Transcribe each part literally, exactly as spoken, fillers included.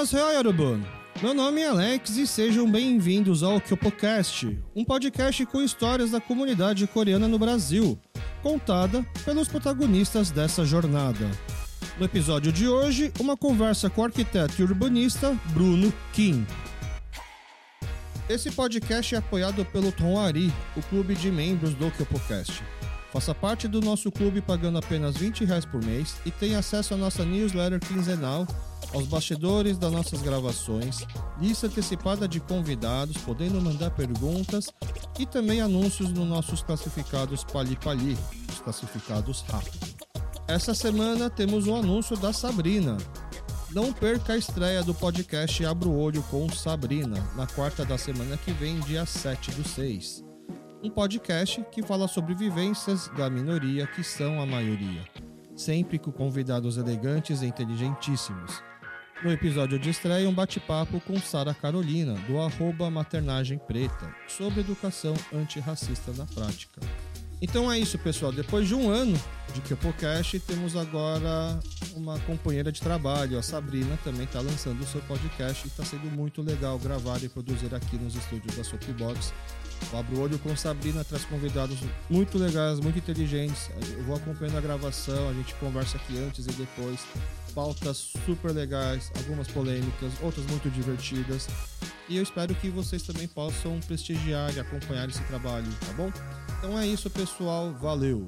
Annyeonghaseyo, Yorobun! Meu nome é Alex e sejam bem-vindos ao KyopoCast, um podcast com histórias da comunidade coreana no Brasil, contada pelos protagonistas dessa jornada. No episódio de hoje, uma conversa com o arquiteto e urbanista Bruno Kim. Esse podcast é apoiado pelo Tonari, o clube de membros do KyopoCast. Faça parte do nosso clube pagando apenas vinte reais por mês e tenha acesso à nossa newsletter quinzenal, aos bastidores das nossas gravações, lista antecipada de convidados, podendo mandar perguntas e também anúncios nos nossos classificados Pali Pali, os classificados rápidos. Essa semana temos o anúncio da Sabrina. Não perca a estreia do podcast Abra o Olho com Sabrina, na quarta da semana que vem, dia sete do seis. Um podcast que fala sobre vivências da minoria que são a maioria, sempre com convidados elegantes e inteligentíssimos. No episódio de estreia, um bate-papo com Sara Carolina, do arroba Maternagem Preta, sobre educação antirracista na prática. Então é isso, pessoal. Depois de um ano de KyopoCast, temos agora uma companheira de trabalho. A Sabrina também está lançando o seu podcast e está sendo muito legal gravar e produzir aqui nos estúdios da Soapbox. O Abra o Olho com Sabrina traz convidados muito legais, muito inteligentes. Eu vou acompanhando a gravação, a gente conversa aqui antes e depois. Pautas super legais, algumas polêmicas, outras muito divertidas. E eu espero que vocês também possam prestigiar e acompanhar esse trabalho, tá bom? Então é isso, pessoal. Valeu!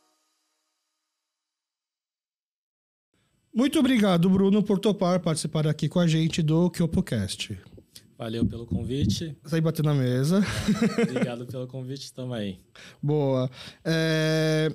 Muito obrigado, Bruno, por topar participar aqui com a gente do KyopoCast. Valeu pelo convite. Sai bater na mesa. Ah, obrigado pelo convite também. Boa. É...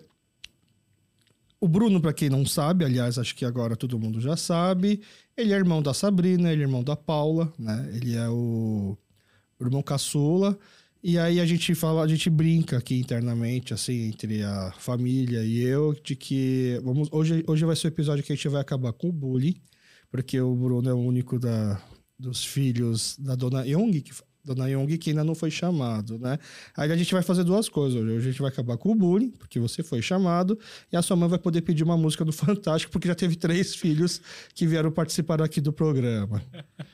O Bruno, para quem não sabe, aliás, acho que agora todo mundo já sabe, ele é irmão da Sabrina, ele é irmão da Paula, né? Ele é o, o irmão caçula. E aí a gente fala, a gente brinca aqui internamente, assim, entre a família e eu, de que vamos, hoje, hoje vai ser o episódio que a gente vai acabar com o bullying, porque o Bruno é o único da, dos filhos da Dona Young, que Dona Young, que ainda não foi chamado, né? Aí a gente vai fazer duas coisas hoje. Hoje a gente vai acabar com o bullying, porque você foi chamado, e a sua mãe vai poder pedir uma música do Fantástico, porque já teve três filhos que vieram participar aqui do programa.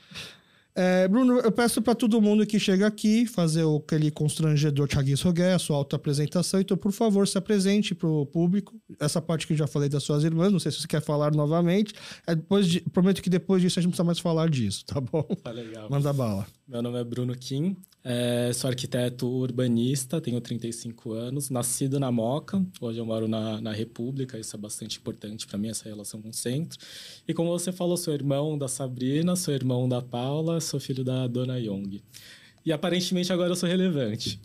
É, Bruno, eu peço para todo mundo que chega aqui fazer o, aquele constrangedor Chaguis Rogué, a sua auto-apresentação. Então, por favor, se apresente para o público. Essa parte que eu já falei das suas irmãs, não sei se você quer falar novamente. É, depois de, prometo que depois disso a gente não precisa mais falar disso, tá bom? Tá legal. Manda bala. Meu nome é Bruno Kim, é, sou arquiteto urbanista, tenho trinta e cinco anos, nascido na Moca, hoje eu moro na, na República, isso é bastante importante para mim, essa relação com o centro. E como você falou, sou irmão da Sabrina, sou irmão da Paula, sou filho da Dona Young. E aparentemente agora eu sou relevante.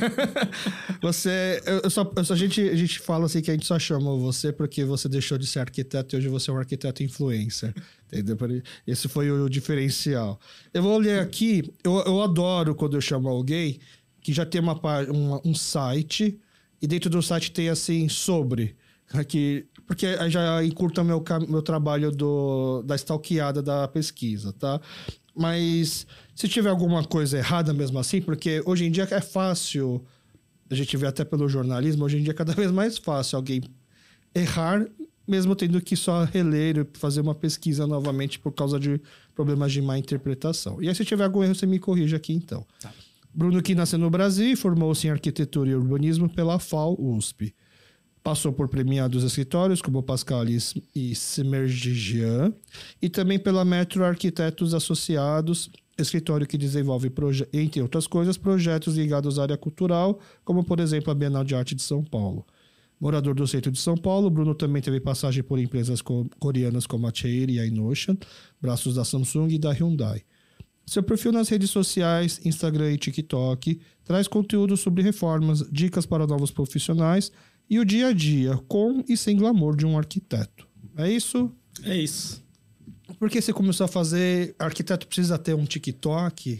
Você, eu só, eu só, a, gente, a gente fala assim que a gente só chama você porque você deixou de ser arquiteto e hoje você é um arquiteto influencer. Entendeu? Esse foi o diferencial. Eu vou ler aqui, eu, eu adoro quando eu chamo alguém que já tem uma, uma, um site e dentro do site tem assim, sobre... Aqui, porque aí já encurta meu, meu trabalho do, da stalkeada da pesquisa, tá? Mas se tiver alguma coisa errada mesmo assim, porque hoje em dia é fácil, a gente vê até pelo jornalismo, hoje em dia é cada vez mais fácil alguém errar, mesmo tendo que só reler e fazer uma pesquisa novamente por causa de problemas de má interpretação. E aí se tiver algum erro, você me corrige aqui então. Tá. Bruno, que nasceu no Brasil e formou-se em arquitetura e urbanismo pela F A U U S P. Passou por premiados escritórios como Pascalis e Semergian e também pela Metro Arquitetos Associados, escritório que desenvolve, entre outras coisas, projetos ligados à área cultural, como, por exemplo, a Bienal de Arte de São Paulo. Morador do centro de São Paulo, Bruno também teve passagem por empresas coreanas como a Chery e a Inocean, braços da Samsung e da Hyundai. Seu perfil nas redes sociais, Instagram e TikTok, traz conteúdo sobre reformas, dicas para novos profissionais e o dia a dia, com e sem glamour de um arquiteto. É isso? É isso. Por que você começou a fazer... Arquiteto precisa ter um TikTok?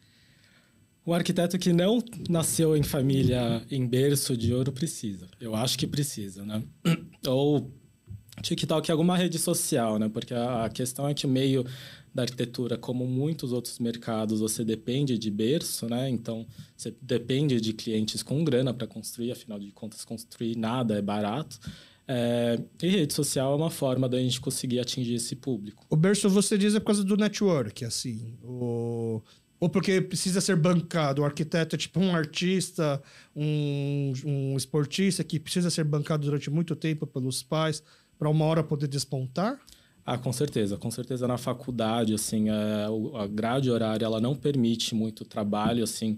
O arquiteto que não nasceu em família em berço de ouro precisa. Eu acho que precisa, né? Ou TikTok é alguma rede social, né? Porque a questão é que o meio da arquitetura, como muitos outros mercados, você depende de berço, né? Então, você depende de clientes com grana para construir, afinal de contas, construir nada é barato. É, e rede social é uma forma da gente conseguir atingir esse público. O berço, você diz, é por causa do network, assim, o... ou porque precisa ser bancado. O arquiteto é tipo um artista, um, um esportista que precisa ser bancado durante muito tempo pelos pais para uma hora poder despontar? Ah, com certeza. Com certeza na faculdade, assim, é, a grade horária, ela não permite muito trabalho, assim,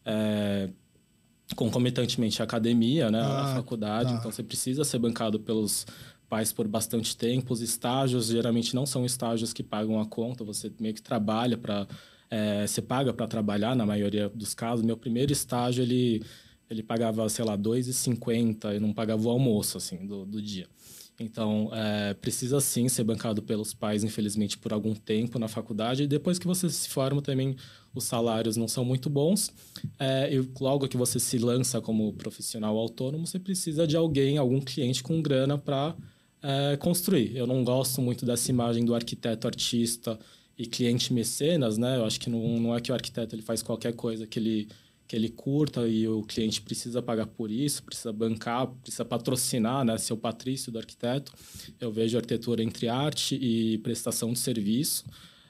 é, concomitantemente à academia, né, ah, na faculdade. Tá. Então, você precisa ser bancado pelos pais por bastante tempo. Os estágios, geralmente, não são estágios que pagam a conta. Você meio que trabalha para... É, você paga para trabalhar, na maioria dos casos. Meu primeiro estágio, ele, ele pagava, sei lá, dois reais e cinquenta centavos e não pagava o almoço, assim, do, do dia. Então, é, precisa sim ser bancado pelos pais, infelizmente, por algum tempo na faculdade. E depois que você se forma também, os salários não são muito bons. É, e logo que você se lança como profissional autônomo, você precisa de alguém, algum cliente com grana para é, construir. Eu não gosto muito dessa imagem do arquiteto artista e cliente mecenas, né? Eu acho que não, não é que o arquiteto ele faz qualquer coisa que ele... que ele curta e o cliente precisa pagar por isso, precisa bancar, precisa patrocinar, né, ser o patrício do arquiteto. Eu vejo arquitetura entre arte e prestação de serviço.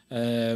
É,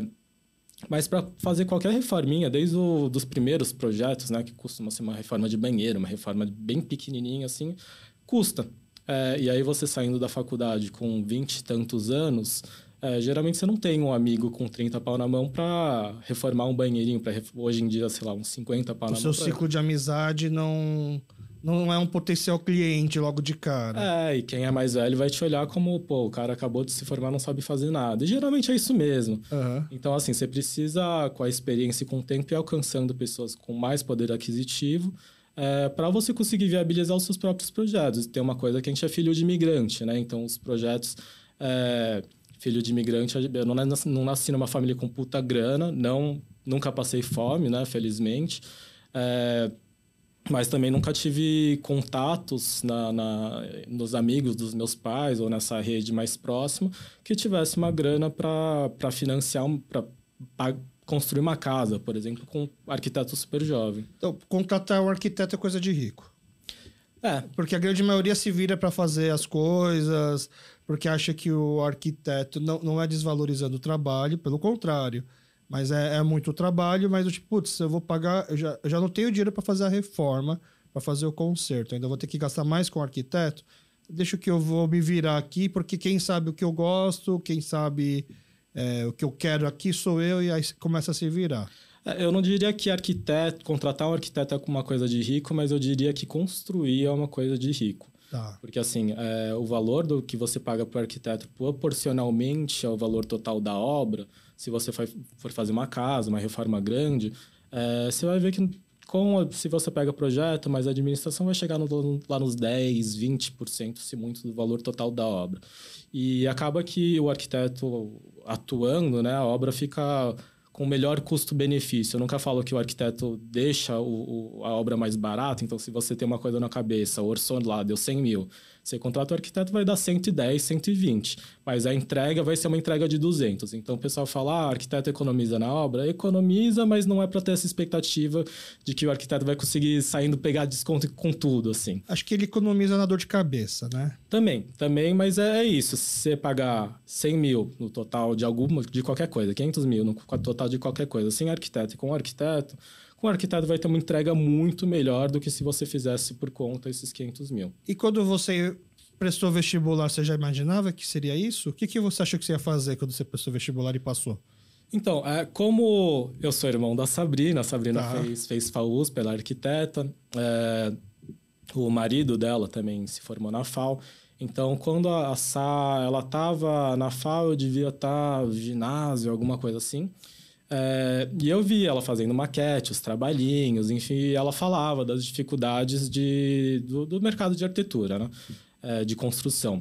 mas para fazer qualquer reforminha, desde os dos primeiros projetos, né, que costuma ser uma reforma de banheiro, uma reforma bem pequenininha assim, custa. É, e aí você saindo da faculdade com vinte e tantos anos... É, geralmente você não tem um amigo com trinta pau na mão para reformar um banheirinho, para ref... hoje em dia, sei lá, uns cinquenta pau na mão. O seu pra... ciclo de amizade não, não é um potencial cliente logo de cara. É, e quem é mais velho vai te olhar como, pô, o cara acabou de se formar, não sabe fazer nada. E geralmente é isso mesmo. Uhum. Então, assim, você precisa, com a experiência e com o tempo, ir alcançando pessoas com mais poder aquisitivo é, para você conseguir viabilizar os seus próprios projetos. Tem uma coisa que a gente é filho de imigrante, né? Então, os projetos... É... Filho de imigrante, eu não nasci, não nasci numa família com puta grana, não, nunca passei fome, né, felizmente. É, mas também nunca tive contatos na, na, nos amigos dos meus pais ou nessa rede mais próxima que tivesse uma grana para financiar, para construir uma casa, por exemplo, com um arquiteto super jovem. Então, contratar um arquiteto é coisa de rico. É. Porque a grande maioria se vira para fazer as coisas... porque acha que o arquiteto não, não é desvalorizando o trabalho, pelo contrário. Mas é, é muito trabalho, mas eu tipo, putz, eu vou pagar... Eu já, eu já não tenho dinheiro para fazer a reforma, para fazer o conserto. Ainda vou ter que gastar mais com o arquiteto. Deixa que eu vou me virar aqui, porque quem sabe o que eu gosto, quem sabe é, o que eu quero aqui sou eu, e aí começa a se virar. Eu não diria que arquiteto, contratar um arquiteto é uma coisa de rico, mas eu diria que construir é uma coisa de rico. Tá. Porque, assim, é, o valor do que você paga para o arquiteto proporcionalmente ao valor total da obra, se você for fazer uma casa, uma reforma grande, é, você vai ver que com, se você pega projeto, mas a administração vai chegar no, lá nos dez, vinte por cento, se muito, do valor total da obra. E acaba que o arquiteto atuando, né, a obra fica... com melhor custo-benefício. Eu nunca falo que o arquiteto deixa o, o, a obra mais barata, então se você tem uma coisa na cabeça, orçou lá, deu cem mil, você contrata o arquiteto, vai dar cento e dez, cento e vinte, mas a entrega vai ser uma entrega de duzentos. Então o pessoal fala, ah, o arquiteto economiza na obra? Economiza, mas não é para ter essa expectativa de que o arquiteto vai conseguir saindo pegar desconto com tudo, assim. Acho que ele economiza na dor de cabeça, né? Também, também, mas é, é isso. Se você pagar cem mil no total de alguma, de qualquer coisa, quinhentos mil no total de qualquer coisa, sem arquiteto e com arquiteto, com arquiteto vai ter uma entrega muito melhor do que se você fizesse por conta esses quinhentos mil. E quando você prestou vestibular, você já imaginava que seria isso? O que, que você achou que você ia fazer quando você prestou vestibular e passou? Então, é, como eu sou irmão da Sabrina, a Sabrina tá. fez, fez F A U S pela arquiteta, é, o marido dela também se formou na F A U. Então, quando a, a Sá, ela estava na F A U, eu devia estar no ginásio, alguma coisa assim. É, e eu vi ela fazendo maquete, os trabalhinhos, enfim, ela falava das dificuldades de, do, do mercado de arquitetura, né? É, de construção.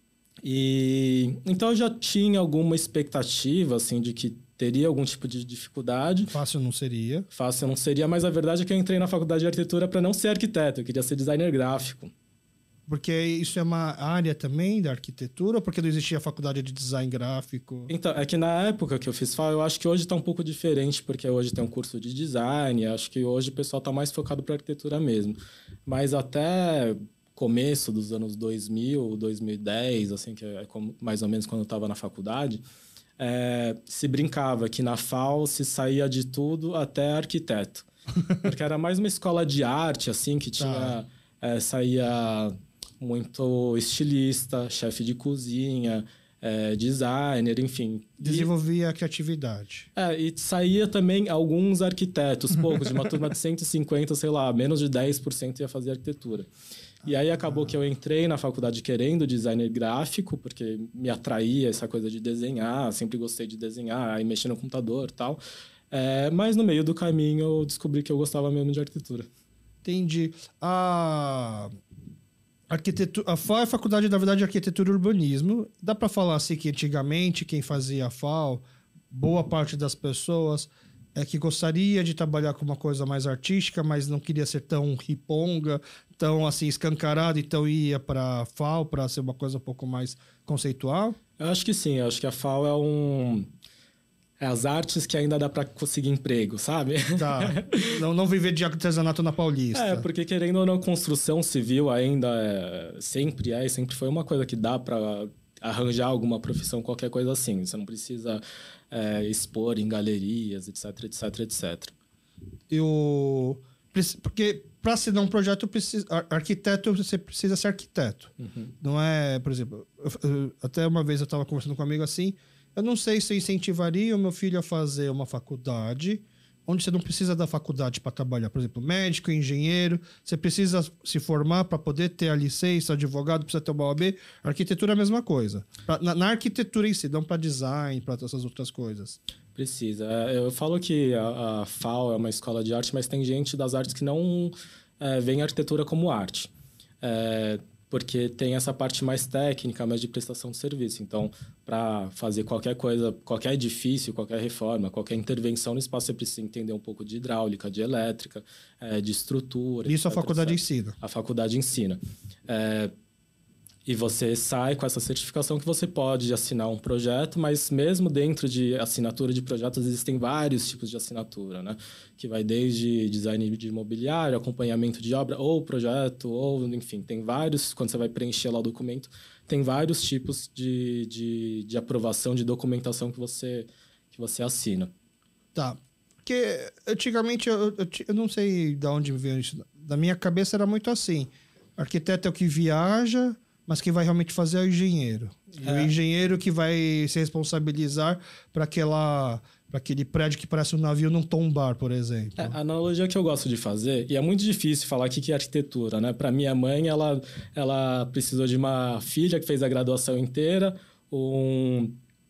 E então eu já tinha alguma expectativa, assim, de que teria algum tipo de dificuldade. Fácil não seria. Fácil não seria, mas a verdade é que eu entrei na faculdade de arquitetura para não ser arquiteto, eu queria ser designer gráfico. Porque isso é uma área também da arquitetura ou porque não existia faculdade de design gráfico? Então, é que na época que eu fiz F A U, eu acho que hoje está um pouco diferente, porque hoje tem um curso de design, acho que hoje o pessoal está mais focado para arquitetura mesmo. Mas até começo dos anos dois mil, dois mil e dez, assim, que é como, mais ou menos quando eu estava na faculdade, é, se brincava que na F A U se saía de tudo até arquiteto. Porque era mais uma escola de arte, assim, que tinha... Ah. É, saía muito estilista, chefe de cozinha... É, designer, enfim. Desenvolvia a criatividade. É, e saía também alguns arquitetos, poucos, de uma turma de cento e cinquenta, sei lá, menos de dez por cento ia fazer arquitetura. E aí acabou ah. que eu entrei na faculdade querendo designer gráfico, porque me atraía essa coisa de desenhar, sempre gostei de desenhar, aí mexer no computador e tal. É, mas no meio do caminho eu descobri que eu gostava mesmo de arquitetura. Entendi. A... Arquitetura, a F A U é a faculdade, na verdade, de arquitetura e urbanismo. Dá para falar assim que antigamente quem fazia a F A U, boa parte das pessoas é que gostaria de trabalhar com uma coisa mais artística, mas não queria ser tão riponga, tão assim escancarado, então ia para a F A U para ser uma coisa um pouco mais conceitual? Eu acho que sim, eu acho que a F A U é um... É as artes que ainda dá para conseguir emprego, sabe? Tá. Não, não viver de artesanato na Paulista. É, porque querendo ou não, construção civil ainda é, sempre é, sempre foi uma coisa que dá para arranjar alguma profissão, qualquer coisa assim. Você não precisa é, expor em galerias, etc, etc, etcétera. Eu... Porque para assinar um projeto, precisa, arquiteto, você precisa ser arquiteto. Uhum. Não é, por exemplo... Eu, eu, até uma vez eu estava conversando com um amigo assim... Eu não sei se eu incentivaria o meu filho a fazer uma faculdade onde você não precisa da faculdade para trabalhar. Por exemplo, médico, engenheiro, você precisa se formar para poder ter a licença, advogado, precisa ter uma O A B. Arquitetura é a mesma coisa. Pra, na, na arquitetura em si, não para design, para essas outras coisas. Precisa. Eu falo que a, a F A U é uma escola de arte, mas tem gente das artes que não é, vê a arquitetura como arte. É... Porque tem essa parte mais técnica, mais de prestação de serviço. Então, para fazer qualquer coisa, qualquer edifício, qualquer reforma, qualquer intervenção no espaço, você precisa entender um pouco de hidráulica, de elétrica, é, de estrutura. Isso etcétera, a faculdade etcétera. ensina. A faculdade ensina. É, e você sai com essa certificação que você pode assinar um projeto, mas mesmo dentro de assinatura de projetos existem vários tipos de assinatura, né? Que vai desde design de imobiliário, acompanhamento de obra, ou projeto, ou enfim, tem vários, quando você vai preencher lá o documento, tem vários tipos de, de, de aprovação, de documentação que você, que você assina. Tá. Porque antigamente, eu, eu, eu não sei de onde veio isso, da minha cabeça era muito assim, arquiteto é o que viaja, mas quem vai realmente fazer é o engenheiro. É. O engenheiro que vai se responsabilizar para aquela... para aquele prédio que parece um navio não tombar, por exemplo. É, a analogia que eu gosto de fazer, e é muito difícil falar o que é arquitetura, né? Para minha mãe, ela, ela precisou de uma filha que fez a graduação inteira, um...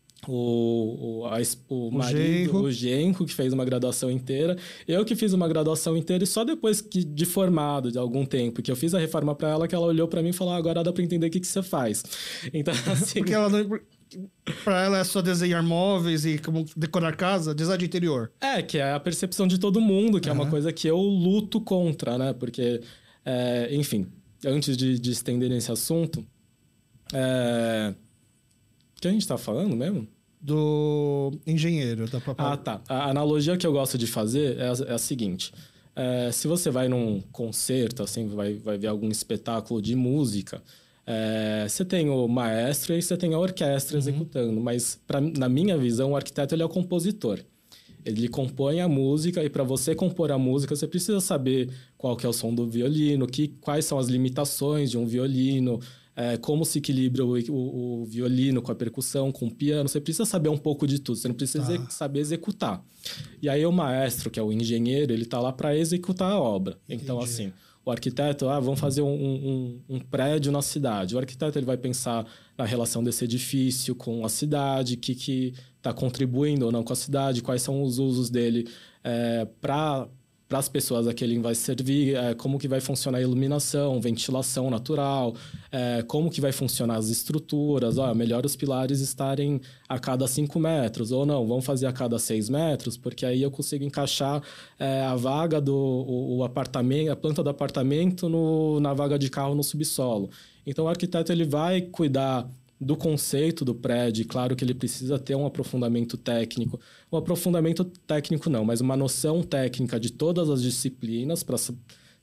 O, o, a, o, o marido, genro. o genro, que fez uma graduação inteira. Eu que fiz uma graduação inteira e só depois que, de formado, de algum tempo, que eu fiz a reforma para ela, que ela olhou para mim e falou, ah, agora dá para entender o que, que você faz. Então, assim... Porque ela não... Para ela é só desenhar móveis e como decorar casa, design de interior. É, que é a percepção de todo mundo, que uhum. é uma coisa que eu luto contra, né? Porque, é, enfim, antes de, de estender nesse assunto... É... O que a gente está falando mesmo? Do engenheiro. Da própria... Ah, tá. A analogia que eu gosto de fazer é a, é a seguinte. É, se você vai num concerto, assim, vai, vai ver algum espetáculo de música, é, você tem o maestro e você tem a orquestra uhum. executando. Mas, pra, na minha visão, o arquiteto ele é o compositor. Ele compõe a música e para você compor a música, você precisa saber qual que é o som do violino, que, quais são as limitações de um violino... É, como se equilibra o, o, o violino com a percussão, com o piano. Você precisa saber um pouco de tudo. Você não precisa ah. saber executar. E aí o maestro, que é o engenheiro, ele está lá para executar a obra. Entendi. Então, assim, o arquiteto, ah, vamos fazer um, um, um prédio na cidade. O arquiteto ele vai pensar na relação desse edifício com a cidade, o que está contribuindo ou não com a cidade, quais são os usos dele é, para... para as pessoas a que ele vai servir, é, como que vai funcionar a iluminação, ventilação natural, é, como que vai funcionar as estruturas. Ó, melhor os pilares estarem a cada cinco metros, ou não, vamos fazer a cada seis metros, porque aí eu consigo encaixar é, a vaga do o, o apartamento, a planta do apartamento no, na vaga de carro no subsolo. Então, o arquiteto ele vai cuidar do conceito do prédio. Claro que ele precisa ter um aprofundamento técnico. Um aprofundamento técnico não, mas uma noção técnica de todas as disciplinas para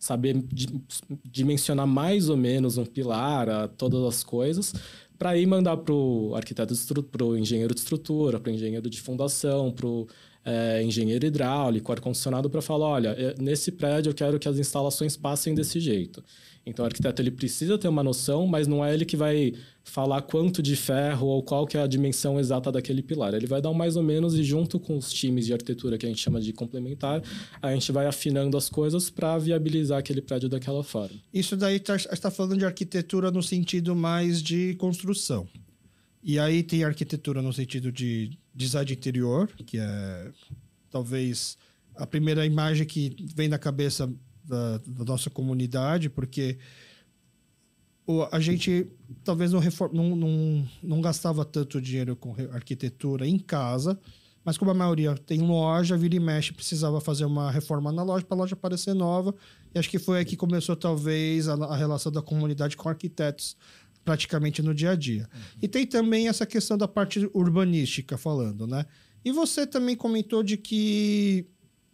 saber di- dimensionar mais ou menos um pilar, a, todas as coisas, para aí mandar para o arquiteto, para o engenheiro de estrutura, para o engenheiro de fundação, para o é, engenheiro hidráulico, ar-condicionado, para falar, olha, nesse prédio eu quero que as instalações passem desse jeito. Então, o arquiteto ele precisa ter uma noção, mas não é ele que vai falar quanto de ferro ou qual que é a dimensão exata daquele pilar. Ele vai dar um mais ou menos e junto com os times de arquitetura que a gente chama de complementar, a gente vai afinando as coisas para viabilizar aquele prédio daquela forma. Isso daí está tá falando de arquitetura no sentido mais de construção. E aí tem arquitetura no sentido de design de interior, que é talvez a primeira imagem que vem na cabeça Da, da nossa comunidade, porque o, a gente talvez não, reform, não, não, não gastava tanto dinheiro com arquitetura em casa, mas como a maioria tem loja, vira e mexe, precisava fazer uma reforma na loja para a loja parecer nova, e acho que foi aí que começou talvez a, a relação da comunidade com arquitetos praticamente no dia a dia. Uhum. E tem também essa questão da parte urbanística falando, né? E você também comentou de que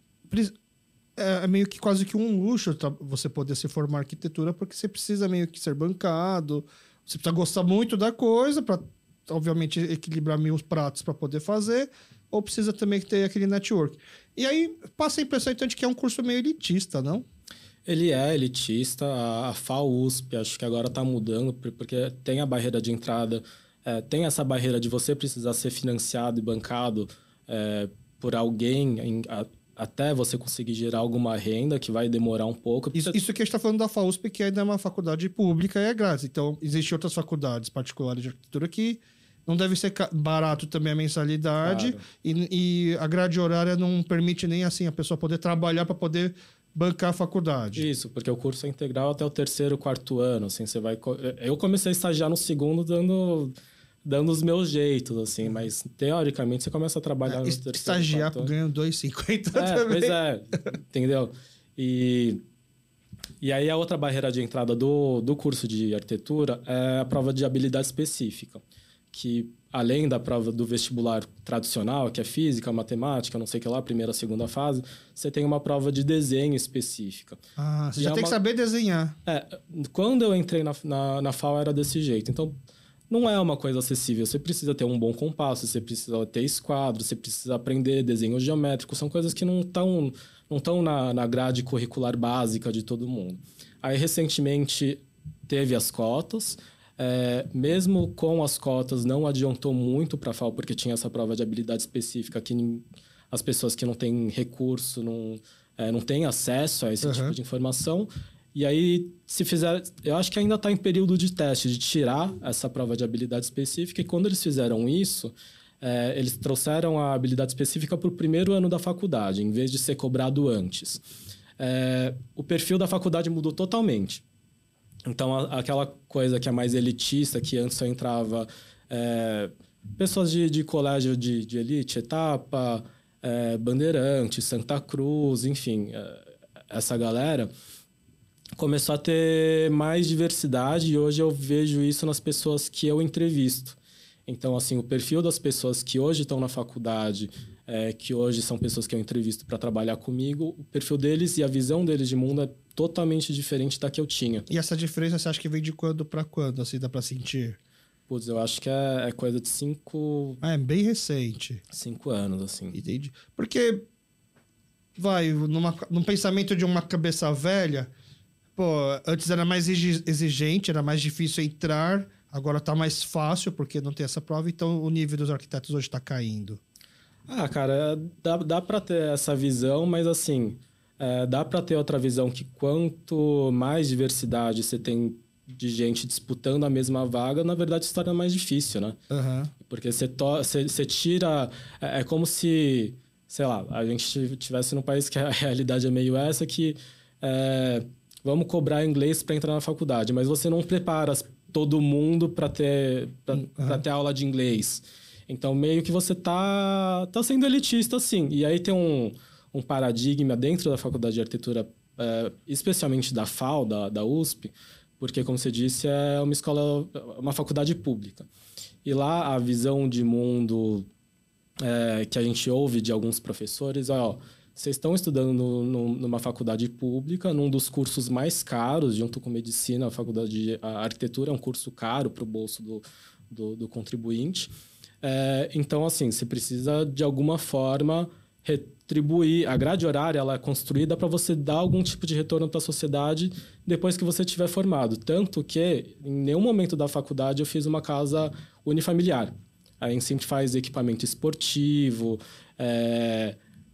é meio que quase que um luxo você poder se formar em arquitetura, porque você precisa meio que ser bancado, você precisa gostar muito da coisa para, obviamente, equilibrar mil pratos para poder fazer, ou precisa também ter aquele network. E aí passa a impressão, então, de que é um curso meio elitista, não? Ele é elitista, a, a FAUSP acho que agora está mudando, porque tem a barreira de entrada, é, tem essa barreira de você precisar ser financiado e bancado é, por alguém em, a, até você conseguir gerar alguma renda, que vai demorar um pouco. Isso, isso que a gente está falando da FAUSP, que ainda é uma faculdade pública e é grátis. Então, existem outras faculdades particulares de arquitetura que não deve ser barato também a mensalidade. Claro. E, e a grade horária não permite nem assim a pessoa poder trabalhar para poder bancar a faculdade. Isso, porque o curso é integral até o terceiro, quarto ano. Assim, você vai... Eu comecei a estagiar no segundo dando... dando os meus jeitos, assim, mas teoricamente você começa a trabalhar é, no terceiro, estagiar ganhando dois reais e cinquenta é, também. Pois é, entendeu? E, e aí a outra barreira de entrada do, do curso de arquitetura é a prova de habilidade específica, que além da prova do vestibular tradicional, que é física, matemática, não sei o que lá, primeira, segunda fase, você tem uma prova de desenho específica. Ah, você e já é tem uma... que saber desenhar. É, quando eu entrei na, na, na FAO era desse jeito, então... Não é uma coisa acessível. Você precisa ter um bom compasso, você precisa ter esquadro, você precisa aprender desenho geométrico. São coisas que não estão não estão na, na grade curricular básica de todo mundo. Aí, recentemente, teve as cotas. É, mesmo com as cotas, não adiantou muito para a FAO, porque tinha essa prova de habilidade específica que as pessoas que não têm recurso, não, é, não têm acesso a esse uhum. tipo de informação. E aí, se fizer... Eu acho que ainda está em período de teste, de tirar essa prova de habilidade específica. E quando eles fizeram isso, é, eles trouxeram a habilidade específica para o primeiro ano da faculdade, em vez de ser cobrado antes. É, o perfil da faculdade mudou totalmente. Então, a, aquela coisa que é mais elitista, que antes só entrava é, pessoas de, de colégio de, de elite, Etapa, é, Bandeirantes, Santa Cruz, enfim, é, essa galera... começou a ter mais diversidade e hoje eu vejo isso nas pessoas que eu entrevisto. Então, assim, o perfil das pessoas que hoje estão na faculdade, é, que hoje são pessoas que eu entrevisto para trabalhar comigo, o perfil deles e a visão deles de mundo é totalmente diferente da que eu tinha. E essa diferença você acha que vem de quando para quando, assim, dá para sentir? Putz, eu acho que é, é coisa de cinco... Ah, é bem recente. Cinco anos, assim. Entendi. Porque, vai, numa, num pensamento de uma cabeça velha... Pô, antes era mais exigente, era mais difícil entrar, agora tá mais fácil porque não tem essa prova, então o nível dos arquitetos hoje tá caindo. Ah, cara, dá, dá para ter essa visão, mas assim, é, dá para ter outra visão que quanto mais diversidade você tem de gente disputando a mesma vaga, na verdade se torna mais difícil, né? Uhum. Porque você, to, você, você tira... É, é como se, sei lá, a gente estivesse num país que a realidade é meio essa, que... É, vamos cobrar inglês para entrar na faculdade, mas você não prepara todo mundo para ter, uhum. ter aula de inglês. Então, meio que você tá, tá sendo elitista, sim. E aí tem um, um paradigma dentro da faculdade de arquitetura, é, especialmente da FAO, da, da U S P, porque, como você disse, é uma escola, uma faculdade pública. E lá, a visão de mundo é, que a gente ouve de alguns professores é, ó, vocês estão estudando no, no, numa faculdade pública, num dos cursos mais caros, junto com medicina, a faculdade de a arquitetura é um curso caro para o bolso do, do, do contribuinte. É, então, assim, você precisa, de alguma forma, retribuir. A grade horária ela é construída para você dar algum tipo de retorno para a sociedade depois que você estiver formado. Tanto que, em nenhum momento da faculdade, eu fiz uma casa unifamiliar. A gente sempre faz equipamento esportivo, é,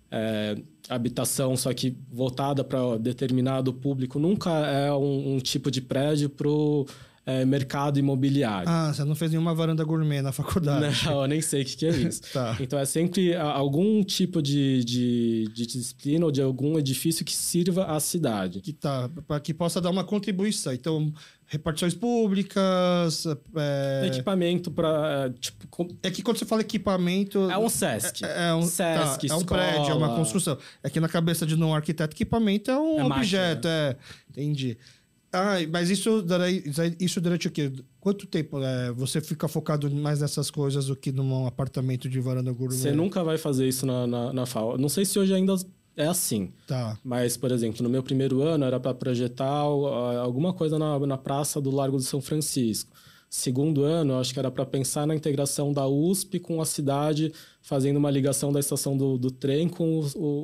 é, habitação, só que voltada para determinado público. Nunca é um, um tipo de prédio para o é, mercado imobiliário. Ah, você não fez nenhuma varanda gourmet na faculdade. Não, eu nem sei o que, que é isso. Tá. Então, é sempre algum tipo de, de, de disciplina ou de algum edifício que sirva à cidade. Que, tá, para que possa dar uma contribuição. Então, repartições públicas... É... Equipamento para... Tipo, com... É que quando você fala equipamento... É um SESC. É, é um, SESC, tá, é um escola. prédio, é uma construção. É que na cabeça de um arquiteto, equipamento é um é objeto. É, entendi. Ah, mas isso, isso durante o quê? Quanto tempo é, você fica focado mais nessas coisas do que num apartamento de varanda gourmet? Você nunca vai fazer isso na, na, na F A U. Não sei se hoje ainda é assim. Tá. Mas, por exemplo, no meu primeiro ano era para projetar alguma coisa na, na praça do Largo de São Francisco. Segundo ano, eu acho que era para pensar na integração da U S P com a cidade, fazendo uma ligação da estação do, do trem com o, o,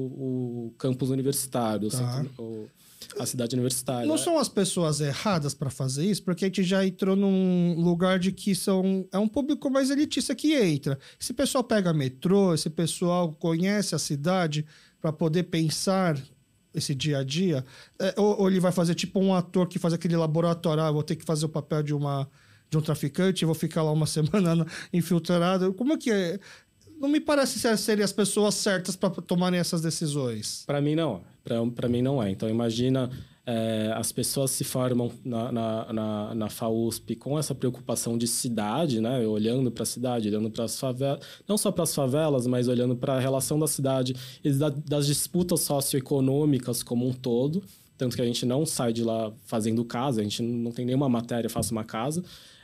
o, o campus universitário, tá. o centro, o, a cidade universitária. Não são as pessoas erradas para fazer isso, porque a gente já entrou num lugar de que são, é um público mais elitista que entra. Esse pessoal pega metrô, esse pessoal conhece a cidade para poder pensar esse dia a dia, é, ou, ou ele vai fazer tipo um ator que faz aquele laboratório, ah, vou ter que fazer o papel de, uma, de um traficante, vou ficar lá uma semana infiltrado. Como é que é? Não me parece serem as pessoas certas para tomarem essas decisões. Para mim, não. Para mim, não é. Então, imagina, é, as pessoas se formam na, na, na, na F A U S P com essa preocupação de cidade, né? Olhando para a cidade, olhando para as favelas, não só para as favelas, mas olhando para a relação da cidade e da, das disputas socioeconômicas como um todo. Tanto que a gente não sai de lá fazendo casa, a gente não tem nenhuma matéria, faça uma casa.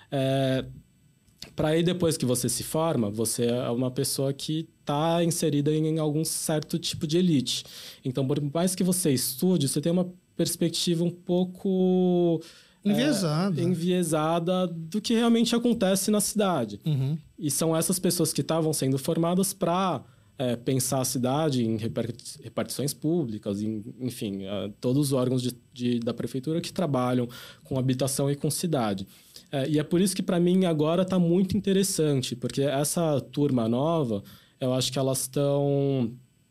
É, para aí, depois que você se forma, você é uma pessoa que está inserida em algum certo tipo de elite. Então, por mais que você estude, você tem uma perspectiva um pouco... Enviesada. É, enviesada do que realmente acontece na cidade. Uhum. E são essas pessoas que estavam sendo formadas para é, pensar a cidade em repartições públicas, em, enfim, é, todos os órgãos de, de, da prefeitura que trabalham com habitação e com cidade. É, e é por isso que, para mim, agora está muito interessante, porque essa turma nova, eu acho que elas estão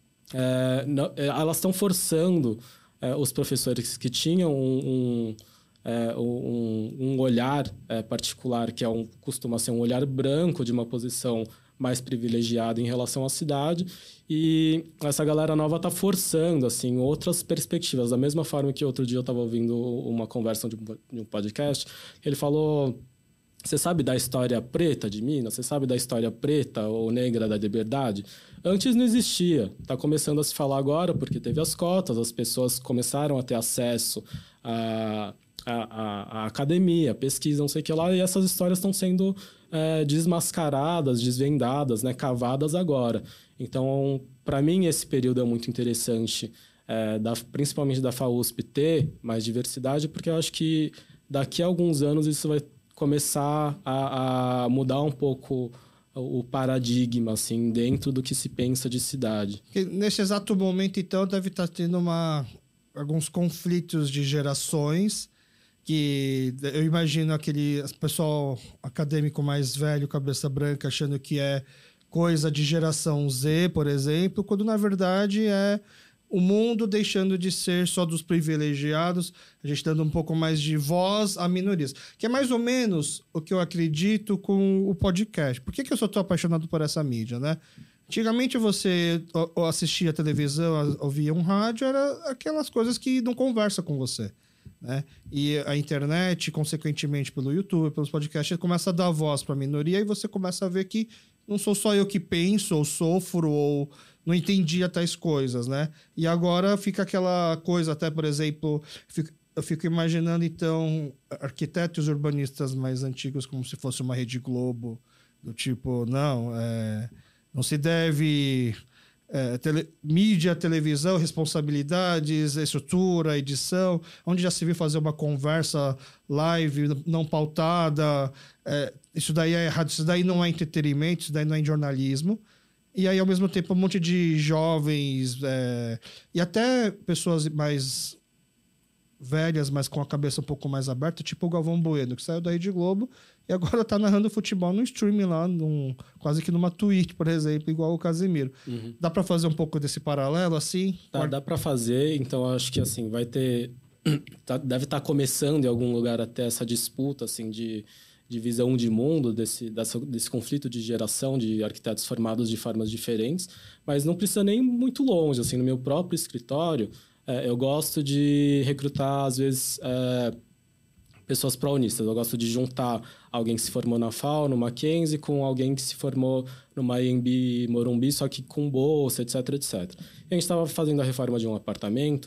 é, elas estão forçando é, os professores que tinham um, um, é, um, um olhar é, particular, que é um, costuma ser um olhar branco de uma posição mais privilegiada em relação à cidade, e essa galera nova está forçando assim, outras perspectivas. Da mesma forma que outro dia eu estava ouvindo uma conversa de um podcast, ele falou... Você sabe da história preta de Minas? Você sabe da história preta ou negra da liberdade? Antes não existia. Está começando a se falar agora porque teve as cotas, as pessoas começaram a ter acesso à, à, à academia, à pesquisa, não sei o que lá, e essas histórias estão sendo é, desmascaradas, desvendadas, né, cavadas agora. Então, para mim, esse período é muito interessante, é, da, principalmente da F A U S P ter mais diversidade, porque eu acho que daqui a alguns anos isso vai começar a, a mudar um pouco o paradigma, assim, dentro do que se pensa de cidade. Nesse exato momento, então, deve estar tendo uma, alguns conflitos de gerações, que eu imagino aquele pessoal acadêmico mais velho, cabeça branca, achando que é coisa de geração Z, por exemplo, quando, na verdade, é o mundo deixando de ser só dos privilegiados, a gente dando um pouco mais de voz a minorias. Que é mais ou menos o que eu acredito com o podcast. Por que, que eu só estou apaixonado por essa mídia, né? Antigamente você assistia a televisão, ouvia um rádio, era aquelas coisas que não conversam com você, né? E a internet, consequentemente pelo YouTube, pelos podcasts, começa a dar voz para a minoria e você começa a ver que não sou só eu que penso, ou sofro, ou não entendia tais coisas, né? E agora fica aquela coisa, até, por exemplo, fico, eu fico imaginando, então, arquitetos urbanistas mais antigos como se fosse uma Rede Globo, do tipo, não, é, não se deve é, tele, mídia, televisão, responsabilidades, estrutura, edição, onde já se viu fazer uma conversa live não pautada. É, isso daí é errado, isso daí não é entretenimento, isso daí não é jornalismo. E aí, ao mesmo tempo, um monte de jovens é, e até pessoas mais velhas, mas com a cabeça um pouco mais aberta, tipo o Galvão Bueno, que saiu da Rede Globo e agora tá narrando futebol no streaming lá, num, quase que numa Twitch, por exemplo, igual o Casemiro. Uhum. Dá para fazer um pouco desse paralelo, assim? Dá, dá para fazer, então acho que, assim, vai ter... Tá, deve estar tá começando em algum lugar até essa disputa, assim, de, de visão de mundo, desse, dessa, desse conflito de geração de arquitetos formados de formas diferentes, mas não precisa nem muito longe, assim, no meu próprio escritório... É, eu gosto de recrutar, às vezes, é, pessoas pró-unistas. Eu gosto de juntar alguém que se formou na F A U, no Mackenzie, com alguém que se formou no A M B Morumbi, só que com bolsa, etc, etcétera. E a gente estava fazendo a reforma de um apartamento.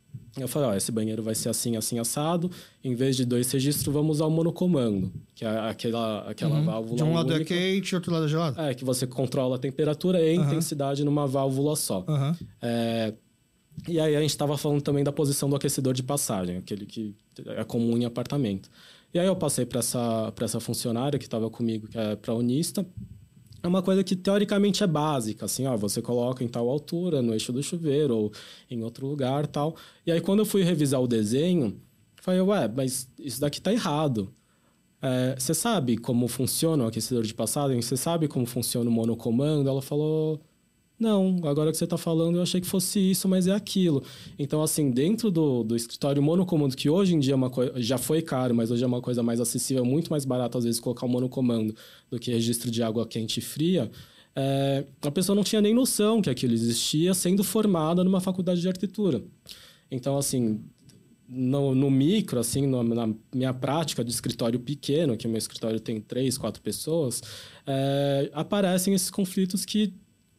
Eu falei, ó, esse banheiro vai ser assim, assim, assado. Em vez de dois registros, vamos usar o monocomando, que é aquela, aquela uhum. válvula de um lado única. é quente e outro lado é gelado. É, que você controla a temperatura e a uhum. intensidade numa válvula só. Uhum. É... E aí a gente estava falando também da posição do aquecedor de passagem, aquele que é comum em apartamento. E aí eu passei para essa, para essa funcionária que estava comigo, que é pró-unista. É uma coisa que teoricamente é básica, assim, ó, você coloca em tal altura, no eixo do chuveiro ou em outro lugar, tal. E aí quando eu fui revisar o desenho, falei, ué, mas isso daqui tá errado. É, você sabe como funciona o aquecedor de passagem? Você sabe como funciona o monocomando? Ela falou... Não, agora que você está falando, eu achei que fosse isso, mas é aquilo. Então, assim, dentro do, do escritório monocomando, que hoje em dia é uma coisa, já foi caro, mas hoje é uma coisa mais acessível, é muito mais barato, às vezes, colocar um monocomando do que registro de água quente e fria, é, a pessoa não tinha nem noção que aquilo existia, sendo formada numa faculdade de arquitetura. Então, assim, no, no micro, assim, no, na minha prática de escritório pequeno, que o meu escritório tem três, quatro pessoas, é, aparecem esses conflitos que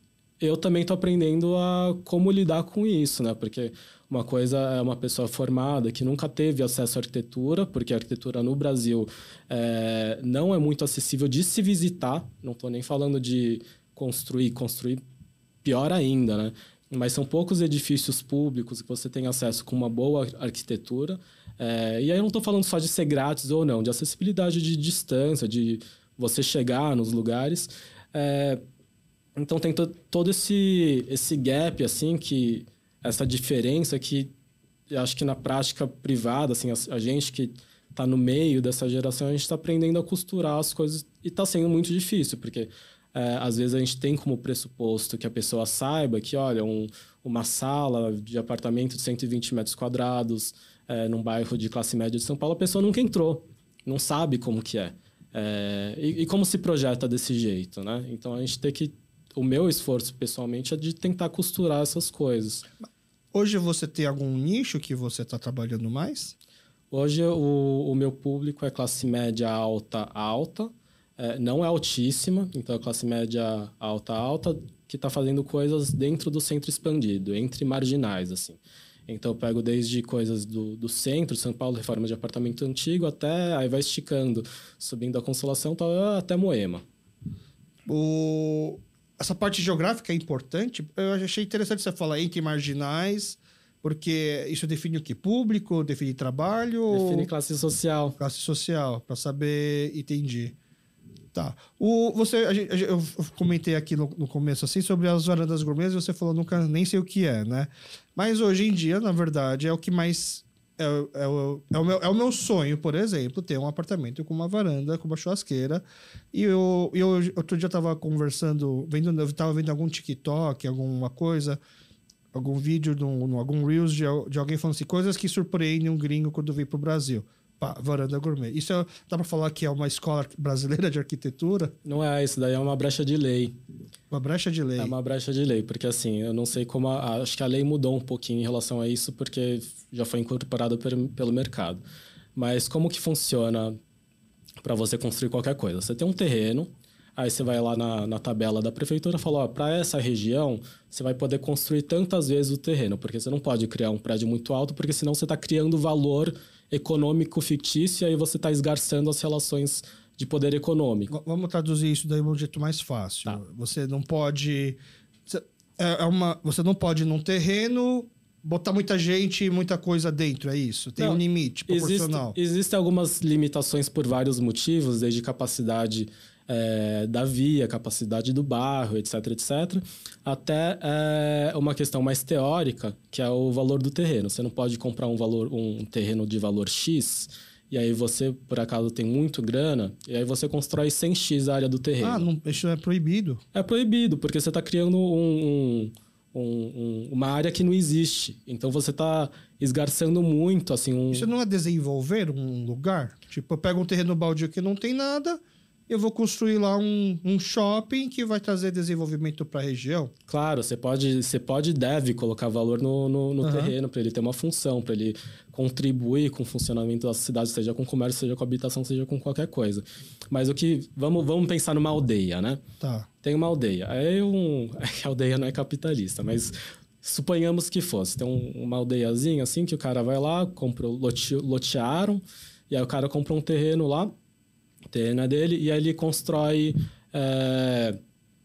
eu também estou aprendendo a como lidar com isso, né? Porque uma coisa é uma pessoa formada que nunca teve acesso à arquitetura, porque a arquitetura no Brasil é, não é muito acessível de se visitar. Não estou nem falando de construir, construir pior ainda, né? Mas são poucos edifícios públicos que você tem acesso com uma boa arquitetura. É, e aí eu não estou falando só de ser grátis ou não, de acessibilidade de distância, de você chegar nos lugares. É, Então, tem to- todo esse, esse gap, assim, que... Essa diferença que... Eu acho que na prática privada, assim, a, a gente que está no meio dessa geração, a gente está aprendendo a costurar as coisas. E está sendo muito difícil, porque... É, às vezes, a gente tem como pressuposto que a pessoa saiba que, olha, um, uma sala de apartamento de cento e vinte metros quadrados, é, num bairro de classe média de São Paulo, a pessoa nunca entrou. Não sabe como que é. é e, e como se projeta desse jeito, né? Então, a gente tem que... O meu esforço, pessoalmente, é de tentar costurar essas coisas. Hoje você tem algum nicho que você está trabalhando mais? Hoje o, o meu público é classe média alta, alta. É, não é altíssima, então é classe média alta, alta, que está fazendo coisas dentro do centro expandido, entre marginais, assim. Então eu pego desde coisas do, do centro, São Paulo, reforma de apartamento antigo, até aí vai esticando, subindo a Consolação, tá, até Moema. O... Essa parte geográfica é importante. Eu achei interessante você falar entre marginais, porque isso define o quê? Público, define trabalho? Define classe social. Classe social, para saber, entendi. Tá. O, você, a gente, eu comentei aqui no, no começo assim, sobre as varandas gourmet, e você falou nunca nem sei o que é, né? Mas hoje em dia, na verdade, é o que mais... É, é, o, é, o meu, é o meu sonho, por exemplo, ter um apartamento com uma varanda, com uma churrasqueira. E eu, eu outro dia eu estava conversando, vendo, eu estava vendo algum TikTok, alguma coisa, algum vídeo, de um, algum Reels de, de alguém falando assim, coisas que surpreendem um gringo quando vem para o Brasil. Pá, varanda gourmet. Isso é, dá para falar que é uma escola brasileira de arquitetura? Não é, isso daí é uma brecha de lei. Uma brecha de lei. É uma brecha de lei, porque assim, eu não sei como... A, acho que a lei mudou um pouquinho em relação a isso, porque já foi incorporado per, pelo mercado. Mas como que funciona para você construir qualquer coisa? Você tem um terreno, aí você vai lá na, na tabela da prefeitura e fala, ó, para essa região, você vai poder construir tantas vezes o terreno, porque você não pode criar um prédio muito alto, porque senão você está criando valor econômico fictício e aí você está esgarçando as relações de poder econômico. Vamos traduzir isso daí de um jeito mais fácil. Tá. Você não pode... é uma, você não pode num terreno botar muita gente e muita coisa dentro, é isso? Tem não, um limite proporcional. Existe, existem algumas limitações por vários motivos, desde capacidade é, da via, capacidade do bairro, etc, etc, até é, uma questão mais teórica, que é o valor do terreno. Você não pode comprar um, valor, um terreno de valor X, e aí você, por acaso, tem muito grana, e aí você constrói cem x a área do terreno. Ah, não, isso é proibido? É proibido, porque você está criando um... um Um, um, uma área que não existe. Então, você está esgarçando muito, assim... Um... Isso não é desenvolver um lugar? Tipo, eu pego um terreno baldio que não tem nada, eu vou construir lá um, um shopping que vai trazer desenvolvimento para a região? Claro, você pode, você pode e deve colocar valor no, no, no uhum. terreno para ele ter uma função, para ele contribuir com o funcionamento da cidade, seja com comércio, seja com habitação, seja com qualquer coisa. Mas o que... Vamos, vamos pensar numa aldeia, né? Tá. Tem uma aldeia. Aí um... A aldeia não é capitalista, mas suponhamos que fosse. Tem um, uma aldeiazinha assim que o cara vai lá, comprou, lote, lotearam, e aí o cara comprou um terreno lá, o terreno é dele, e aí ele constrói é,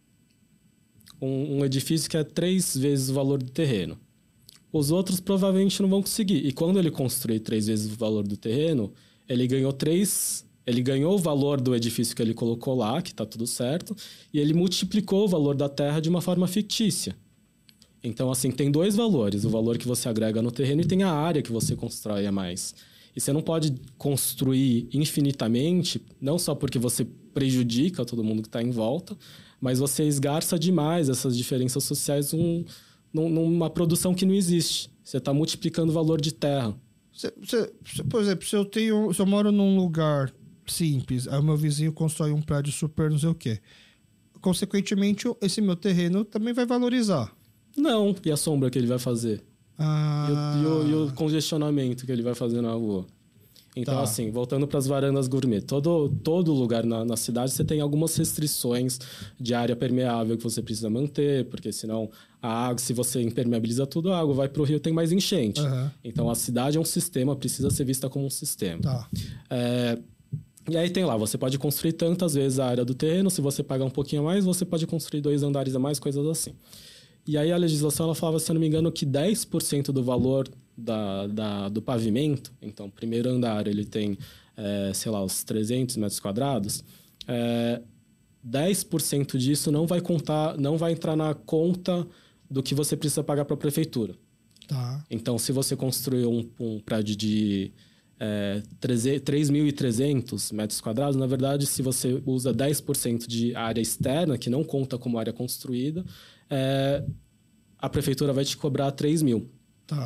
um, um edifício que é três vezes o valor do terreno. Os outros provavelmente não vão conseguir. E quando ele construir três vezes o valor do terreno, ele ganhou três... Ele ganhou o valor do edifício que ele colocou lá, que está tudo certo, e ele multiplicou o valor da terra de uma forma fictícia. Então, assim, tem dois valores. O valor que você agrega no terreno e tem a área que você constrói a mais. E você não pode construir infinitamente, não só porque você prejudica todo mundo que está em volta, mas você esgarça demais essas diferenças sociais num, numa produção que não existe. Você está multiplicando o valor de terra. Você, você, por exemplo, se eu, tenho, se eu moro num lugar simples, aí o meu vizinho constrói um prédio super não sei o quê, consequentemente, esse meu terreno também vai valorizar. Não. E a sombra que ele vai fazer? Ah. E, o, e, o, e o congestionamento que ele vai fazer na rua? Então, tá. assim, voltando para as varandas gourmet, todo, todo lugar na, na cidade você tem algumas restrições de área permeável que você precisa manter, porque senão a água, se você impermeabiliza tudo, a água vai para o rio, tem mais enchente. Uhum. Então, a cidade é um sistema, precisa ser vista como um sistema. Tá. É, e aí tem lá, você pode construir tantas vezes a área do terreno, se você pagar um pouquinho a mais, você pode construir dois andares a mais, coisas assim. E aí a legislação, ela falava, se eu não me engano, que dez por cento do valor da, da, do pavimento, então, o primeiro andar, ele tem, é, sei lá, os trezentos metros quadrados, é, dez por cento disso não vai contar, não vai entrar na conta do que você precisa pagar para a prefeitura. Tá. Então, se você construiu um, um prédio de é, três mil e trezentos metros quadrados, na verdade, se você usa dez por cento de área externa, que não conta como área construída, é, a prefeitura vai te cobrar três mil. Tá.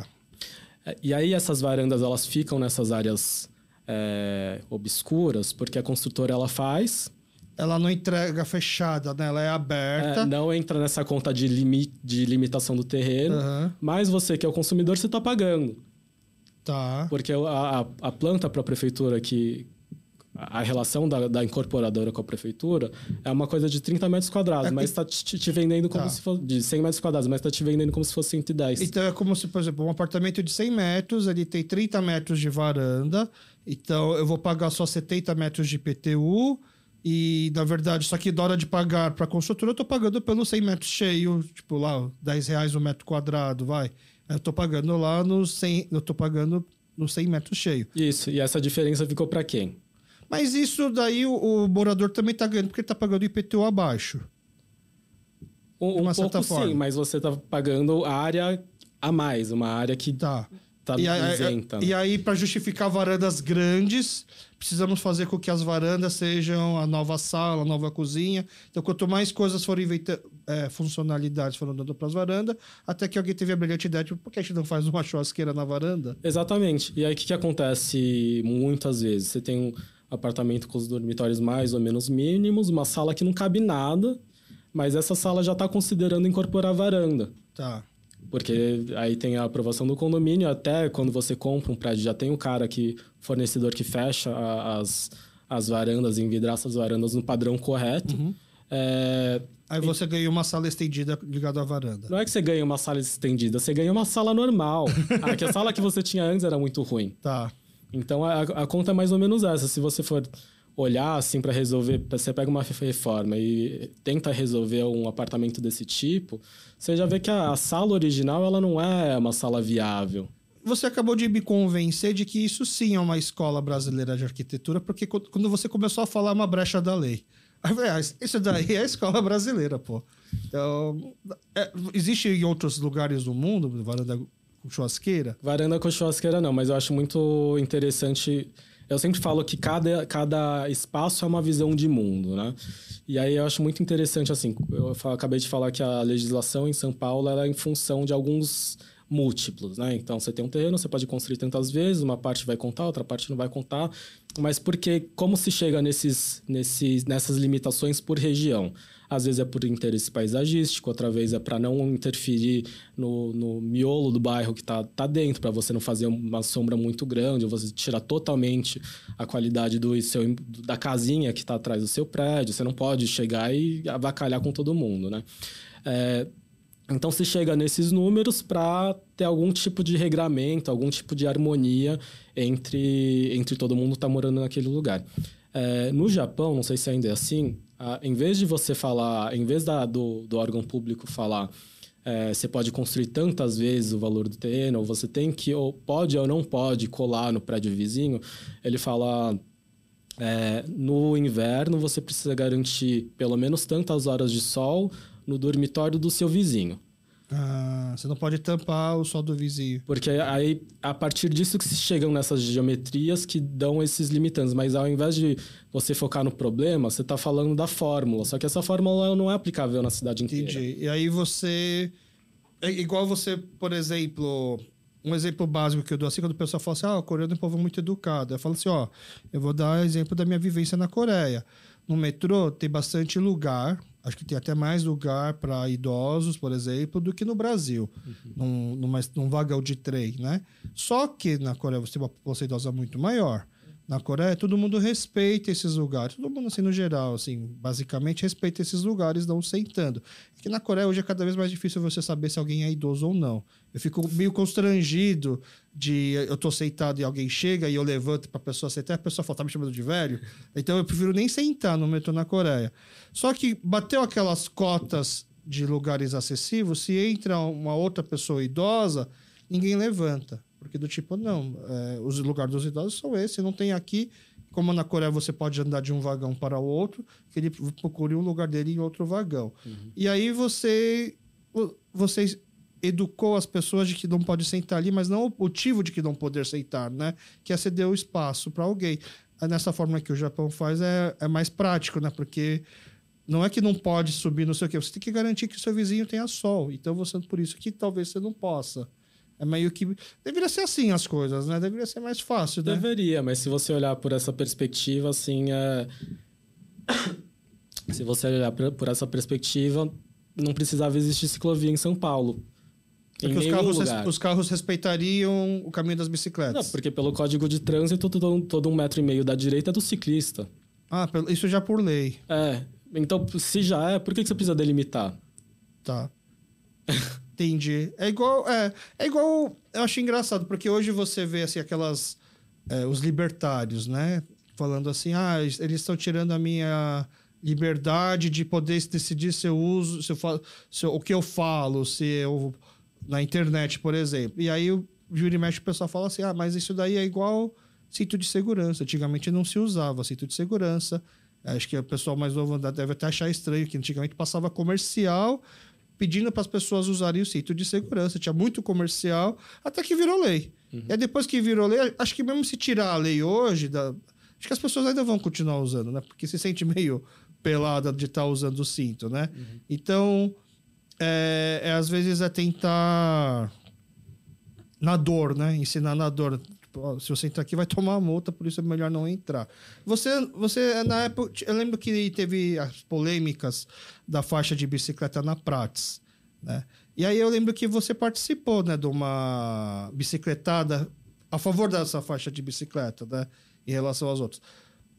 E aí essas varandas, elas ficam nessas áreas é, obscuras, porque a construtora, ela faz... Ela não entrega fechada, né? Ela é aberta. É, não entra nessa conta de, limi de limitação do terreno, uhum. Mas você, que é o consumidor, você está pagando. Tá. Porque a, a, a planta para a prefeitura que... A relação da, da incorporadora com a prefeitura é uma coisa de trinta metros quadrados, é, mas está te, te vendendo como tá. se fosse... De cem metros quadrados, mas está te vendendo como se fosse cento e dez. Então, é como se, por exemplo, um apartamento de cem metros, ele tem trinta metros de varanda, então eu vou pagar só setenta metros de I P T U e, na verdade, só que na hora de pagar para a construtora, eu estou pagando pelos cem metros cheio, tipo lá, dez reais o metro quadrado, vai. Eu estou pagando lá nos cem... Eu estou pagando nos cem metros cheio. Isso, e essa diferença ficou para quem? Mas isso daí o, o morador também está ganhando porque ele está pagando o I P T U abaixo. Um, um pouco sim, mas você está pagando a área a mais, uma área que está tá isenta. E aí, para justificar varandas grandes, precisamos fazer com que as varandas sejam a nova sala, a nova cozinha. Então, quanto mais coisas forem inventando, é, funcionalidades foram dando para as varandas, até que alguém teve a brilhante ideia, tipo, por que a gente não faz uma churrasqueira na varanda? Exatamente. E aí, o que, que acontece muitas vezes? Você tem um apartamento com os dormitórios mais ou menos mínimos, uma sala que não cabe nada, mas essa sala já está considerando incorporar varanda. Tá. Porque aí tem a aprovação do condomínio, até quando você compra um prédio, já tem um cara que, fornecedor que fecha a, as, as varandas, envidraça as varandas no padrão correto. Uhum. É... Aí você e... ganha uma sala estendida ligada à varanda. Não é que você ganha uma sala estendida, você ganha uma sala normal. ah, que a sala que você tinha antes era muito ruim. Tá. Então, a, a conta é mais ou menos essa. Se você for olhar assim para resolver, você pega uma reforma e tenta resolver um apartamento desse tipo, você já vê que a, a sala original ela não é uma sala viável. Você acabou de me convencer de que isso sim é uma escola brasileira de arquitetura, porque quando você começou a falar uma brecha da lei. Aliás, isso daí é a escola brasileira, pô. Então, é, existe em outros lugares do mundo, varanda com churrasqueira? Varanda com churrasqueira não, mas eu acho muito interessante. Eu sempre falo que cada, cada espaço é uma visão de mundo, né? E aí eu acho muito interessante, assim, eu acabei de falar que a legislação em São Paulo ela é em função de alguns múltiplos, né? Então, você tem um terreno, você pode construir tantas vezes, uma parte vai contar, outra parte não vai contar, mas porque, como se chega nesses, nesses, nessas limitações por região? Às vezes é por interesse paisagístico, outra vez é para não interferir no, no miolo do bairro que está tá dentro, para você não fazer uma sombra muito grande, ou você tirar totalmente a qualidade do seu, da casinha que está atrás do seu prédio. Você não pode chegar e avacalhar com todo mundo, né? É, então, se chega nesses números para ter algum tipo de regramento, algum tipo de harmonia entre, entre todo mundo que está morando naquele lugar. É, no Japão, não sei se ainda é assim, a, em vez de você falar, em vez da, do, do órgão público falar, é, você pode construir tantas vezes o valor do terreno, ou você tem que, ou pode ou não pode colar no prédio vizinho, ele fala... É, no inverno, você precisa garantir pelo menos tantas horas de sol no dormitório do seu vizinho. Ah, você não pode tampar o sol do vizinho. Porque aí, a partir disso que se chegam nessas geometrias que dão esses limitantes. Mas ao invés de você focar no problema, você está falando da fórmula. Só que essa fórmula não é aplicável na cidade inteira. Entendi. E aí você... É igual você, por exemplo... Um exemplo básico que eu dou assim, quando o pessoal fala assim, ah, o coreano é um povo muito educado. Eu falo assim, ó, eu vou dar exemplo da minha vivência na Coreia. No metrô tem bastante lugar, acho que tem até mais lugar para idosos, por exemplo, do que no Brasil, uhum. num, numa, num vagão de trem, né? Só que na Coreia você tem uma população idosa muito maior. Na Coreia, todo mundo respeita esses lugares. Todo mundo, assim, no geral, assim, basicamente respeita esses lugares, não sentando. É que na Coreia, hoje, é cada vez mais difícil você saber se alguém é idoso ou não. Eu fico meio constrangido de... Eu tô sentado e alguém chega e eu levanto pra pessoa sentar, a pessoa fala, tá me chamando de velho? Então, eu prefiro nem sentar no metrô na Coreia. Só que bateu aquelas cotas de lugares acessíveis, se entra uma outra pessoa idosa, ninguém levanta. Porque do tipo, não, é, os lugares dos idosos são esses, não tem aqui, como na Coreia você pode andar de um vagão para o outro, que ele procure um lugar dele em outro vagão. Uhum. E aí você, você educou as pessoas de que não pode sentar ali, mas não o motivo de que não poder sentar, né? Que é ceder o espaço para alguém. Nessa forma que o Japão faz é, é mais prático, né? Porque não é que não pode subir, não sei o quê, você tem que garantir que o seu vizinho tenha sol. Então, você, por isso que talvez você não possa. É meio que... Deveria ser assim as coisas, né? Deveria ser mais fácil, né? Deveria, mas se você olhar por essa perspectiva, assim... É... se você olhar por essa perspectiva, não precisava existir ciclovia em São Paulo. Porque os carros, os carros respeitariam o caminho das bicicletas. Não, porque pelo Código de Trânsito, todo, todo um metro e meio da direita é do ciclista. Ah, isso já por lei. É. Então, se já é, por que você precisa delimitar? Tá. Entendi. É igual, é, é igual... Eu acho engraçado, porque hoje você vê, assim, aquelas... É, os libertários, né? Falando assim, ah, eles estão tirando a minha liberdade de poder decidir se eu uso... Se eu falo, se eu, o que eu falo, se eu... Na internet, por exemplo. E aí, o vira e mexe, o pessoal fala assim, ah, mas isso daí é igual cinto de segurança. Antigamente não se usava cinto de segurança. Acho que o pessoal mais novo deve até achar estranho, que antigamente passava comercial... pedindo para as pessoas usarem o cinto de segurança. Tinha muito comercial, até que virou lei. Uhum. E aí, depois que virou lei, acho que mesmo se tirar a lei hoje, da... acho que as pessoas ainda vão continuar usando, né? Porque se sente meio pelada de estar tá usando o cinto, né? Uhum. Então, é, é, às vezes é tentar na dor, né? Ensinar na dor. Tipo, ó, se você entrar aqui, vai tomar uma multa, por isso é melhor não entrar. Você, você, na época, eu lembro que teve as polêmicas da faixa de bicicleta na Prats, né? E aí eu lembro que você participou, né, de uma bicicletada a favor dessa faixa de bicicleta, né, em relação aos outros.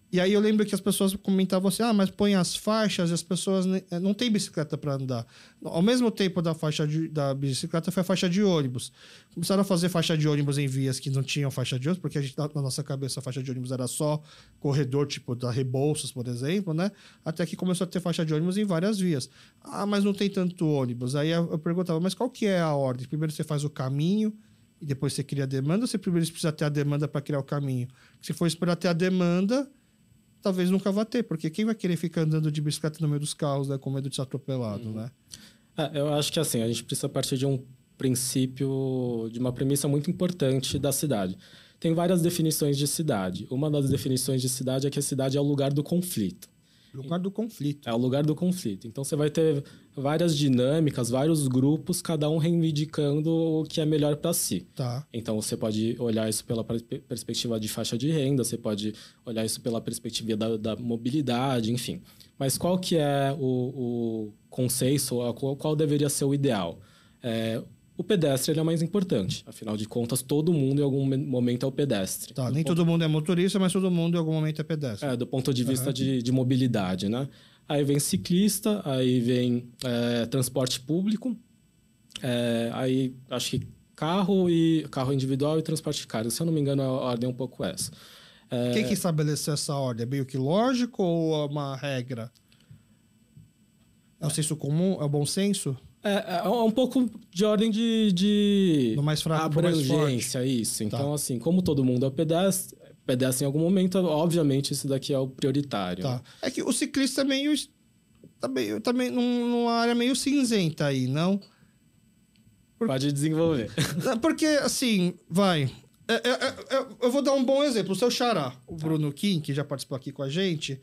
E aí eu lembro que as pessoas comentavam assim, ah, mas põe as faixas e as pessoas não têm bicicleta para andar. Ao mesmo tempo da faixa de, da bicicleta foi a faixa de ônibus. Começaram a fazer faixa de ônibus em vias que não tinham faixa de ônibus, porque a gente, na nossa cabeça a faixa de ônibus era só corredor, tipo da Rebouças, por exemplo, né? Até que começou a ter faixa de ônibus em várias vias. Ah, mas não tem tanto ônibus. Aí eu perguntava, mas qual que é a ordem? Primeiro você faz o caminho e depois você cria a demanda, ou você primeiro precisa ter a demanda para criar o caminho? Se for esperar ter a demanda, talvez nunca vá ter, porque quem vai querer ficar andando de bicicleta no meio dos carros, né, com medo de ser atropelado, uhum. né? É, eu acho que assim, a gente precisa partir de um princípio, de uma premissa muito importante da cidade. Tem várias definições de cidade. Uma das definições de cidade é que a cidade é o lugar do conflito. Lugar do conflito. É o lugar do conflito. Então, você vai ter várias dinâmicas, vários grupos, cada um reivindicando o que é melhor para si. Tá. Então, você pode olhar isso pela perspectiva de faixa de renda, você pode olhar isso pela perspectiva da, da mobilidade, enfim. Mas qual que é o, o consenso, qual, qual deveria ser o ideal? É, o pedestre ele é mais importante. Afinal de contas, todo mundo em algum momento é o pedestre. Tá, nem ponto... todo mundo é motorista, mas todo mundo em algum momento é pedestre. É, do ponto de vista uhum. de, de mobilidade, né? Aí vem ciclista, aí vem é, transporte público, é, aí acho que carro, e, carro individual e transporte de carga. Se eu não me engano, a ordem é um pouco essa. É... Quem que estabeleceu essa ordem? É meio que lógico ou é uma regra? É o senso comum? É o bom senso? É, é um pouco de ordem de, de do mais fraco abrangência, mais isso. Então, tá. assim, como todo mundo é pedestre, pedestre em algum momento, obviamente, isso daqui é o prioritário. Tá. Né? É que o ciclista é meio... Tá meio, tá meio numa área meio cinzenta aí, não? Por... Pode desenvolver. Porque, assim, vai... É, é, é, eu vou dar um bom exemplo. O seu xará, o tá. Bruno Kim, que já participou aqui com a gente...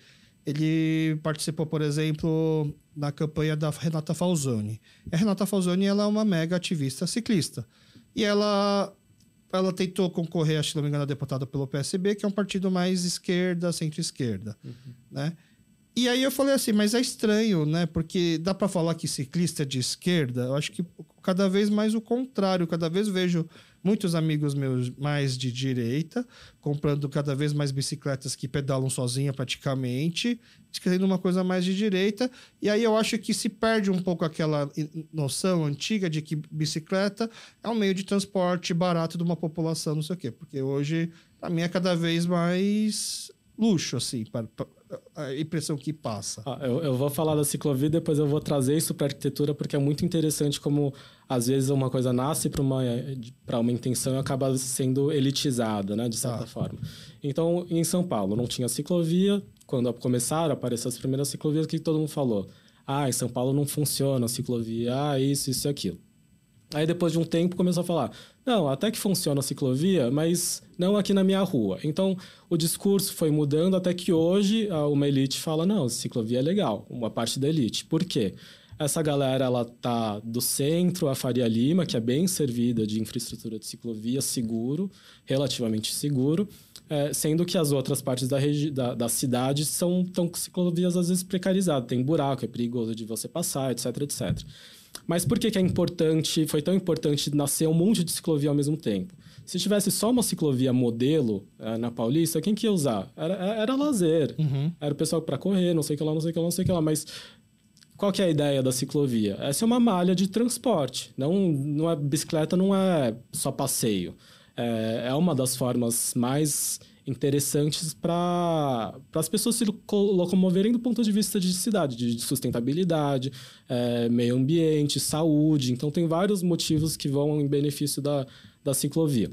Ele participou, por exemplo, na campanha da Renata Falzoni. A Renata Falzoni ela é uma mega ativista ciclista. E ela, ela tentou concorrer, acho que não me engano, a deputada pelo P S B, que é um partido mais esquerda, centro-esquerda. Uhum. Né? E aí eu falei assim, mas é estranho, né? Porque dá para falar que ciclista é de esquerda? Eu acho que cada vez mais o contrário. Cada vez vejo muitos amigos meus mais de direita, comprando cada vez mais bicicletas que pedalam sozinha praticamente, querendo uma coisa mais de direita. E aí eu acho que se perde um pouco aquela noção antiga de que bicicleta é um meio de transporte barato de uma população, não sei o quê. Porque hoje, para mim, é cada vez mais luxo, assim, para, para a impressão que passa. Ah, eu, eu vou falar da ciclovia, depois eu vou trazer isso para a arquitetura, porque é muito interessante como, às vezes, uma coisa nasce para uma, para uma intenção e acaba sendo elitizada, né, de certa ah. forma. Então, em São Paulo, não tinha ciclovia. Quando começaram a aparecer as primeiras ciclovias, o que todo mundo falou? Ah, em São Paulo não funciona a ciclovia, ah, isso, isso e aquilo. Aí, depois de um tempo, começou a falar, não, até que funciona a ciclovia, mas não aqui na minha rua. Então, o discurso foi mudando até que hoje uma elite fala, não, ciclovia é legal, uma parte da elite. Por quê? Essa galera, ela tá do centro, a Faria Lima, que é bem servida de infraestrutura de ciclovia, seguro, relativamente seguro, é, sendo que as outras partes da, regi- da, da cidade são tão com ciclovias, às vezes, precarizadas. Tem buraco, é perigoso de você passar, etc, etcétera. Mas por que que é importante, foi tão importante nascer um monte de ciclovia ao mesmo tempo? Se tivesse só uma ciclovia modelo é, na Paulista, quem que ia usar? Era, era lazer. Uhum. Era o pessoal para correr, não sei o que lá, não sei o que lá, não sei o que lá. Mas qual que é a ideia da ciclovia? Essa é uma malha de transporte. Não, não é, bicicleta não é só passeio. É, é uma das formas mais interessantes para as pessoas se locomoverem do ponto de vista de cidade, de sustentabilidade, é, meio ambiente, saúde. Então, tem vários motivos que vão em benefício da, da ciclovia.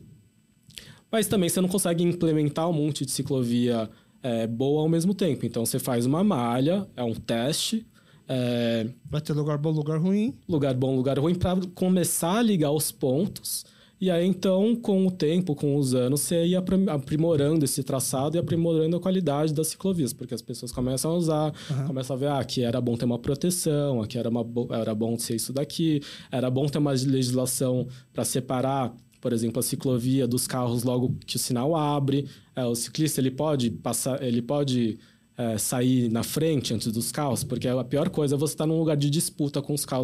Mas também você não consegue implementar um monte de ciclovia é, boa ao mesmo tempo. Então, você faz uma malha, é um teste. É, vai ter lugar bom, lugar ruim. Lugar bom, lugar ruim, para começar a ligar os pontos. E aí, então, com o tempo, com os anos, você ia aprimorando esse traçado e aprimorando a qualidade das ciclovias, porque as pessoas começam a usar, uhum. começam a ver, ah, aqui era bom ter uma proteção, aqui era, uma, era bom ser isso daqui, era bom ter uma legislação para separar, por exemplo, a ciclovia dos carros logo que o sinal abre. É, o ciclista, ele pode passar, ele pode é, sair na frente antes dos carros, porque a pior coisa é você estar num lugar de disputa com os carros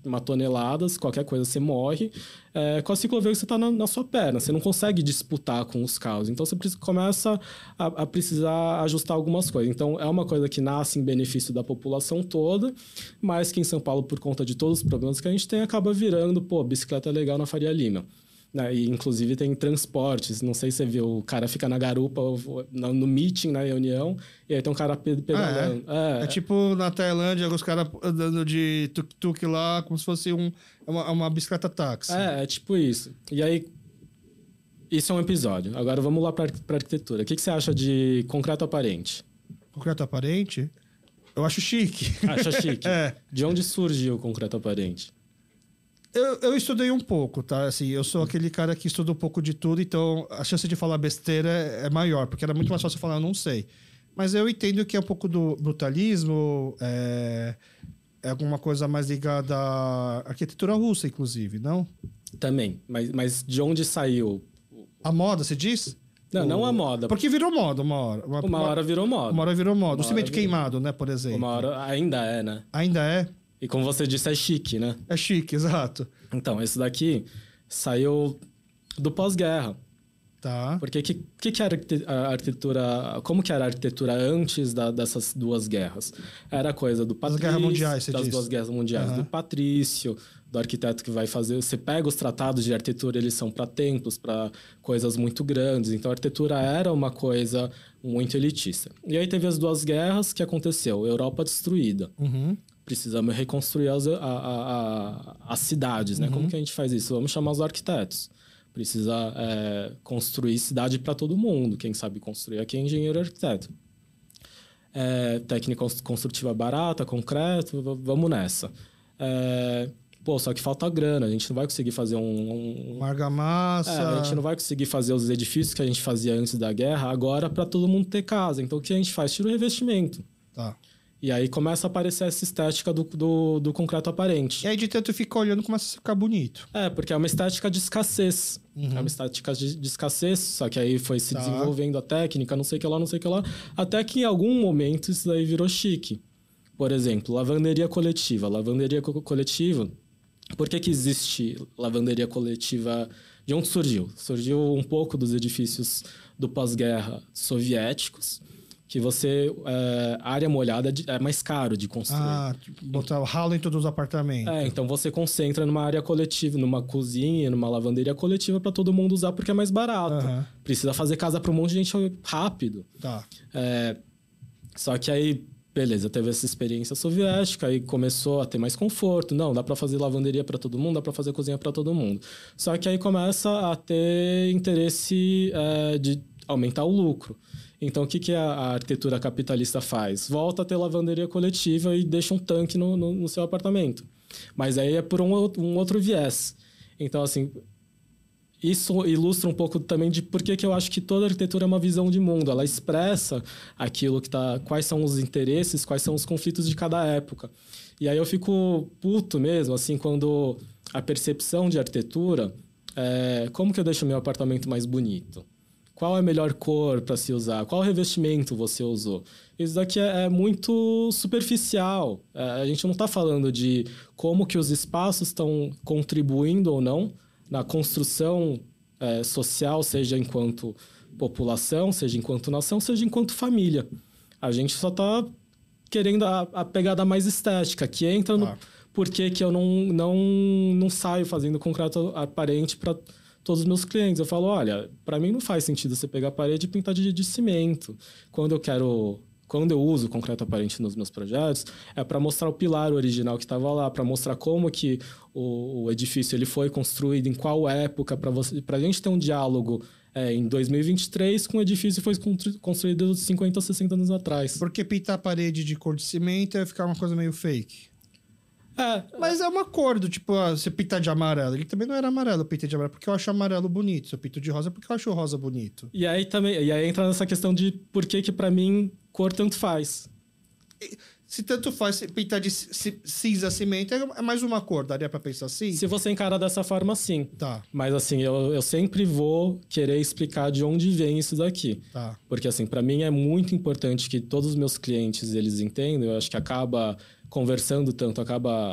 uma tonelada, qualquer coisa você morre. É, com a ciclovia você está na, na sua perna, você não consegue disputar com os carros. Então, você começa a, a precisar ajustar algumas coisas. Então, é uma coisa que nasce em benefício da população toda, mas que em São Paulo, por conta de todos os problemas que a gente tem, acaba virando, pô, bicicleta é legal na Faria Lima. Né? E, inclusive, tem transportes. Não sei se você viu, o cara fica na garupa, no, no meeting, na reunião, e aí tem um cara pedalando. Ah, é? É, é tipo na Tailândia, os caras andando de tuk-tuk lá, como se fosse um, uma, uma bicicleta táxi. É, é tipo isso. E aí, isso é um episódio. Agora, vamos lá para a arquitetura. O que, que você acha de concreto aparente? Concreto aparente? Eu acho chique. Acha chique? É. De onde surgiu o concreto aparente? Eu, eu estudei um pouco, tá? Assim, eu sou aquele cara que estuda um pouco de tudo, então a chance de falar besteira é maior, porque era muito mais fácil falar, eu não sei. Mas eu entendo que é um pouco do brutalismo, é, é alguma coisa mais ligada à arquitetura russa, inclusive, não? Também, mas, mas de onde saiu? A moda, você diz? Não, o... não a moda. Porque virou moda uma hora. Uma, uma hora virou moda. Uma hora virou moda. Uma o cimento virou... queimado, né, por exemplo. Uma hora ainda é, né? Ainda é? E como você disse, é chique, né? É chique, exato. Então, esse daqui saiu do pós-guerra. Tá. Porque que, que, que era a arquitetura... Como que era a arquitetura antes da, dessas duas guerras? Era coisa do Patrício... Das guerras mundiais, você Das disse. duas guerras mundiais. Uhum. Do Patrício, do arquiteto que vai fazer... Você pega os tratados de arquitetura, eles são para templos, para coisas muito grandes. Então, a arquitetura era uma coisa muito elitista. E aí teve as duas guerras, que aconteceu? Europa destruída. Uhum. Precisamos reconstruir as, a, a, a, as cidades, né? Uhum. Como que a gente faz isso? Vamos chamar os arquitetos. Precisa é, construir cidade para todo mundo. Quem sabe construir aqui é engenheiro e arquiteto. É, técnica construtiva barata, concreto, vamos nessa. É, pô, só que falta grana. A gente não vai conseguir fazer um... um Uma argamassa... É, a gente não vai conseguir fazer os edifícios que a gente fazia antes da guerra agora para todo mundo ter casa. Então, o que a gente faz? Tira o revestimento. Tá. E aí começa a aparecer essa estética do, do, do concreto aparente. E aí, de tanto ficar olhando, começa a ficar bonito. É, porque é uma estética de escassez. Uhum. É uma estética de, de escassez, só que aí foi se tá. desenvolvendo a técnica, não sei o que lá, não sei o que lá, até que em algum momento isso daí virou chique. Por exemplo, lavanderia coletiva. Lavanderia co- coletiva... Por que que existe lavanderia coletiva? De onde surgiu? Surgiu um pouco dos edifícios do pós-guerra soviéticos, que você... É, área molhada é mais caro de construir. Ah, botar o ralo em todos os apartamentos. É, então você concentra numa área coletiva, numa cozinha, numa lavanderia coletiva para todo mundo usar porque é mais barato. Uhum. Precisa fazer casa para um monte de gente rápido. Tá. É, só que aí, beleza, teve essa experiência soviética, aí começou a ter mais conforto. Não, dá para fazer lavanderia para todo mundo, dá para fazer cozinha para todo mundo. Só que aí começa a ter interesse é, de aumentar o lucro. Então, o que, que a, a arquitetura capitalista faz? Volta a ter lavanderia coletiva e deixa um tanque no, no, no seu apartamento. Mas aí é por um, um outro viés. Então, assim, isso ilustra um pouco também de por que, que eu acho que toda arquitetura é uma visão de mundo. Ela expressa aquilo que tá... Quais são os interesses, quais são os conflitos de cada época. E aí eu fico puto mesmo, assim, quando a percepção de arquitetura... É, como que eu deixo o meu apartamento mais bonito? Qual é a melhor cor para se usar? Qual revestimento você usou? Isso daqui é, é muito superficial. É, a gente não está falando de como que os espaços estão contribuindo ou não na construção é, social, seja enquanto população, seja enquanto nação, seja enquanto família. A gente só está querendo a, a pegada mais estética, que entra no ah. porquê que eu não, não, não saio fazendo concreto aparente para... todos os meus clientes. Eu falo, olha, para mim não faz sentido você pegar a parede e pintar de, de cimento. Quando eu quero... Quando eu uso concreto aparente nos meus projetos, é para mostrar o pilar original que estava lá, para mostrar como que o, o edifício ele foi construído, em qual época, para você, para a gente ter um diálogo é, em dois mil e vinte e três com o edifício que foi construído cinquenta, sessenta anos atrás. Porque pintar a parede de cor de cimento ia ficar uma coisa meio fake. É, mas é uma cor do tipo, ah, você pintar de amarelo. Ele também não era amarelo, eu pintei de amarelo porque eu acho amarelo bonito. Se eu pinto de rosa, é porque eu acho rosa bonito. E aí também, e aí entra nessa questão de por que que pra mim cor tanto faz. E, se tanto faz pintar de cinza cimento, é mais uma cor, daria pra pensar assim? Se você encarar dessa forma, sim. Tá. Mas assim, eu, eu sempre vou querer explicar de onde vem isso daqui. Tá. Porque assim, pra mim é muito importante que todos os meus clientes, eles entendam. Eu acho que acaba... conversando tanto, acaba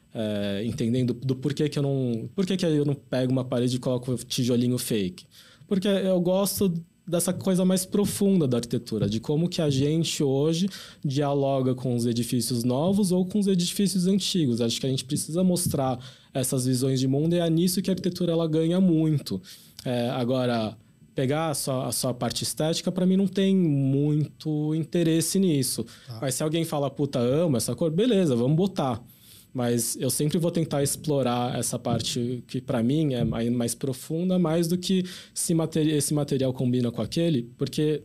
é, entendendo do porquê que eu não... Por que que eu não pego uma parede e coloco tijolinho fake? Porque eu gosto dessa coisa mais profunda da arquitetura, de como que a gente hoje dialoga com os edifícios novos ou com os edifícios antigos. Acho que a gente precisa mostrar essas visões de mundo e é nisso que a arquitetura ela ganha muito. É, agora, pegar a sua, a sua parte estética, para mim não tem muito interesse nisso. Ah. Mas se alguém fala, puta, amo essa cor, beleza, vamos botar. Mas eu sempre vou tentar explorar essa parte que, para mim, é mais, mais profunda, mais do que se materi- esse material combina com aquele, porque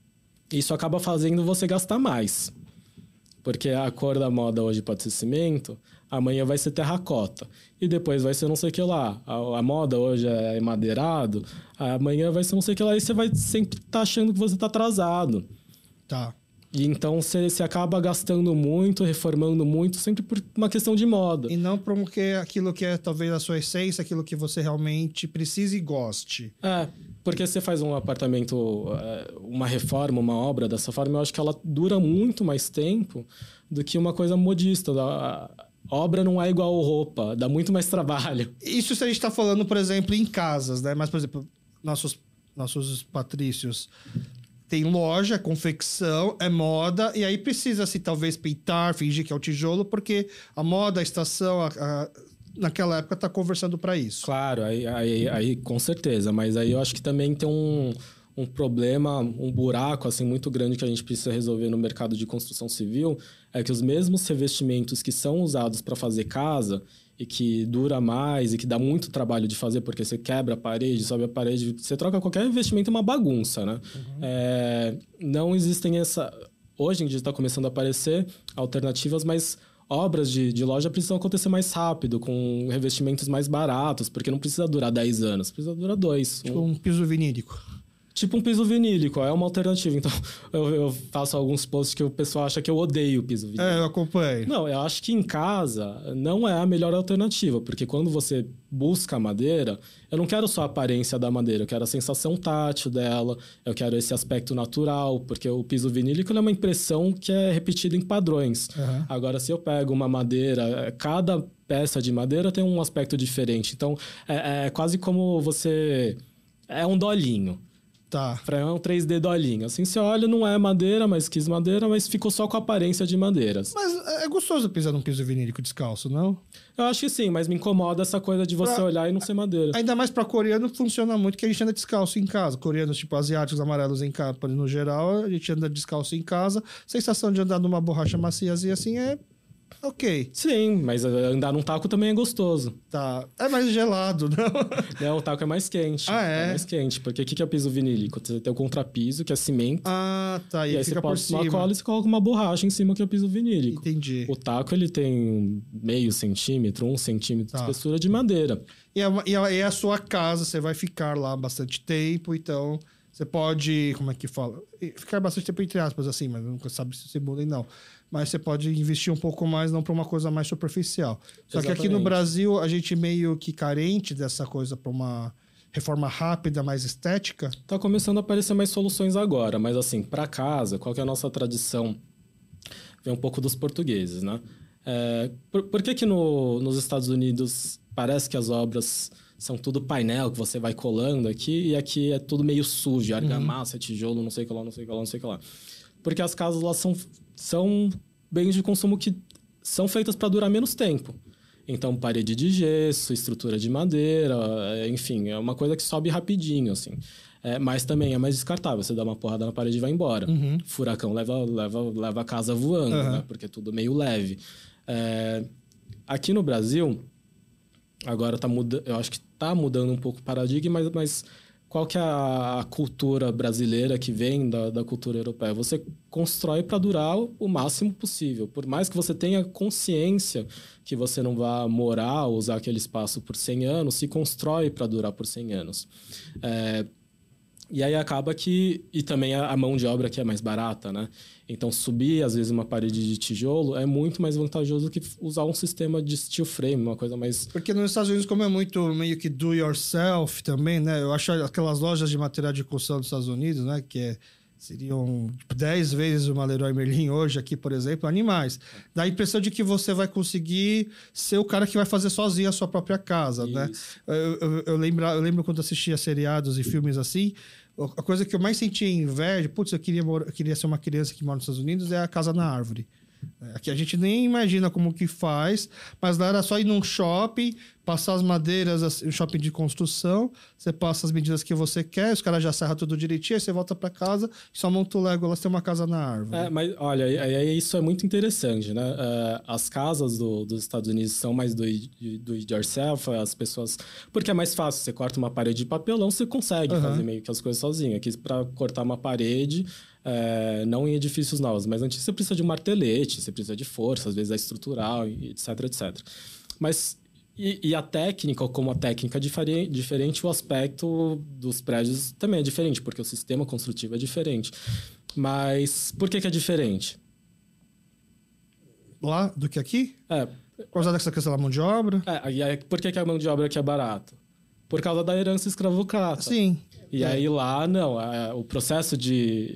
isso acaba fazendo você gastar mais. Porque a cor da moda hoje pode ser cimento, amanhã vai ser terracota. E depois vai ser não sei o que lá. A, a moda hoje é madeirado, amanhã vai ser não sei o que lá. E você vai sempre estar tá achando que você está atrasado. Tá. E então você, você acaba gastando muito, reformando muito, sempre por uma questão de moda. E não por um que, aquilo que é talvez a sua essência, aquilo que você realmente precisa e goste. É, porque você faz um apartamento, uma reforma, uma obra dessa forma, eu acho que ela dura muito mais tempo do que uma coisa modista. A obra não é igual roupa, dá muito mais trabalho. Isso se a gente está falando, por exemplo, em casas, né? Mas, por exemplo, nossos, nossos patrícios... Tem loja, confecção, é moda, e aí precisa-se talvez pintar, fingir que é o tijolo, porque a moda, a estação, a, a, naquela época está conversando para isso. Claro, aí, aí, aí com certeza, mas aí eu acho que também tem um, um problema, um buraco assim, muito grande que a gente precisa resolver no mercado de construção civil, é que os mesmos revestimentos que são usados para fazer casa... e que dura mais e que dá muito trabalho de fazer, porque você quebra a parede, sobe a parede, você troca qualquer investimento, é uma bagunça, né? Uhum. É, não existem essa... Hoje em dia está começando a aparecer alternativas, mas obras de, de loja precisam acontecer mais rápido, com revestimentos mais baratos, porque não precisa durar dez anos, precisa durar dois. Tipo um, um piso vinílico. Tipo um piso vinílico, é uma alternativa. Então, eu, eu faço alguns posts que o pessoal acha que eu odeio o piso vinílico. É, eu acompanho. Não, eu acho que em casa não é a melhor alternativa, porque quando você busca a madeira, eu não quero só a aparência da madeira, eu quero a sensação tátil dela, eu quero esse aspecto natural, porque o piso vinílico é uma impressão que é repetida em padrões. Uhum. Agora, se eu pego uma madeira, cada peça de madeira tem um aspecto diferente. Então, é, é quase como você... É um dolinho. Tá. É um três D dolinho. Assim, você olha, não é madeira, mas quis madeira, mas ficou só com a aparência de madeiras. Mas é gostoso pisar num piso vinílico descalço, não? Eu acho que sim, mas me incomoda essa coisa de você pra... olhar e não ser madeira. Ainda mais pra coreano funciona muito, que a gente anda descalço em casa. Coreanos, tipo, asiáticos, amarelos em casa, no geral, a gente anda descalço em casa. A sensação de andar numa borracha maciazinha assim é... Ok. Sim, mas andar num taco também é gostoso. Tá. É mais gelado, não? Não, o taco é mais quente. Ah, é? É mais quente. Porque o que é o piso vinílico? Você tem o contrapiso, que é cimento. Ah, tá. E, e aí você fica pode por cima. uma cola e você coloca uma borracha em cima, que é o piso vinílico. Entendi. O taco, ele tem meio centímetro, um centímetro tá. de espessura de madeira. E a, e, a, e a sua casa, você vai ficar lá bastante tempo, então... Você pode, como é que fala? Ficar bastante tempo entre aspas, assim, mas nunca sabe se você muda e não. Mas você pode investir um pouco mais, não para uma coisa mais superficial. Só Exatamente. Que aqui no Brasil, a gente meio que carente dessa coisa para uma reforma rápida, mais estética. Tá começando a aparecer mais soluções agora, mas assim, para casa, qual que é a nossa tradição? Vem um pouco dos portugueses, né? É, por, por que que no, nos Estados Unidos parece que as obras... São tudo painel que você vai colando aqui, e aqui é tudo meio sujo, argamassa, uhum. tijolo, não sei o que lá, não sei o que lá, não sei o que lá. Porque as casas lá são, são bens de consumo que são feitas para durar menos tempo. Então, parede de gesso, estrutura de madeira, enfim, é uma coisa que sobe rapidinho, assim. É, mas também é mais descartável, você dá uma porrada na parede e vai embora. Uhum. Furacão leva, leva, leva a casa voando, uhum. né? Porque é tudo meio leve. É, aqui no Brasil... Agora tá mudando, eu acho que está mudando um pouco o paradigma, mas, mas qual que é a cultura brasileira que vem da, da cultura europeia? Você constrói para durar o máximo possível. Por mais que você tenha consciência que você não vá morar ou usar aquele espaço por cem anos, se constrói para durar por cem anos. É, e aí acaba que... E também a mão de obra que é mais barata, né? Então, subir, às vezes, uma parede de tijolo é muito mais vantajoso do que usar um sistema de steel frame, uma coisa mais... Porque nos Estados Unidos, como é muito meio que do yourself também, né? Eu acho aquelas lojas de material de construção dos Estados Unidos, né? Que é... seriam tipo, dez vezes uma Leroy Merlin hoje aqui, por exemplo, animais. Dá a impressão de que você vai conseguir ser o cara que vai fazer sozinho a sua própria casa, Isso. né? Eu, eu, eu, lembro, eu lembro quando assistia seriados e filmes assim, a coisa que eu mais sentia inveja, putz, eu queria, eu queria ser uma criança que mora nos Estados Unidos, é a casa na árvore. Aqui a gente nem imagina como que faz, mas lá era só ir num shopping, passar as madeiras, um shopping de construção, você passa as medidas que você quer, os caras já serram tudo direitinho, aí você volta para casa e só monta o Lego, lá você tem uma casa na árvore. É, mas olha, aí isso é muito interessante, né? Uh, as casas do, dos Estados Unidos são mais do, do it yourself, as pessoas... Porque é mais fácil, você corta uma parede de papelão, você consegue uhum. fazer meio que as coisas sozinho. Aqui, para cortar uma parede... É, não em edifícios novos, mas antes você precisa de um martelete, você precisa de força, às vezes é estrutural, etc, etcétera. Mas, e, e a técnica, como a técnica é diferente, diferente, o aspecto dos prédios também é diferente, porque o sistema construtivo é diferente. Mas por que que é diferente? Lá do que aqui? É. Por causa dessa questão da mão de obra? É, e aí, por que que a mão de obra aqui é barata? Por causa da herança escravocrata. Sim. E é. aí lá, não, é, o processo de...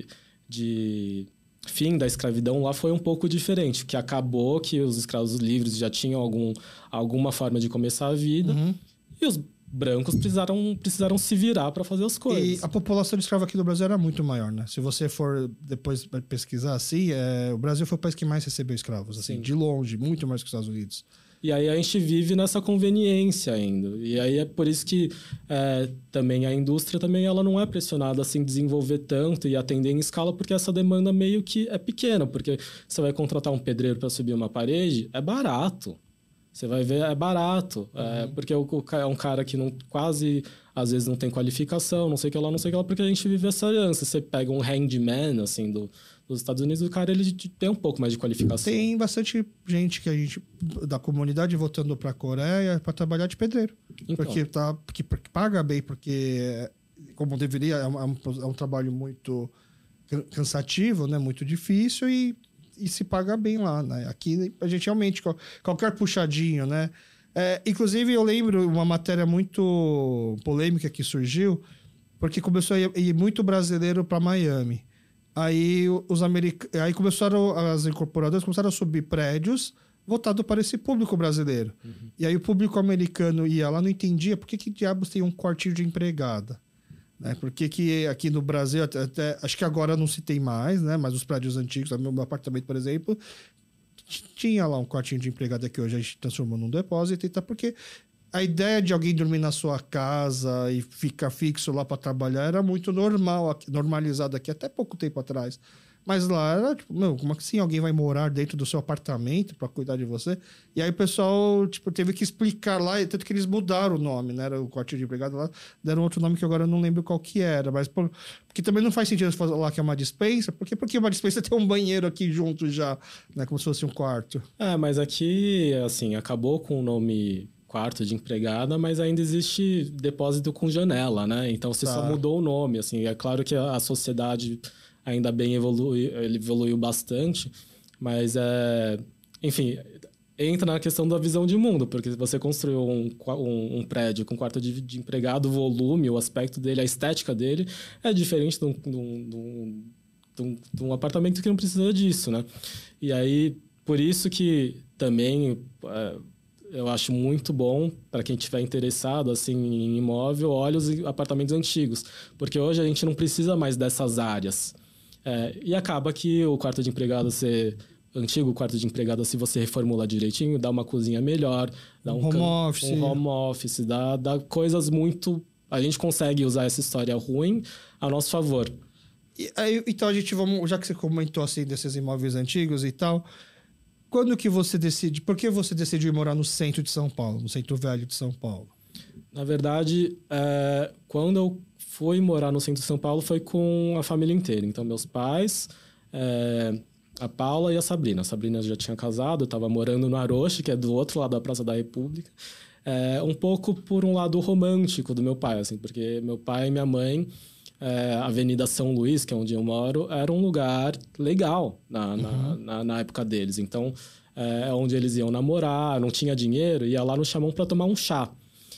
de fim da escravidão lá foi um pouco diferente, que acabou que os escravos livres já tinham algum, alguma forma de começar a vida uhum. e os brancos precisaram, precisaram se virar para fazer as coisas. E a população de escravo aqui do Brasil era muito maior, né? Se você for depois pesquisar assim, é, o Brasil foi o país que mais recebeu escravos, assim, Sim. de longe, muito mais que os Estados Unidos. E aí a gente vive nessa conveniência ainda. E aí é por isso que é, também a indústria também ela não é pressionada assim, desenvolver tanto e atender em escala, porque essa demanda meio que é pequena. Porque você vai contratar um pedreiro para subir uma parede, é barato. Você vai ver, é barato. Uhum. É, porque é um cara que não, quase, às vezes, não tem qualificação, não sei o que lá, não sei o que lá, porque a gente vive essa herança. Você pega um handyman, assim, do... dos Estados Unidos, o cara ele tem um pouco mais de qualificação. Tem bastante gente que a gente da comunidade voltando para a Coreia para trabalhar de pedreiro. Então. Porque, tá, porque, porque paga bem, porque, como deveria, é um, é um trabalho muito cansativo, né? Muito difícil e, e se paga bem lá, né? Aqui a gente realmente, qualquer puxadinho, né? É, inclusive, eu lembro uma matéria muito polêmica que surgiu, porque começou a ir muito brasileiro para Miami. Aí os americ... aí começaram as incorporadoras começaram a subir prédios voltados para esse público brasileiro. Uhum. E aí o público americano ia lá, não entendia por que, que diabos tem um quartinho de empregada. Né? Por que, que aqui no Brasil, até, até, acho que agora não se tem mais, né? Mas os prédios antigos, o meu apartamento, por exemplo, tinha lá um quartinho de empregada que hoje a gente transformou num depósito e tal, porque a ideia de alguém dormir na sua casa e ficar fixo lá para trabalhar era muito normal, aqui, normalizado aqui até pouco tempo atrás. Mas lá era tipo, meu, como assim alguém vai morar dentro do seu apartamento para cuidar de você? E aí o pessoal tipo, teve que explicar lá, tanto que eles mudaram o nome, né? Era o quartinho de empregado lá, deram outro nome que agora eu não lembro qual que era. Mas por, porque também não faz sentido falar que é uma dispensa, porque, porque uma dispensa tem um banheiro aqui junto já, né? Como se fosse um quarto. É, mas aqui, assim, acabou com o nome quarto de empregada, mas ainda existe depósito com janela, né? Então você tá. Só mudou o nome, assim. É claro que a sociedade ainda bem evolui, ele evoluiu bastante, mas é, enfim, entra na questão da visão de mundo, porque se você construiu um, um, um prédio com quarto de, de empregado, o volume, o aspecto dele, a estética dele é diferente de um, de um, de um, de um apartamento que não precisa disso, né? E aí, por isso que também é, eu acho muito bom para quem estiver interessado assim, em imóvel, olhe os apartamentos antigos, porque hoje a gente não precisa mais dessas áreas. É, e acaba que o quarto de empregado ser antigo, o quarto de empregado, se você reformular direitinho, dá uma cozinha melhor, dá um, um home can... office, um home office, dá, dá coisas muito... A gente consegue usar essa história ruim a nosso favor. E, aí, então a gente vamos, já que você comentou assim desses imóveis antigos e tal, quando que você decide, por que você decidiu morar no centro de São Paulo, no centro velho de São Paulo? Na verdade, é, quando eu fui morar no centro de São Paulo foi com a família inteira. Então, meus pais, é, a Paula e a Sabrina. A Sabrina já tinha casado, estava morando no Aroche, que é do outro lado da Praça da República. É, um pouco por um lado romântico do meu pai, assim, porque meu pai e minha mãe, é, a Avenida São Luís, que é onde eu moro, era um lugar legal na, uhum. na, na, na época deles. Então, é onde eles iam namorar, não tinha dinheiro, ia lá no Chamão para tomar um chá.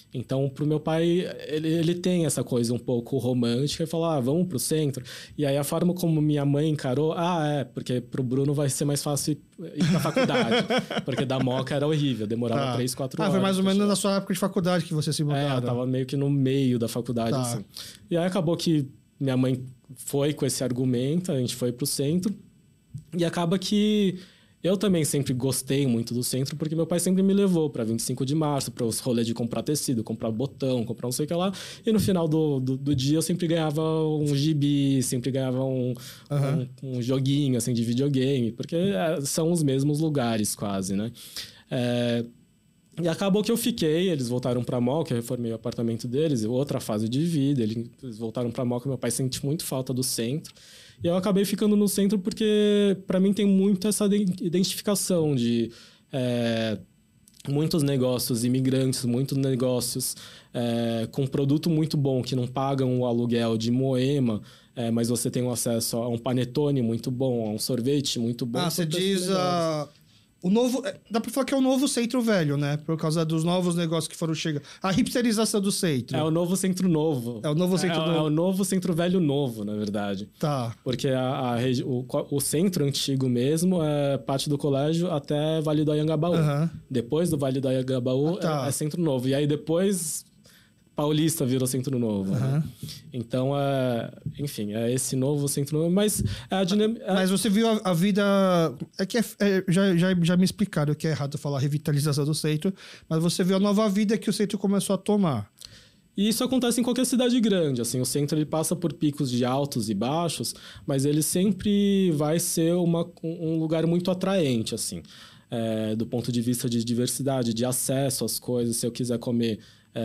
Então, pro meu pai, ele, ele tem essa coisa um pouco romântica e fala, ah, vamos pro centro. E aí, a forma como minha mãe encarou, ah, é, porque pro Bruno vai ser mais fácil ir pra faculdade. Porque da Moca era horrível, demorava tá. três, quatro horas. Ah, foi mais ou menos na sua época de faculdade que você se mudaram. É, eu tava meio que no meio da faculdade, tá. assim. E aí, acabou que minha mãe foi com esse argumento, a gente foi pro centro. E acaba que... Eu também sempre gostei muito do centro, porque meu pai sempre me levou para vinte e cinco de março, para os rolês de comprar tecido, comprar botão, comprar não sei o que lá. E no final do, do, do dia eu sempre ganhava um gibi, sempre ganhava um, uhum. um, um joguinho assim, de videogame, porque é, são os mesmos lugares quase, né? É, e acabou que eu fiquei, eles voltaram para a Moca, eu reformei o apartamento deles, outra fase de vida, eles voltaram para a Moca, meu pai sente muito falta do centro. E eu acabei ficando no centro porque, para mim, tem muito essa identificação de é, muitos negócios imigrantes, muitos negócios é, com produto muito bom, que não pagam o aluguel de Moema, é, mas você tem acesso a um panetone muito bom, a um sorvete muito bom. Ah, você diz... a O novo... Dá pra falar que é o novo centro velho, né? Por causa dos novos negócios que foram chegando. A hipsterização do centro. É o novo centro novo. É o novo centro é, novo. É o novo centro velho novo, na verdade. Tá. Porque a, a regi... o, o centro antigo mesmo é parte do colégio até Vale do Anhangabaú. Uhum. Depois do Vale do Anhangabaú ah, tá. é, é centro novo. E aí depois... Paulista virou centro novo. Uhum. Né? Então, é, enfim, é esse novo centro novo. Mas a dinâmica... Mas você viu a, a vida... É que é, é, já, já, já me explicaram que é errado falar revitalização do centro, mas você viu a nova vida que o centro começou a tomar. E isso acontece em qualquer cidade grande. Assim, o centro ele passa por picos de altos e baixos, mas ele sempre vai ser uma, um lugar muito atraente, assim, é, do ponto de vista de diversidade, de acesso às coisas. Se eu quiser comer...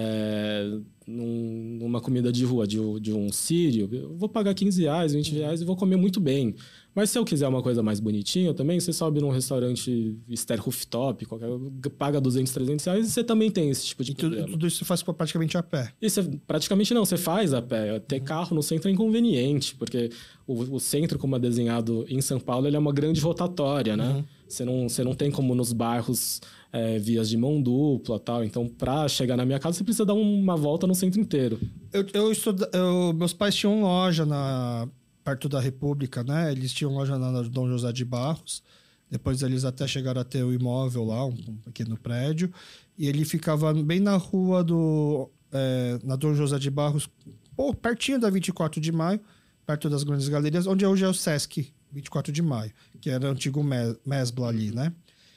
É, num, numa comida de rua de, de um sírio, eu vou pagar quinze reais, vinte reais e vou comer muito bem. Mas se eu quiser uma coisa mais bonitinha também, você sobe num restaurante Ster Rooftop, qualquer, paga duzentos, trezentos reais e você também tem esse tipo de e tudo, tudo isso você faz praticamente a pé? Isso é, praticamente não, você faz a pé. Ter uhum. carro no centro é inconveniente, porque o, o centro, como é desenhado em São Paulo, ele é uma grande rotatória, né? Uhum. Você não, você não tem como nos bairros é, vias de mão dupla e tal. Então, para chegar na minha casa, você precisa dar uma volta no centro inteiro. Eu, eu estuda, eu, meus pais tinham loja na, perto da República, né? Eles tinham loja na Dom José de Barros. Depois eles até chegaram a ter o imóvel lá, um, um pequeno prédio. E ele ficava bem na rua do... É, na Dom José de Barros, pô, pertinho da vinte e quatro de maio, perto das grandes galerias, onde hoje é o Sesc, vinte e quatro de maio, que era o antigo Mesbla ali, né?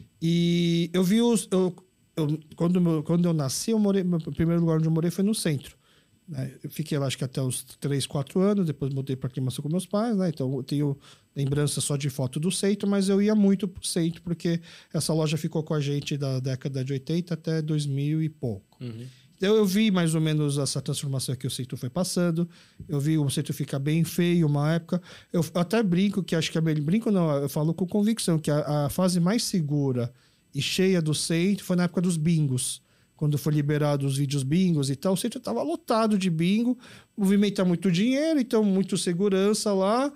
E eu vi os... Eu, eu, quando, quando eu nasci, eu morei, o primeiro lugar onde eu morei foi no centro. Né? Eu fiquei lá, acho que até os três, quatro anos, depois mudei para Aclimação com meus pais, né? Então eu tenho lembrança só de foto do centro, mas eu ia muito pro centro, porque essa loja ficou com a gente da década de oitenta até dois mil e pouco. Uhum. Então eu vi mais ou menos essa transformação que o centro foi passando. Eu vi o centro ficar bem feio uma época. Eu até brinco que acho que... É, brinco não, eu falo com convicção que a, a fase mais segura e cheia do centro foi na época dos bingos. Quando foi liberado os vídeos bingos e tal, o centro estava lotado de bingo, movimenta muito dinheiro, então muito segurança lá.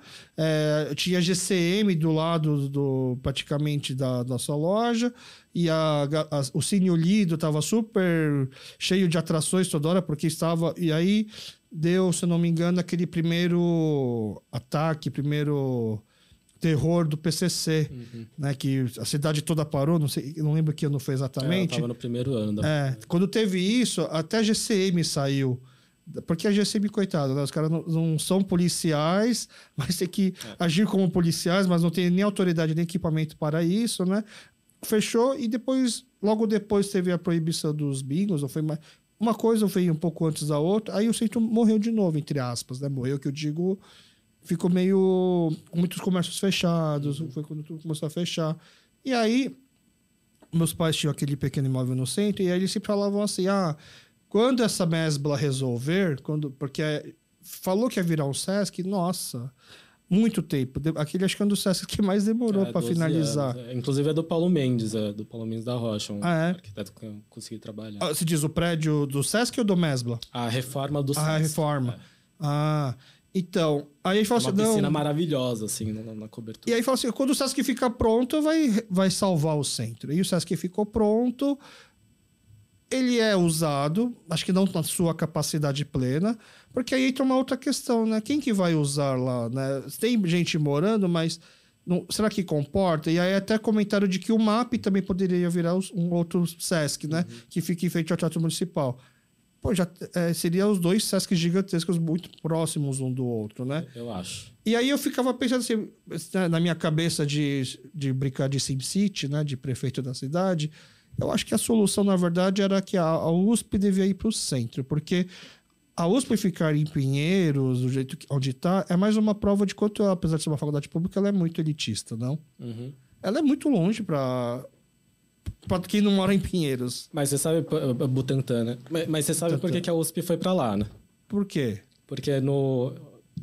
É, tinha G C M do lado do, praticamente da nossa loja, e a, a, o Cine Lido estava super cheio de atrações toda hora, porque estava... E aí deu, se eu não me engano, aquele primeiro ataque, primeiro... terror do P C C, uhum. né? Que a cidade toda parou, não sei, não lembro que ano foi exatamente. É, eu tava no primeiro ano. Da... É, quando teve isso, até a G C M saiu. Porque a G C M, coitado, né? Os caras não, não são policiais, mas tem que é. agir como policiais, mas não tem nem autoridade nem equipamento para isso, né? Fechou e depois, logo depois teve a proibição dos bingos, ou foi mais... uma coisa veio um pouco antes da outra, aí o centro morreu de novo, entre aspas, né? Morreu, que eu digo... Ficou meio... com muitos comércios fechados. Uhum. Foi quando tudo começou a fechar. E aí, meus pais tinham aquele pequeno imóvel no centro. E aí eles sempre falavam assim... Ah, quando essa mesbla resolver... Quando, porque falou que ia virar um Sesc... Nossa, muito tempo. Aquele acho que é um dos Sesc que mais demorou é, para finalizar. É. Inclusive é do Paulo Mendes. É do Paulo Mendes da Rocha. Um ah, é? arquiteto que eu consegui trabalhar. Ah, você diz o prédio do Sesc ou do Mesbla? A reforma do Sesc. Ah, a reforma. É. Ah... Então, aí a gente fala uma assim... Uma piscina não... maravilhosa, assim, na, na cobertura. E aí fala assim, quando o Sesc ficar pronto, vai, vai salvar o centro. E o Sesc ficou pronto. ele é usado, acho que não na sua capacidade plena, porque aí entra uma outra questão, né? Quem que vai usar lá, né? Tem gente morando, mas não, será que comporta? E aí até comentaram de que o M A P também poderia virar um outro SESC, né? Uhum. Que fica em frente ao Teatro Municipal. Pô, já é, seria os dois SESCs gigantescos muito próximos um do outro, né? Eu acho. E aí eu ficava pensando assim, na minha cabeça de, de brincar de SimCity, né? De prefeito da cidade... Eu acho que a solução, na verdade, era que a, a U S P devia ir para o centro, porque a U S P ficar em Pinheiros, do jeito que, onde está, é mais uma prova de quanto, ela, apesar de ser uma faculdade pública, ela é muito elitista, não? Uhum. Ela é muito longe para quem não mora em Pinheiros. Mas você sabe, Butantã, né? Mas, mas você sabe Butantã. Por que, que a U S P foi para lá, né? Por quê? Porque no...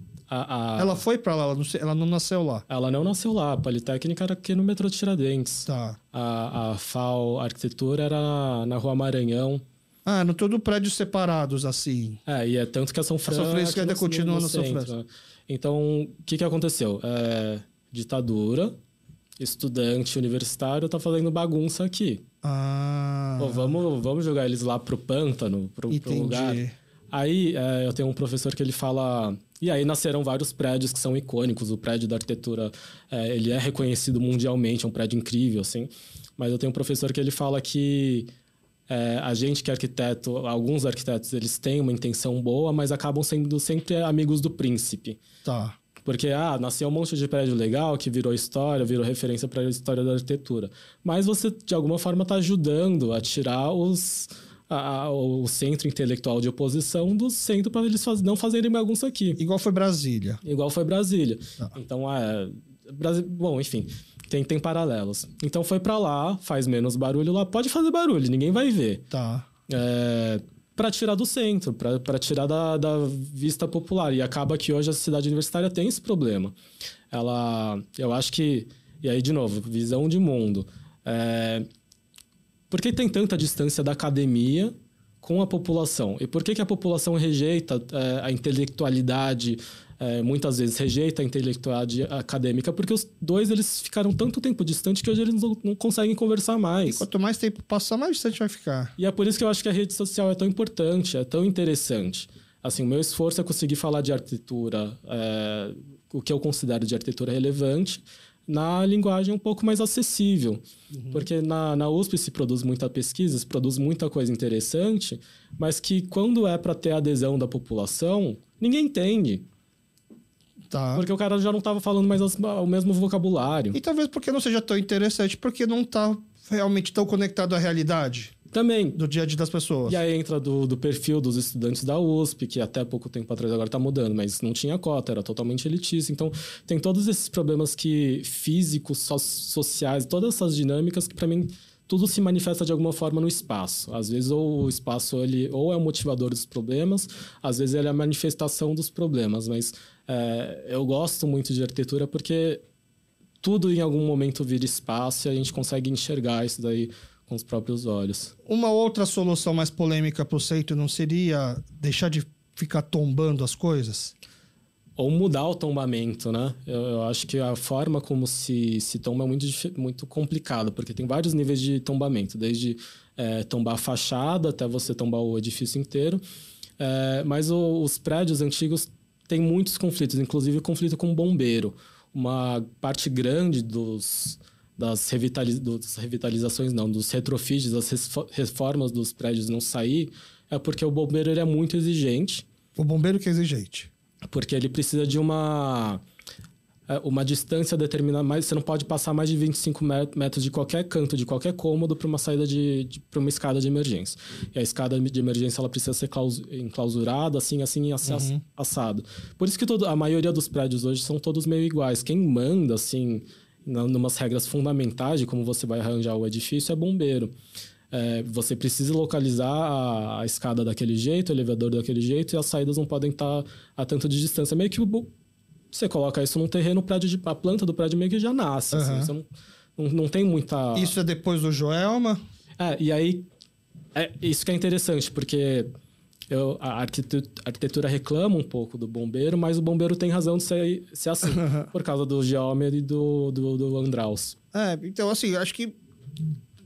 A, a... Ela foi pra lá, ela não, ela não nasceu lá. Ela não nasceu lá. A Politécnica era aqui no metrô de Tiradentes. Tá. A, a F A U, a arquitetura, era na, na Rua Maranhão. Ah, não todos prédios separados, assim. É, e é tanto que a São Fran... A São Francisco ainda continua no, no São Francisco. Né? Então, o que, que aconteceu? É, ditadura, estudante universitário tá fazendo bagunça aqui. Ah. Pô, vamos, vamos jogar eles lá pro pântano, pro, pro lugar. Aí, é, eu tenho um professor que ele fala... E aí nasceram vários prédios que são icônicos. O prédio da arquitetura, é, ele é reconhecido mundialmente, é um prédio incrível, assim. Mas eu tenho um professor que ele fala que é, a gente que é arquiteto, alguns arquitetos, eles têm uma intenção boa, mas acabam sendo sempre amigos do príncipe. Tá. Porque, ah, nasceu um monte de prédio legal que virou história, virou referência para a história da arquitetura. Mas você, de alguma forma, está ajudando a tirar os... A, a, o centro intelectual de oposição do centro para eles faz, não fazerem bagunça aqui. Igual foi Brasília. Igual foi Brasília. Ah. Então, é... Brasi... Bom, enfim, tem, tem paralelos. Então, foi para lá, faz menos barulho lá. Pode fazer barulho, ninguém vai ver. Tá. É... Para tirar do centro, para tirar da, da vista popular. E acaba que hoje a cidade universitária tem esse problema. Ela... Eu acho que... E aí, de novo, visão de mundo. É... Por que tem tanta distância da academia com a população? E por que, que a população rejeita é, a intelectualidade, é, muitas vezes rejeita a intelectualidade acadêmica? Porque os dois eles ficaram tanto tempo distantes que hoje eles não, não conseguem conversar mais. E quanto mais tempo passar, mais distante vai ficar. E é por isso que eu acho que a rede social é tão importante, é tão interessante. Assim, o meu esforço é conseguir falar de arquitetura, é, o que eu considero de arquitetura relevante, na linguagem um pouco mais acessível. Uhum. Porque na, na U S P se produz muita pesquisa, se produz muita coisa interessante, mas que quando é para ter adesão da população, ninguém entende. Tá. Porque o cara já não estava falando mais as, o mesmo vocabulário. E talvez porque não seja tão interessante, porque não está realmente tão conectado à realidade. Também. Do dia a dia das pessoas. E aí entra do, do perfil dos estudantes da U S P, que até pouco tempo atrás agora está mudando, mas não tinha cota, era totalmente elitista. Então, tem todos esses problemas que físicos, so, sociais, todas essas dinâmicas que, para mim, tudo se manifesta de alguma forma no espaço. Às vezes, ou o espaço ele, ou é o motivador dos problemas, às vezes ele é a manifestação dos problemas. Mas é, eu gosto muito de arquitetura porque tudo em algum momento vira espaço e a gente consegue enxergar isso daí com os próprios olhos. Uma outra solução mais polêmica para o centro não seria deixar de ficar tombando as coisas? Ou mudar o tombamento, né? Eu, eu acho que a forma como se, se tomba é muito, muito complicado, porque tem vários níveis de tombamento, desde é, tombar a fachada até você tombar o edifício inteiro. É, mas o, os prédios antigos têm muitos conflitos, inclusive conflito com o bombeiro. Uma parte grande dos... das revitaliz... das revitalizações, não, dos retrofits, das reformas dos prédios não sair, é porque o bombeiro ele é muito exigente. O bombeiro que é exigente? Porque ele precisa de uma, uma distância determinada, mas você não pode passar mais de vinte e cinco metros de qualquer canto, de qualquer cômodo, para uma saída de, de para uma escada de emergência. E a escada de emergência ela precisa ser enclausurada, assim, assim, assim, uhum. assado. Por isso que todo, a maioria dos prédios hoje são todos meio iguais. Quem manda, assim... numas regras fundamentais de como você vai arranjar o edifício, é bombeiro. É, você precisa localizar a, a escada daquele jeito, o elevador daquele jeito, e as saídas não podem estar a tanto de distância. Meio que você coloca isso num terreno, o prédio de, a planta do prédio meio que já nasce. Uhum. Assim, você não, não, não tem muita... Isso é depois do Joelma? É, e aí... É, isso que é interessante, porque... Eu, a arquitetura reclama um pouco do bombeiro, mas o bombeiro tem razão de ser, ser assim, por causa do Geomer e do, do, do Andraus. É, então assim, acho que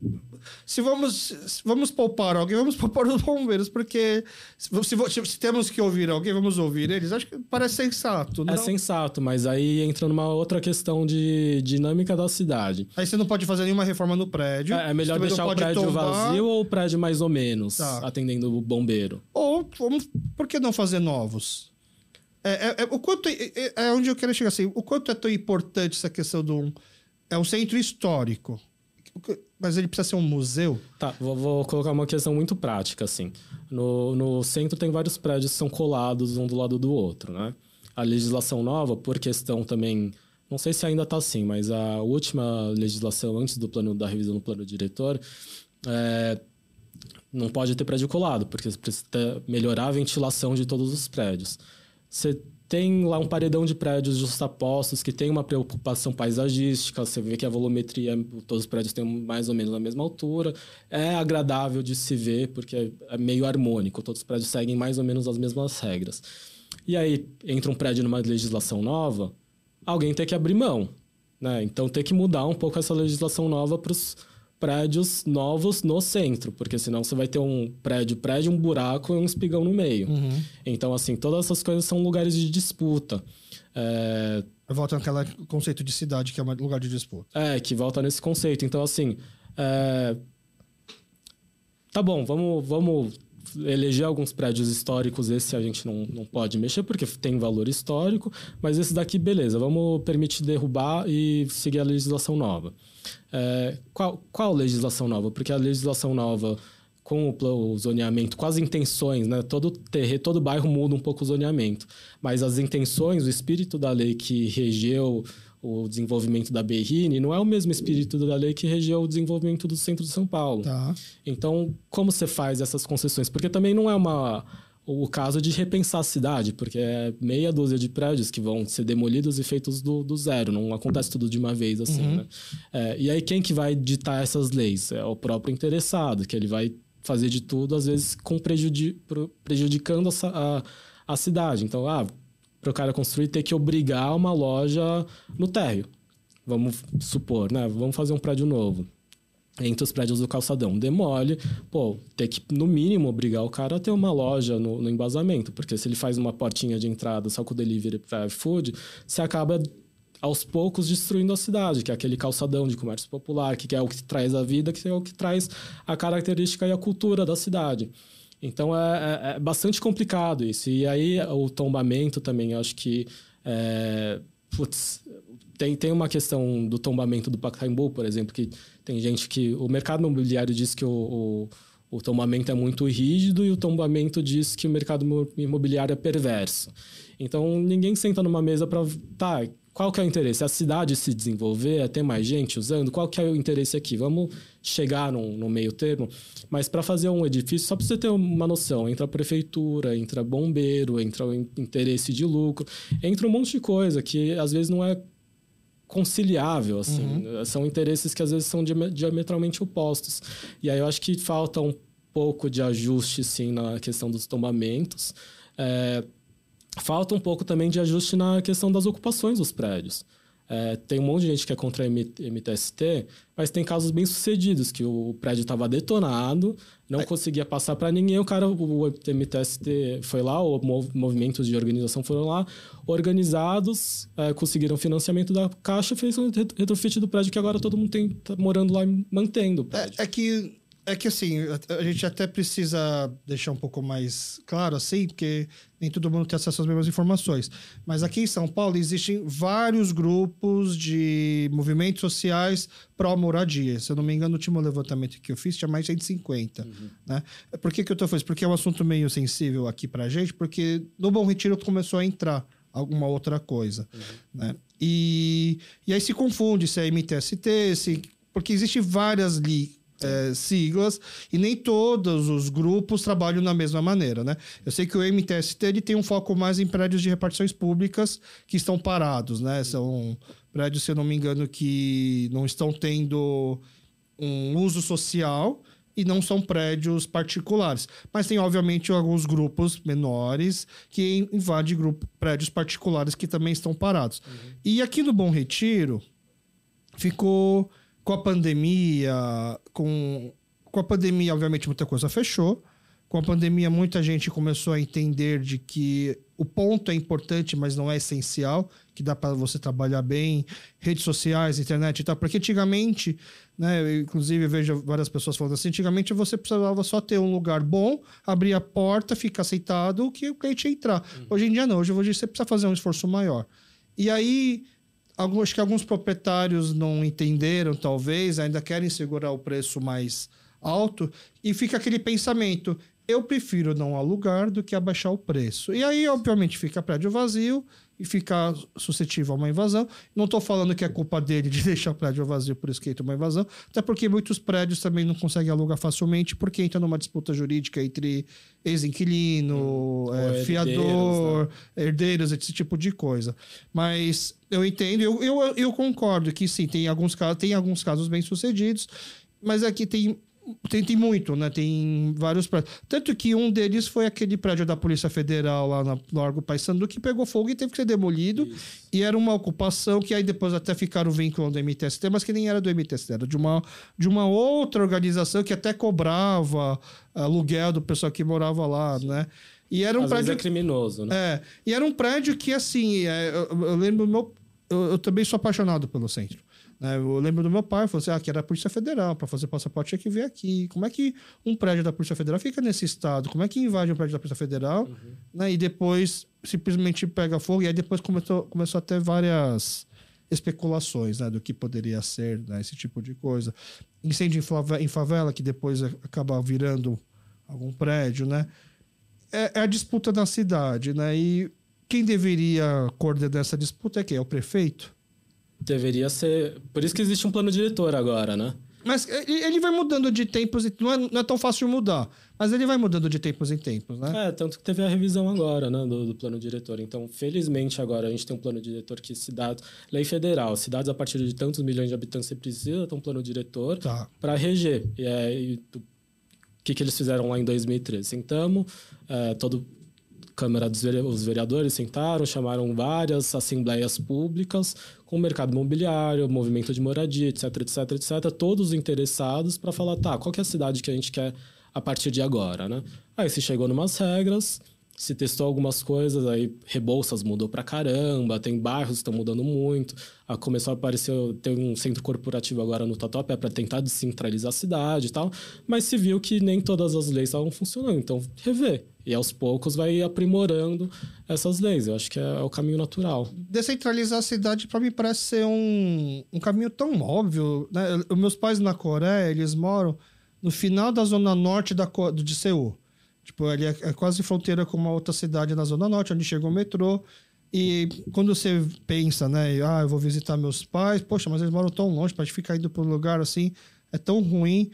se vamos, se vamos poupar alguém, vamos poupar os bombeiros, porque se, se, se temos que ouvir alguém, vamos ouvir eles. Acho que parece sensato, não? É sensato, mas aí entra numa outra questão de dinâmica da cidade. Aí você não pode fazer nenhuma reforma no prédio. É, é melhor deixar o prédio tombar... vazio ou o prédio mais ou menos, tá, atendendo o bombeiro? Ou, vamos, por que não fazer novos? É, é, é, o quanto é, é onde eu quero chegar assim. O quanto é tão importante essa questão de um... É um centro histórico. Mas ele precisa ser um museu? Tá, vou, vou colocar uma questão muito prática, assim. No, no centro tem vários prédios que são colados um do lado do outro, né? A legislação nova, por questão também... Não sei se ainda está assim, mas a última legislação antes do plano da revisão do plano diretor... É, não pode ter prédio colado, porque você precisa melhorar a ventilação de todos os prédios. Você tem lá um paredão de prédios justapostos que tem uma preocupação paisagística, você vê que a volumetria, todos os prédios têm mais ou menos a mesma altura, é agradável de se ver, porque é meio harmônico, todos os prédios seguem mais ou menos as mesmas regras. E aí, entra um prédio numa legislação nova, alguém tem que abrir mão, né? Então, tem que mudar um pouco essa legislação nova para os prédios novos no centro, porque senão você vai ter um prédio, prédio, um buraco e um espigão no meio. Uhum. Então, assim, todas essas coisas são lugares de disputa. É... Volta naquele conceito de cidade, que é um lugar de disputa. É, que volta nesse conceito. Então, assim, é... tá bom, vamos, vamos eleger alguns prédios históricos, esse a gente não, não pode mexer, porque tem valor histórico, mas esse daqui, beleza, vamos permitir derrubar e seguir a legislação nova. É, qual, qual legislação nova? Porque a legislação nova, com o, o zoneamento, com as intenções, né? Todo terreno, todo bairro muda um pouco o zoneamento, mas as intenções, o espírito da lei que regeu o desenvolvimento da B R I N não é o mesmo espírito da lei que regeu o desenvolvimento do centro de São Paulo. Tá. Então, como você faz essas concessões? Porque também não é uma... o caso de repensar a cidade, porque é meia dúzia de prédios que vão ser demolidos e feitos do, do zero, não acontece tudo de uma vez assim, uhum. né? É, e aí quem que vai ditar essas leis? É o próprio interessado, que ele vai fazer de tudo, às vezes com prejudi- prejudicando a, a, a cidade. Então, ah, para o cara construir, ter que obrigar uma loja no térreo. Vamos supor, né? Vamos fazer um prédio novo. Entre os prédios do calçadão, demole, pô, tem que, no mínimo, obrigar o cara a ter uma loja no, no embasamento, porque se ele faz uma portinha de entrada só com o delivery para iFood, você acaba, aos poucos, destruindo a cidade, que é aquele calçadão de comércio popular, que é o que traz a vida, que é o que traz a característica e a cultura da cidade. Então, é, é, é bastante complicado isso. E aí, o tombamento também, eu acho que... É, putz, tem, tem uma questão do tombamento do Pacaembu, por exemplo, que tem gente que... O mercado imobiliário diz que o, o, o tombamento é muito rígido e o tombamento diz que o mercado imobiliário é perverso. Então, ninguém senta numa mesa para... Tá, qual que é o interesse? A cidade se desenvolver, é ter mais gente usando? Qual que é o interesse aqui? Vamos chegar no, no meio termo? Mas para fazer um edifício, só para você ter uma noção, entra a prefeitura, entra bombeiro, entra o interesse de lucro, entra um monte de coisa que às vezes não é conciliável, assim. Uhum. São interesses que às vezes são diametralmente opostos. E aí eu acho que falta um pouco de ajuste, sim, na questão dos tombamentos. É... Falta um pouco também de ajuste na questão das ocupações dos prédios. É, tem um monte de gente que é contra a M T S T, mas tem casos bem sucedidos, que o prédio estava detonado, não é. conseguia passar para ninguém, o cara, o M T S T foi lá, os movimentos de organização foram lá, organizados, é, conseguiram financiamento da Caixa, fez um retrofit do prédio que agora todo mundo tem, tá morando lá e mantendo o prédio. É, é que... É que, assim, a gente até precisa deixar um pouco mais claro, assim, porque nem todo mundo tem acesso às mesmas informações. Mas aqui em São Paulo existem vários grupos de movimentos sociais pró-moradia. Se eu não me engano, o último levantamento que eu fiz tinha mais de cento e cinquenta. Uhum. Né? Por que, que eu tô falando isso? Porque é um assunto meio sensível aqui pra gente, porque no Bom Retiro começou a entrar alguma outra coisa. Uhum. Né? E, e aí se confunde se é M T S T, se, porque existem várias li, é, siglas e nem todos os grupos trabalham da mesma maneira, né? Eu sei que o M T S T ele tem um foco mais em prédios de repartições públicas que estão parados, né? São prédios, se eu não me engano, que não estão tendo um uso social e não são prédios particulares. Mas tem, obviamente, alguns grupos menores que invadem grupo, prédios particulares que também estão parados. Uhum. E aqui no Bom Retiro ficou com a pandemia, com, com a pandemia, obviamente, muita coisa fechou. Com a pandemia, muita gente começou a entender de que o ponto é importante, mas não é essencial, que dá para você trabalhar bem, redes sociais, internet e tal. Porque antigamente, né, eu, inclusive eu vejo várias pessoas falando assim, antigamente você precisava só ter um lugar bom, abrir a porta, ficar sentado, que o cliente ia entrar. Uhum. Hoje em dia não, hoje, hoje você precisa fazer um esforço maior. E aí, alguns, acho que alguns proprietários não entenderam, talvez, ainda querem segurar o preço mais alto, e fica aquele pensamento... Eu prefiro não alugar do que abaixar o preço. E aí, obviamente, fica prédio vazio e fica suscetível a uma invasão. Não estou falando que é culpa dele de deixar o prédio vazio por isso que entra uma invasão, até porque muitos prédios também não conseguem alugar facilmente porque entra numa disputa jurídica entre ex-inquilino, hum, é, fiador, né? herdeiros, esse tipo de coisa. Mas eu entendo, eu, eu, eu concordo que sim, tem alguns, tem alguns casos bem-sucedidos, mas aqui tem... Tem, tem muito, né? Tem vários prédios. Tanto que um deles foi aquele prédio da Polícia Federal lá no Largo Paissandu que pegou fogo e teve que ser demolido. Isso. E era uma ocupação que aí depois até ficaram vinculando do M T S T, mas que nem era do M T S T, era de uma, de uma outra organização que até cobrava aluguel do pessoal que morava lá, Sim. né? E era um Às prédio... vezes é criminoso, né? É. E era um prédio que, assim, é, eu, eu lembro... Meu, eu, eu também sou apaixonado pelo centro. Eu lembro do meu pai, falou assim, ah, que era a Polícia Federal, para fazer passaporte tinha que vir aqui. Como é que um prédio da Polícia Federal fica nesse estado? Como é que invade um prédio da Polícia Federal? Uhum. Né? E depois simplesmente pega fogo. E aí depois começou, começou a ter várias especulações, né, do que poderia ser, né, esse tipo de coisa. Incêndio em favela, em favela, que depois acaba virando algum prédio, né? É, é a disputa na cidade, né? E quem deveria coordenar essa disputa é quem? É o prefeito? Deveria ser... Por isso que existe um plano diretor agora, né? Mas ele vai mudando de tempos... Não é, não é tão fácil mudar. Mas ele vai mudando de tempos em tempos, né? É, tanto que teve a revisão agora, né? Do, do plano diretor. Então, felizmente, agora a gente tem um plano diretor que cidades... Lei federal. Cidades a partir de tantos milhões de habitantes você precisa ter um plano diretor tá. para reger. E, é, e, o que, que eles fizeram lá em dois mil e treze? Sentamos, é, todo... Câmara dos os vereadores sentaram, chamaram várias assembleias públicas com o mercado imobiliário, movimento de moradia, etc, etc, etc, todos os interessados para falar, tá, qual que é a cidade que a gente quer a partir de agora, né? Aí se chegou numas regras, se testou algumas coisas, aí Rebouças mudou pra caramba, tem bairros que estão mudando muito, aí começou a aparecer, tem um centro corporativo agora no Tatuapé para tentar descentralizar a cidade e tal, mas se viu que nem todas as leis estavam funcionando, então rever. E aos poucos vai aprimorando essas leis. Eu acho que é o caminho natural. Descentralizar a cidade, para mim, parece ser um, um caminho tão óbvio, né? Os meus pais na Coreia, eles moram no final da zona norte da, de Seul. Tipo, ele é, é quase fronteira com uma outra cidade na zona norte, onde chega o metrô. E quando você pensa, né? Ah, eu vou visitar meus pais. Poxa, mas eles moram tão longe, para ficar indo para um lugar assim, é tão ruim,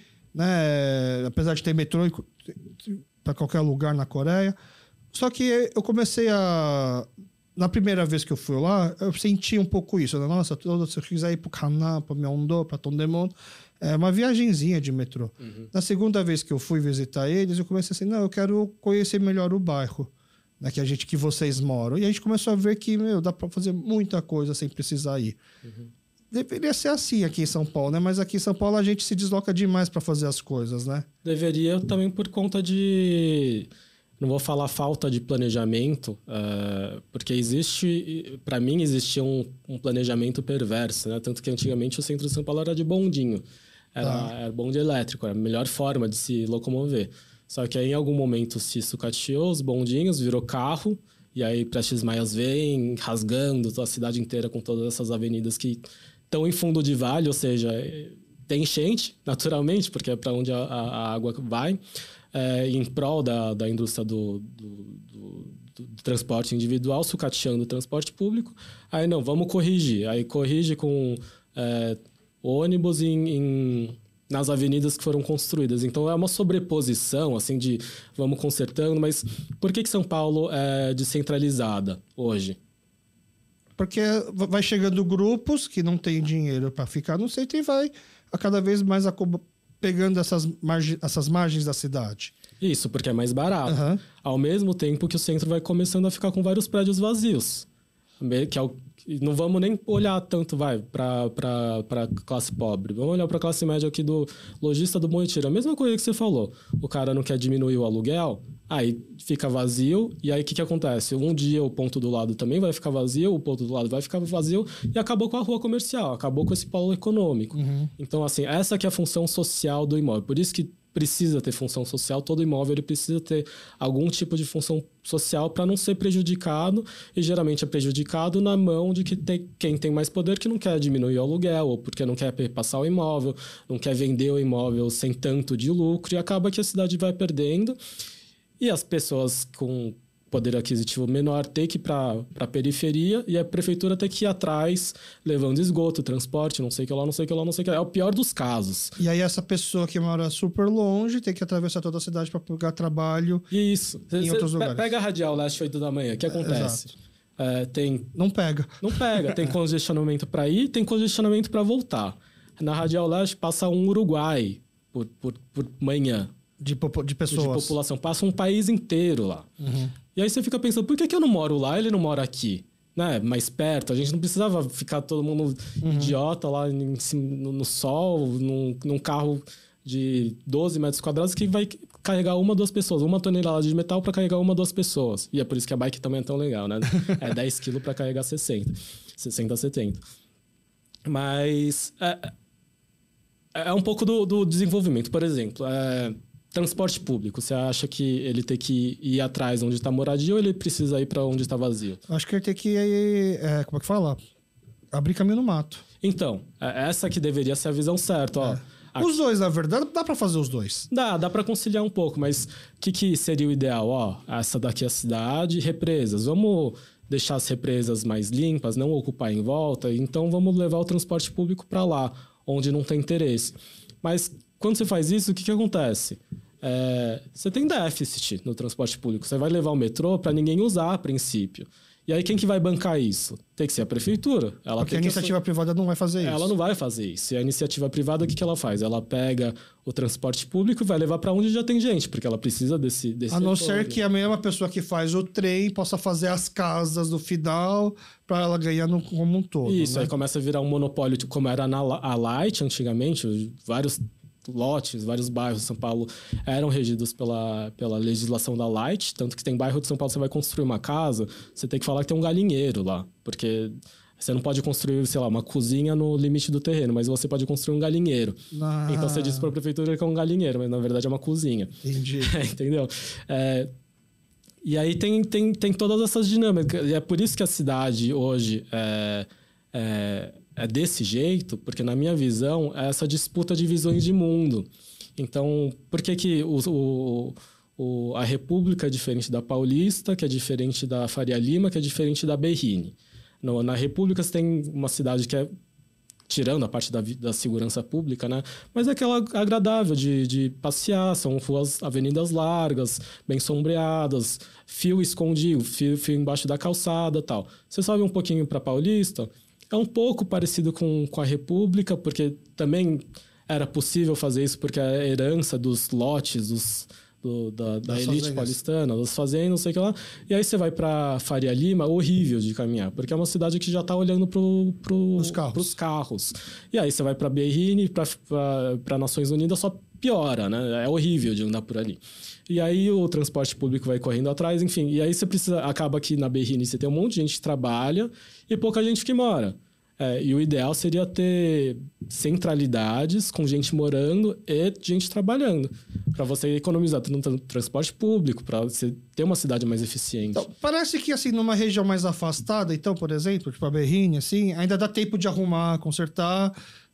né? Apesar de ter metrô para qualquer lugar na Coreia. Só que eu comecei a... Na primeira vez que eu fui lá, eu senti um pouco isso. Né? Nossa, se eu quiser ir para o Gangnam, para Myeongdo, para Dongdaemun, é uma viagenzinha de metrô. Uhum. Na segunda vez que eu fui visitar eles, eu comecei assim, não, eu quero conhecer melhor o bairro, né, que a gente, que vocês moram. E a gente começou a ver que, meu, dá para fazer muita coisa sem precisar ir. Uhum. Deveria ser assim aqui em São Paulo, né? Mas aqui em São Paulo a gente se desloca demais para fazer as coisas, né? Deveria também por conta de... Não vou falar falta de planejamento, uh, porque existe... Para mim, existia um, um planejamento perverso, né? Tanto que antigamente o centro de São Paulo era de bondinho. Era, ah. era bonde elétrico, era a melhor forma de se locomover. Só que aí, em algum momento, se sucateou os bondinhos, virou carro... E aí, Prestes Maias vem rasgando a cidade inteira com todas essas avenidas que estão em fundo de vale, ou seja, tem enchente, naturalmente, porque é para onde a, a água vai, é, em prol da, da indústria do, do, do, do transporte individual, sucateando o transporte público. Aí, não, vamos corrigir. Aí, corrige com é, ônibus em... em nas avenidas que foram construídas. Então, é uma sobreposição, assim, de vamos consertando, mas por que que São Paulo é descentralizada hoje? Porque vai chegando grupos que não têm dinheiro para ficar no centro e vai a cada vez mais pegando essas, margi- essas margens da cidade. Isso, porque é mais barato. Uhum. Ao mesmo tempo que o centro vai começando a ficar com vários prédios vazios. que é o, não vamos nem olhar tanto, vai, para para classe pobre. Vamos olhar para a classe média aqui do lojista do Bom Retiro. A mesma coisa que você falou. O cara não quer diminuir o aluguel, aí fica vazio, e aí o que, que acontece? Um dia o ponto do lado também vai ficar vazio, o ponto do lado vai ficar vazio, e acabou com a rua comercial, acabou com esse polo econômico. Uhum. Então, assim, essa que é a função social do imóvel. Por isso que precisa ter função social, todo imóvel ele precisa ter algum tipo de função social para não ser prejudicado, e geralmente é prejudicado na mão de que tem, quem tem mais poder, que não quer diminuir o aluguel, ou porque não quer passar o imóvel, não quer vender o imóvel sem tanto de lucro, e acaba que a cidade vai perdendo, e as pessoas com poder aquisitivo menor ter que ir para a periferia, e a prefeitura ter que ir atrás, levando esgoto, transporte, não sei o que lá, não sei o que lá, não sei o que lá. É o pior dos casos. E aí essa pessoa que mora super longe tem que atravessar toda a cidade para pegar trabalho. Isso. Em Cê, outros cê lugares. Pega a Radial Leste oito da manhã, o que acontece? É, tem... Não pega. Não pega. Tem congestionamento para ir, tem congestionamento para voltar. Na Radial Leste passa um Uruguai por, por, por manhã. De, de pessoas. De população. Passa um país inteiro lá. Uhum. E aí você fica pensando, por que, que eu não moro lá e ele não mora aqui? Né? Mais perto. A gente não precisava ficar todo mundo uhum. idiota lá em, no, no sol, num, num carro de doze metros quadrados que vai carregar uma, duas pessoas. Uma tonelada de metal para carregar uma, duas pessoas. E é por isso que a bike também é tão legal, né? É dez quilos para carregar sessenta. sessenta a setenta. Mas é, é um pouco do, do desenvolvimento. Por exemplo, é... transporte público, você acha que ele tem que ir atrás onde está moradia ou ele precisa ir para onde está vazio? Acho que ele tem que ir, é, como é que fala? Abrir caminho no mato. Então, essa que deveria ser a visão certa. Ó. É. Os dois, na verdade, dá para fazer os dois. Dá, dá para conciliar um pouco, mas o que, que seria o ideal? Ó, essa daqui é a cidade, represas. Vamos deixar as represas mais limpas, não ocupar em volta, então vamos levar o transporte público para lá, onde não tem interesse. Mas quando você faz isso, o que, que acontece? É, você tem déficit no transporte público. Você vai levar o metrô para ninguém usar a princípio. E aí quem que vai bancar isso? Tem que ser a prefeitura. Ela Porque tem a iniciativa que... privada não vai fazer isso. Ela não vai fazer isso. E a iniciativa privada, o que, que ela faz? Ela pega o transporte público e vai levar para onde já tem gente, porque ela precisa desse, desse a não retorno. ser que a mesma pessoa que faz o trem possa fazer as casas do final para ela ganhar no, como um todo. Isso, né? aí começa a virar um monopólio, como era na a Light antigamente, vários lotes, vários bairros de São Paulo eram regidos pela, pela legislação da Light, tanto que tem bairro de São Paulo, você vai construir uma casa, você tem que falar que tem um galinheiro lá, porque você não pode construir, sei lá, uma cozinha no limite do terreno, mas você pode construir um galinheiro. Ah. Então você diz para a prefeitura que é um galinheiro, mas na verdade é uma cozinha. Entendi. Entendeu? É, e aí tem, tem, tem todas essas dinâmicas, e é por isso que a cidade hoje é... é É desse jeito, porque na minha visão é essa disputa de visões de mundo. Então, por que, que o, o, o, a República é diferente da Paulista, que é diferente da Faria Lima, que é diferente da Berrini? No, na República você tem uma cidade que é, tirando a parte da, da segurança pública, né? Mas é aquela agradável de, de passear, são ruas, avenidas largas, bem sombreadas, fio escondido, fio, fio embaixo da calçada e tal. Você sobe um pouquinho para Paulista... É um pouco parecido com, com a República, porque também era possível fazer isso porque a herança dos lotes, dos, do, da, da elite fazendas. paulistana, das fazendas, não sei o que lá. E aí você vai para Faria Lima, horrível de caminhar, porque é uma cidade que já está olhando para pro, os carros. carros. E aí você vai para Berrini, para Nações Unidas, só piora, né? É horrível de andar por ali. E aí o transporte público vai correndo atrás, enfim. E aí você precisa... Acaba que na Berrini você tem um monte de gente que trabalha e pouca gente que mora. É, e o ideal seria ter centralidades com gente morando e gente trabalhando. Para você economizar no transporte público, para você ter uma cidade mais eficiente. Então, parece que, assim, numa região mais afastada, então, por exemplo, tipo a Berrini, assim, ainda dá tempo de arrumar, consertar,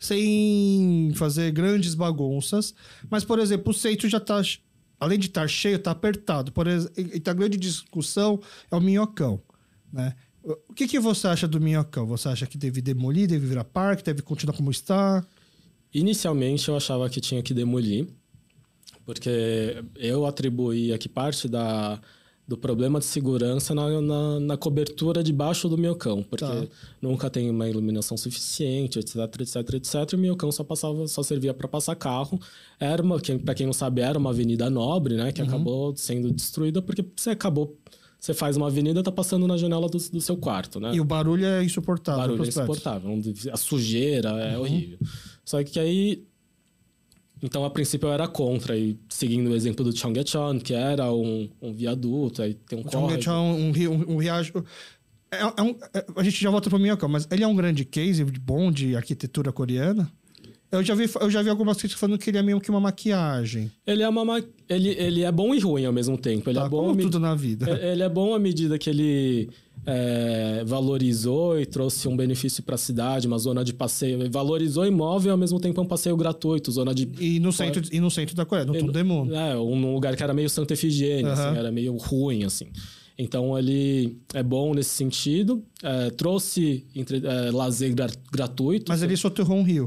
sem fazer grandes bagunças. Mas, por exemplo, o centro já está... Além de estar cheio, está apertado. Por exemplo, então a grande discussão é o Minhocão, né? O que, que você acha do Minhocão? Você acha que deve demolir, deve virar parque, deve continuar como está? Inicialmente eu achava que tinha que demolir, porque eu atribuía que parte da, do problema de segurança na, na, na cobertura debaixo do Minhocão, porque tá. nunca tem uma iluminação suficiente, etc, etc, etc. E o Minhocão só passava, só servia para passar carro. Era uma, para quem não sabe, era uma avenida nobre, né, que uhum. acabou sendo destruída porque você acabou você faz uma avenida, tá passando na janela do, do seu quarto, né? E o barulho é insuportável. O barulho é insuportável. A sujeira é uhum. horrível. Só que aí... Então, a princípio, eu era contra. E seguindo o exemplo do Cheonggyecheon, que era um, um viaduto, aí tem um o Cheonggyecheon, um, um, um riacho... É, é um, é, a gente já volta pro Minhocão, mas ele é um grande case bom de arquitetura coreana? Eu já vi, eu já vi algumas críticas falando que ele é meio que uma maquiagem. Ele é, uma ma... ele, ele é bom e ruim ao mesmo tempo. Ele tá, é bom como me... tudo na vida. Ele é bom à medida que ele é, valorizou e trouxe um benefício para a cidade, uma zona de passeio. Ele valorizou imóvel e ao mesmo tempo é um passeio gratuito, zona de... E no centro, e no centro da Coreia, no Tundemon. É, um lugar que era meio Santa Efigênia, uhum. assim, era meio ruim, assim. Então, ele é bom nesse sentido. É, trouxe entre, é, lazer gra- gratuito. Mas ele soterrou um rio.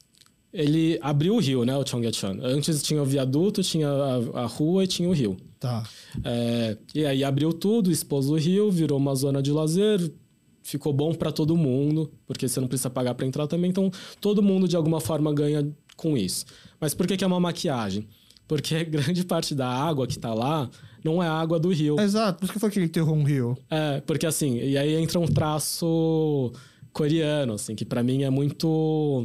Ele abriu o rio, né, o Cheonggyecheon. Antes tinha o viaduto, tinha a, a rua e tinha o rio. Tá. É, e aí abriu tudo, expôs o rio, virou uma zona de lazer, ficou bom para todo mundo, porque você não precisa pagar para entrar também, então todo mundo de alguma forma ganha com isso. Mas por que que é uma maquiagem? Porque grande parte da água que tá lá não é água do rio. Exato, por isso que foi que ele enterrou um rio. É, porque assim, e aí entra um traço coreano, assim, que para mim é muito...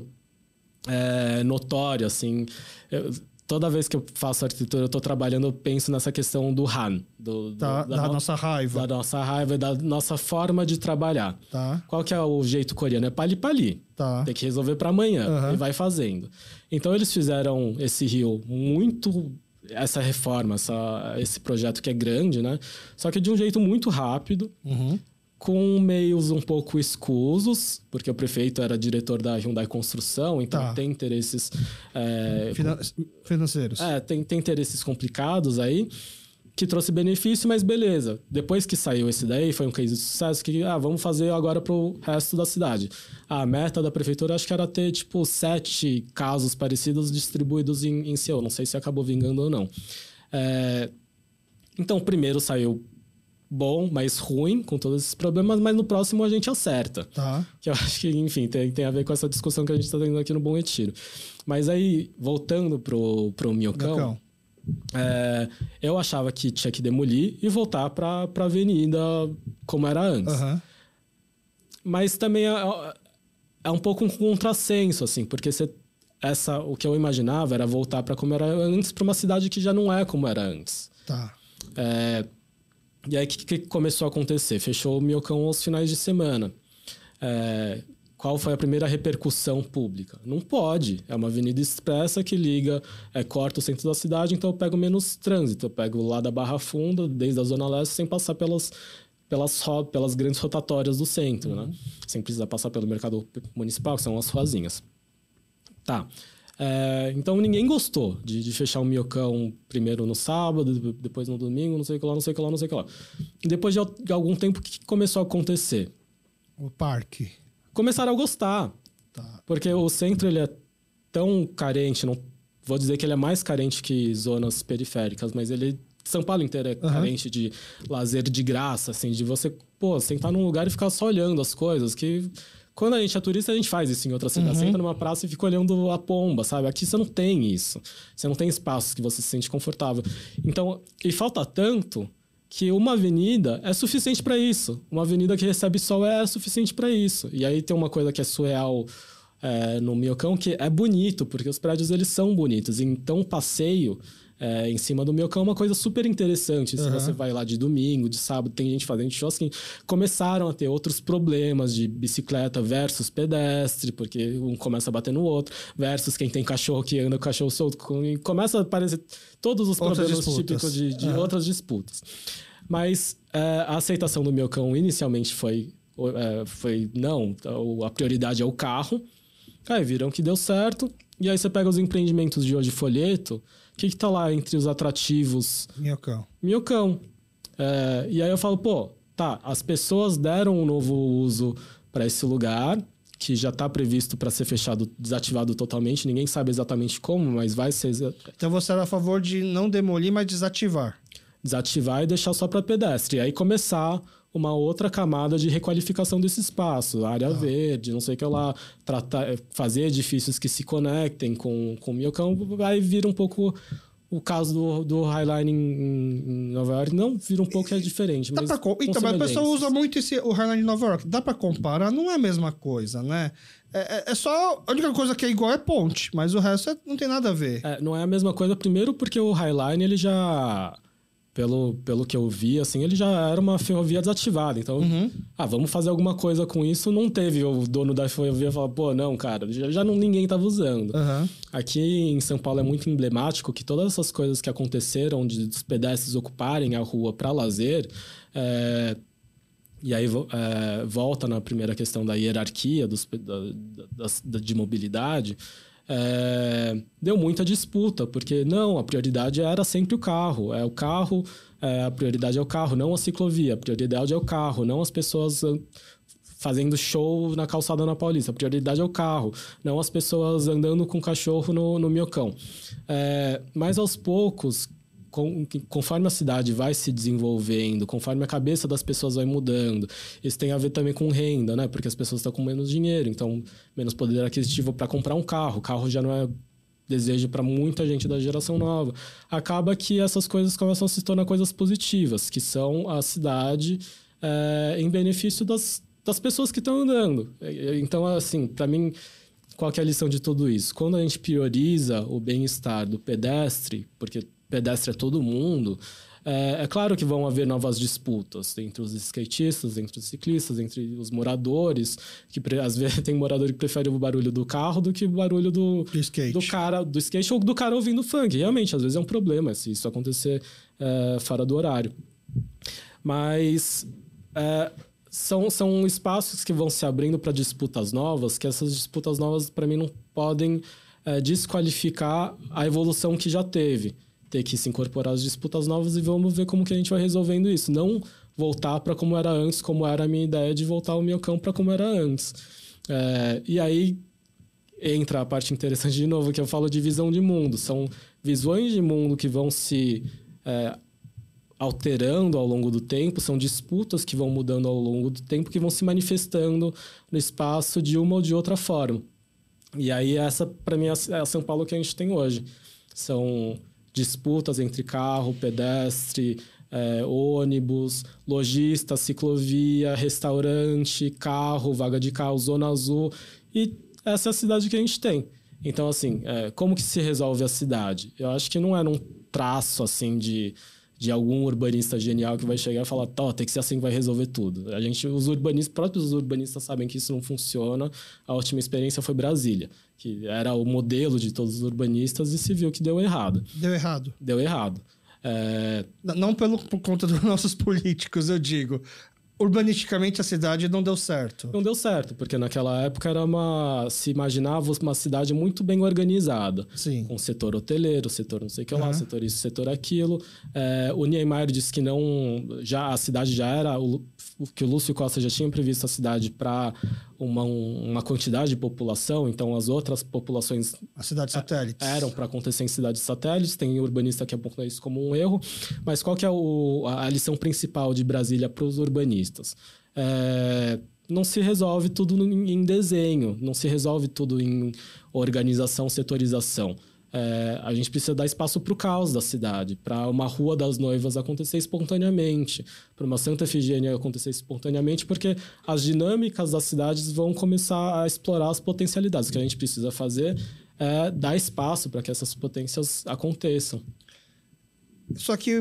É, notório, assim. Eu, toda vez que eu faço arquitetura, eu tô trabalhando, eu penso nessa questão do Han. Do, tá, do, da, da no, nossa raiva. Da nossa raiva e da nossa forma de trabalhar. Tá. Qual que é o jeito coreano? É pali-pali. Tá. Tem que resolver para amanhã. Uhum. E vai fazendo. Então, eles fizeram esse rio muito... Essa reforma, essa, esse projeto que é grande, né? Só que de um jeito muito rápido. Uhum. Com meios um pouco escusos, porque o prefeito era diretor da Hyundai Construção, então tá. tem interesses... É, Finan- financeiros. É, tem, tem interesses complicados aí, que trouxe benefício, mas beleza. Depois que saiu esse daí, foi um case de sucesso, que ah, vamos fazer agora pro resto da cidade. A meta da prefeitura, acho que era ter, tipo, sete casos parecidos distribuídos em, em Seul. Não sei se acabou vingando ou não. É, então, primeiro saiu... bom, mas ruim, com todos esses problemas, mas no próximo a gente acerta. Tá. Que eu acho que, enfim, tem, tem a ver com essa discussão que a gente está tendo aqui no Bom Retiro. Mas aí, voltando pro, pro Minhocão, é, eu achava que tinha que demolir e voltar para a avenida como era antes. Uhum. Mas também é, é um pouco um contrassenso, assim, porque você, essa, o que eu imaginava era voltar para como era antes, para uma cidade que já não é como era antes. Tá. É... E aí, o que, que começou a acontecer? Fechou o Minhocão aos finais de semana. É, qual foi a primeira repercussão pública? Não pode. É uma avenida expressa que liga, é, corta o centro da cidade, então eu pego menos trânsito. Eu pego lá da Barra Funda, desde a Zona Leste, sem passar pelas, pelas, pelas grandes rotatórias do centro, uhum. né? Sem precisar passar pelo mercado municipal, que são as ruazinhas. Tá. É, então ninguém gostou de, de fechar o Minhocão primeiro no sábado, depois no domingo, não sei o que lá, não sei o que lá, não sei o que lá. E depois de, de algum tempo, o que começou a acontecer? O parque. Começaram a gostar. Tá. Porque o centro ele é tão carente, não vou dizer que ele é mais carente que zonas periféricas, mas ele... São Paulo inteiro é uhum. carente de lazer de graça, assim, de você, pô, sentar num lugar e ficar só olhando as coisas, que... Quando a gente é turista, a gente faz isso em outras cidades. Uhum. Você entra numa praça e fica olhando a pomba, sabe? Aqui você não tem isso. Você não tem espaços que você se sente confortável. Então, e falta tanto que uma avenida é suficiente para isso. Uma avenida que recebe sol é suficiente para isso. E aí tem uma coisa que é surreal é, no Minhocão, que é bonito, porque os prédios eles são bonitos. Então, passeio... É, em cima do Minhocão é uma coisa super interessante. Uhum. Se você vai lá de domingo, de sábado, tem gente fazendo churrasquinho. Começaram a ter outros problemas de bicicleta versus pedestre, porque um começa a bater no outro, versus quem tem cachorro que anda com cachorro solto. E começa a aparecer todos os outras problemas disputas. típicos de, de uhum. outras disputas. Mas é, a aceitação do Minhocão inicialmente foi, é, foi não, a prioridade é o carro. Aí viram que deu certo. E aí você pega os empreendimentos de hoje, folheto... O que que tá lá entre os atrativos? Minhocão. Minhocão. É, e aí eu falo, pô, tá, as pessoas deram um novo uso para esse lugar, que já está previsto para ser fechado, desativado totalmente. Ninguém sabe exatamente como, mas vai ser... Então você era a favor de não demolir, mas desativar. Desativar e deixar só para pedestre. E aí começar uma outra camada de requalificação desse espaço. Área ah. verde, não sei o que lá. Tratar, fazer edifícios que se conectem com, com o Minhocão. Vai vir um pouco o caso do, do Highline em, em Nova York não vira um pouco é diferente. Dá mas pra, então, mas a pessoa usa muito esse, o Highline de Nova York. Dá pra comparar? Não é a mesma coisa, né? É, é, é só... A única coisa que é igual é ponte, mas o resto é, não tem nada a ver. É, não é a mesma coisa, primeiro porque o Highline, ele já... Pelo, pelo que eu vi, assim, ele já era uma ferrovia desativada. Então, uhum. ah, vamos fazer alguma coisa com isso. Não teve o dono da ferrovia falar, pô, não, cara, já, já não, ninguém estava usando. Uhum. Aqui em São Paulo é muito emblemático que todas essas coisas que aconteceram de os pedestres ocuparem a rua para lazer, é, e aí é, volta na primeira questão da hierarquia dos, da, da, da, de mobilidade. É, deu muita disputa, porque não, a prioridade era sempre o carro. É o carro, é, a prioridade é o carro, não a ciclovia. A prioridade é o carro, não as pessoas fazendo show na calçada na Paulista. A prioridade é o carro, não as pessoas andando com cachorro no, no miocão. É, mas aos poucos, com, conforme a cidade vai se desenvolvendo, conforme a cabeça das pessoas vai mudando, isso tem a ver também com renda, né? Porque as pessoas estão com menos dinheiro, então menos poder aquisitivo para comprar um carro. O carro já não é desejo para muita gente da geração nova. Acaba que essas coisas começam a se tornar coisas positivas, que são a cidade é, em benefício das, das pessoas que estão andando. Então, assim, para mim, qual que é a lição de tudo isso? Quando a gente prioriza o bem-estar do pedestre, porque pedestre é todo mundo, é, é claro que vão haver novas disputas entre os skatistas, entre os ciclistas, entre os moradores, que às vezes tem morador que prefere o barulho do carro do que o barulho do, do, skate. do cara do skate ou do cara ouvindo funk. Realmente, às vezes é um problema se isso acontecer é, fora do horário. Mas é, são, são espaços que vão se abrindo para disputas novas, que essas disputas novas, para mim, não podem é, desqualificar a evolução que já teve. Ter que se incorporar às disputas novas e vamos ver como que a gente vai resolvendo isso. Não voltar para como era antes, como era a minha ideia de voltar o miocão para como era antes. É, e aí entra a parte interessante de novo, que eu falo de visão de mundo. São visões de mundo que vão se é, alterando ao longo do tempo, são disputas que vão mudando ao longo do tempo, que vão se manifestando no espaço de uma ou de outra forma. E aí essa, para mim, é a São Paulo que a gente tem hoje. São disputas entre carro, pedestre, é, ônibus, lojista, ciclovia, restaurante, carro, vaga de carro, zona azul. E essa é a cidade que a gente tem. Então, assim, é, como que se resolve a cidade? Eu acho que não é num traço, assim, de, de algum urbanista genial que vai chegar e falar, tá, tem que ser assim que vai resolver tudo. A gente, os urbanistas, próprios urbanistas sabem que isso não funciona. A última experiência foi Brasília, que era o modelo de todos os urbanistas e se viu que deu errado. Deu errado. Deu errado. É... Não pelo, por conta dos nossos políticos, eu digo. Urbanisticamente, a cidade não deu certo. Não deu certo, porque naquela época era uma... se imaginava uma cidade muito bem organizada. Sim. Com setor hoteleiro, setor não sei o que lá, uhum. setor isso, setor aquilo. É, o Niemeyer disse que não... Já, a cidade já era... O, que o Lúcio Costa já tinha previsto a cidade para uma, uma quantidade de população, então as outras populações... As cidades satélites. Eram para acontecer em cidades satélites, tem urbanista que aponta isso como um erro, mas qual que é o, a lição principal de Brasília para os urbanistas? É, não se resolve tudo em desenho, não se resolve tudo em organização, setorização. É, a gente precisa dar espaço para o caos da cidade, para uma Rua das Noivas acontecer espontaneamente, para uma Santa Efigênia acontecer espontaneamente, porque as dinâmicas das cidades vão começar a explorar as potencialidades. O que a gente precisa fazer é dar espaço para que essas potências aconteçam. Só que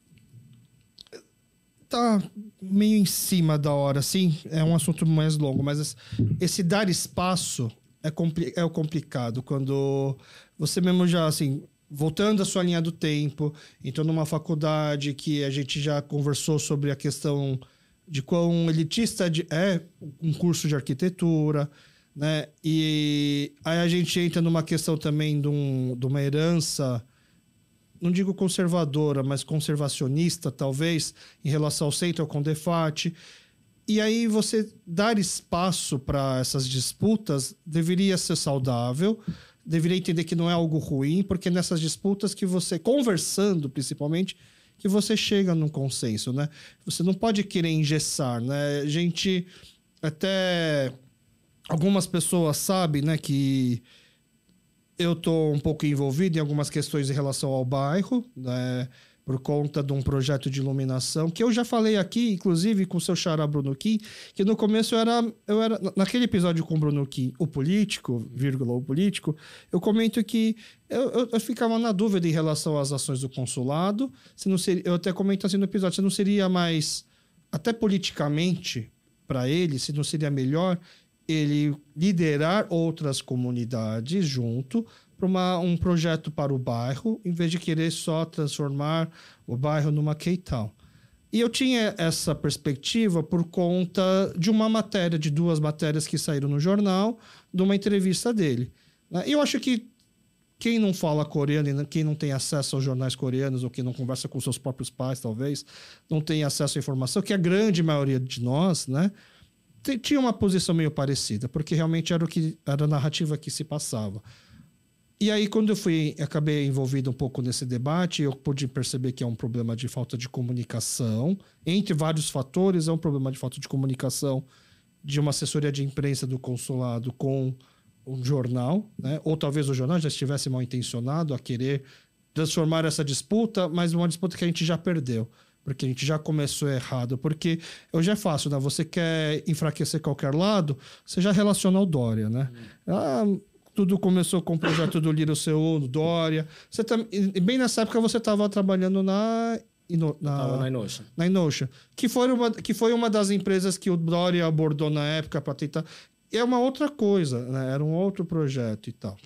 tá meio em cima da hora, assim, é um assunto mais longo, mas esse dar espaço é, compli- é o complicado, quando você mesmo já, assim, voltando à sua linha do tempo, entrou numa faculdade que a gente já conversou sobre a questão de quão elitista é um curso de arquitetura, né? E aí a gente entra numa questão também de, um, de uma herança, não digo conservadora, mas conservacionista, talvez, em relação ao centro, ao Condefat. E aí você dar espaço para essas disputas deveria ser saudável, deveria entender que não é algo ruim, porque nessas disputas que você, conversando principalmente, que você chega num consenso, né? Você não pode querer engessar, né? A gente, até algumas pessoas sabem, né, que eu estou um pouco envolvido em algumas questões em relação ao bairro, né? Por conta de um projeto de iluminação, que eu já falei aqui, inclusive, com o seu xará Bruno Kim, que no começo eu era, eu era... Naquele episódio com o Bruno Kim, o político, vírgula, o político, eu comento que eu, eu, eu ficava na dúvida em relação às ações do consulado. Se não seria, eu até comento assim no episódio, se não seria mais, até politicamente, para ele, se não seria melhor ele liderar outras comunidades junto para um projeto para o bairro, em vez de querer só transformar o bairro numa K-Town. E eu tinha essa perspectiva por conta de uma matéria, de duas matérias que saíram no jornal, de uma entrevista dele. E eu acho que quem não fala coreano, quem não tem acesso aos jornais coreanos, ou quem não conversa com seus próprios pais, talvez, não tem acesso à informação, que a grande maioria de nós, né, tinha uma posição meio parecida, porque realmente era, o que, era a narrativa que se passava. E aí, quando eu fui, acabei envolvido um pouco nesse debate, eu pude perceber que é um problema de falta de comunicação. Entre vários fatores, é um problema de falta de comunicação de uma assessoria de imprensa do consulado com um jornal, né? Ou talvez o jornal já estivesse mal intencionado a querer transformar essa disputa, mas uma disputa que a gente já perdeu, porque a gente já começou errado. Porque hoje é fácil, né? Você quer enfraquecer qualquer lado, você já relaciona ao Dória, né? Hum. Ah... Tudo começou com o projeto do Little Seul, do Dória. Você tá, bem nessa época você estava trabalhando na... Ino, na, na Inocean. Na Inocean. Que foi, uma, que foi uma das empresas que o Dória abordou na época para tentar... É uma outra coisa, né? Era um outro projeto e tal.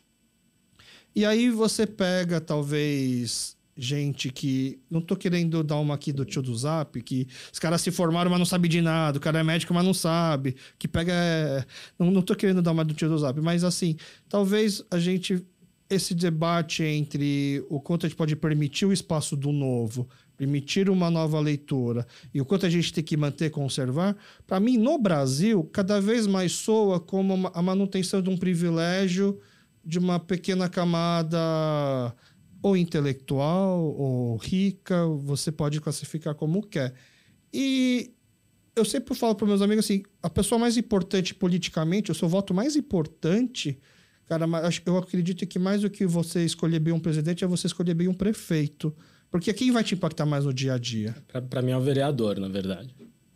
E aí você pega, talvez... gente que... Não tô querendo dar uma aqui do tio do Zap, que os caras se formaram, mas não sabem de nada. O cara é médico, mas não sabe. Que pega... Não, não tô querendo dar uma do tio do Zap, mas assim, talvez a gente... Esse debate entre o quanto a gente pode permitir o espaço do novo, permitir uma nova leitura, e o quanto a gente tem que manter e conservar, para mim, no Brasil, cada vez mais soa como a manutenção de um privilégio de uma pequena camada... ou intelectual, ou rica, você pode classificar como quer. E eu sempre falo para meus amigos assim, a pessoa mais importante politicamente, o seu voto mais importante, cara, eu acredito que mais do que você escolher bem um presidente é você escolher bem um prefeito. Porque quem vai te impactar mais no dia a dia? Para mim é o vereador, na verdade.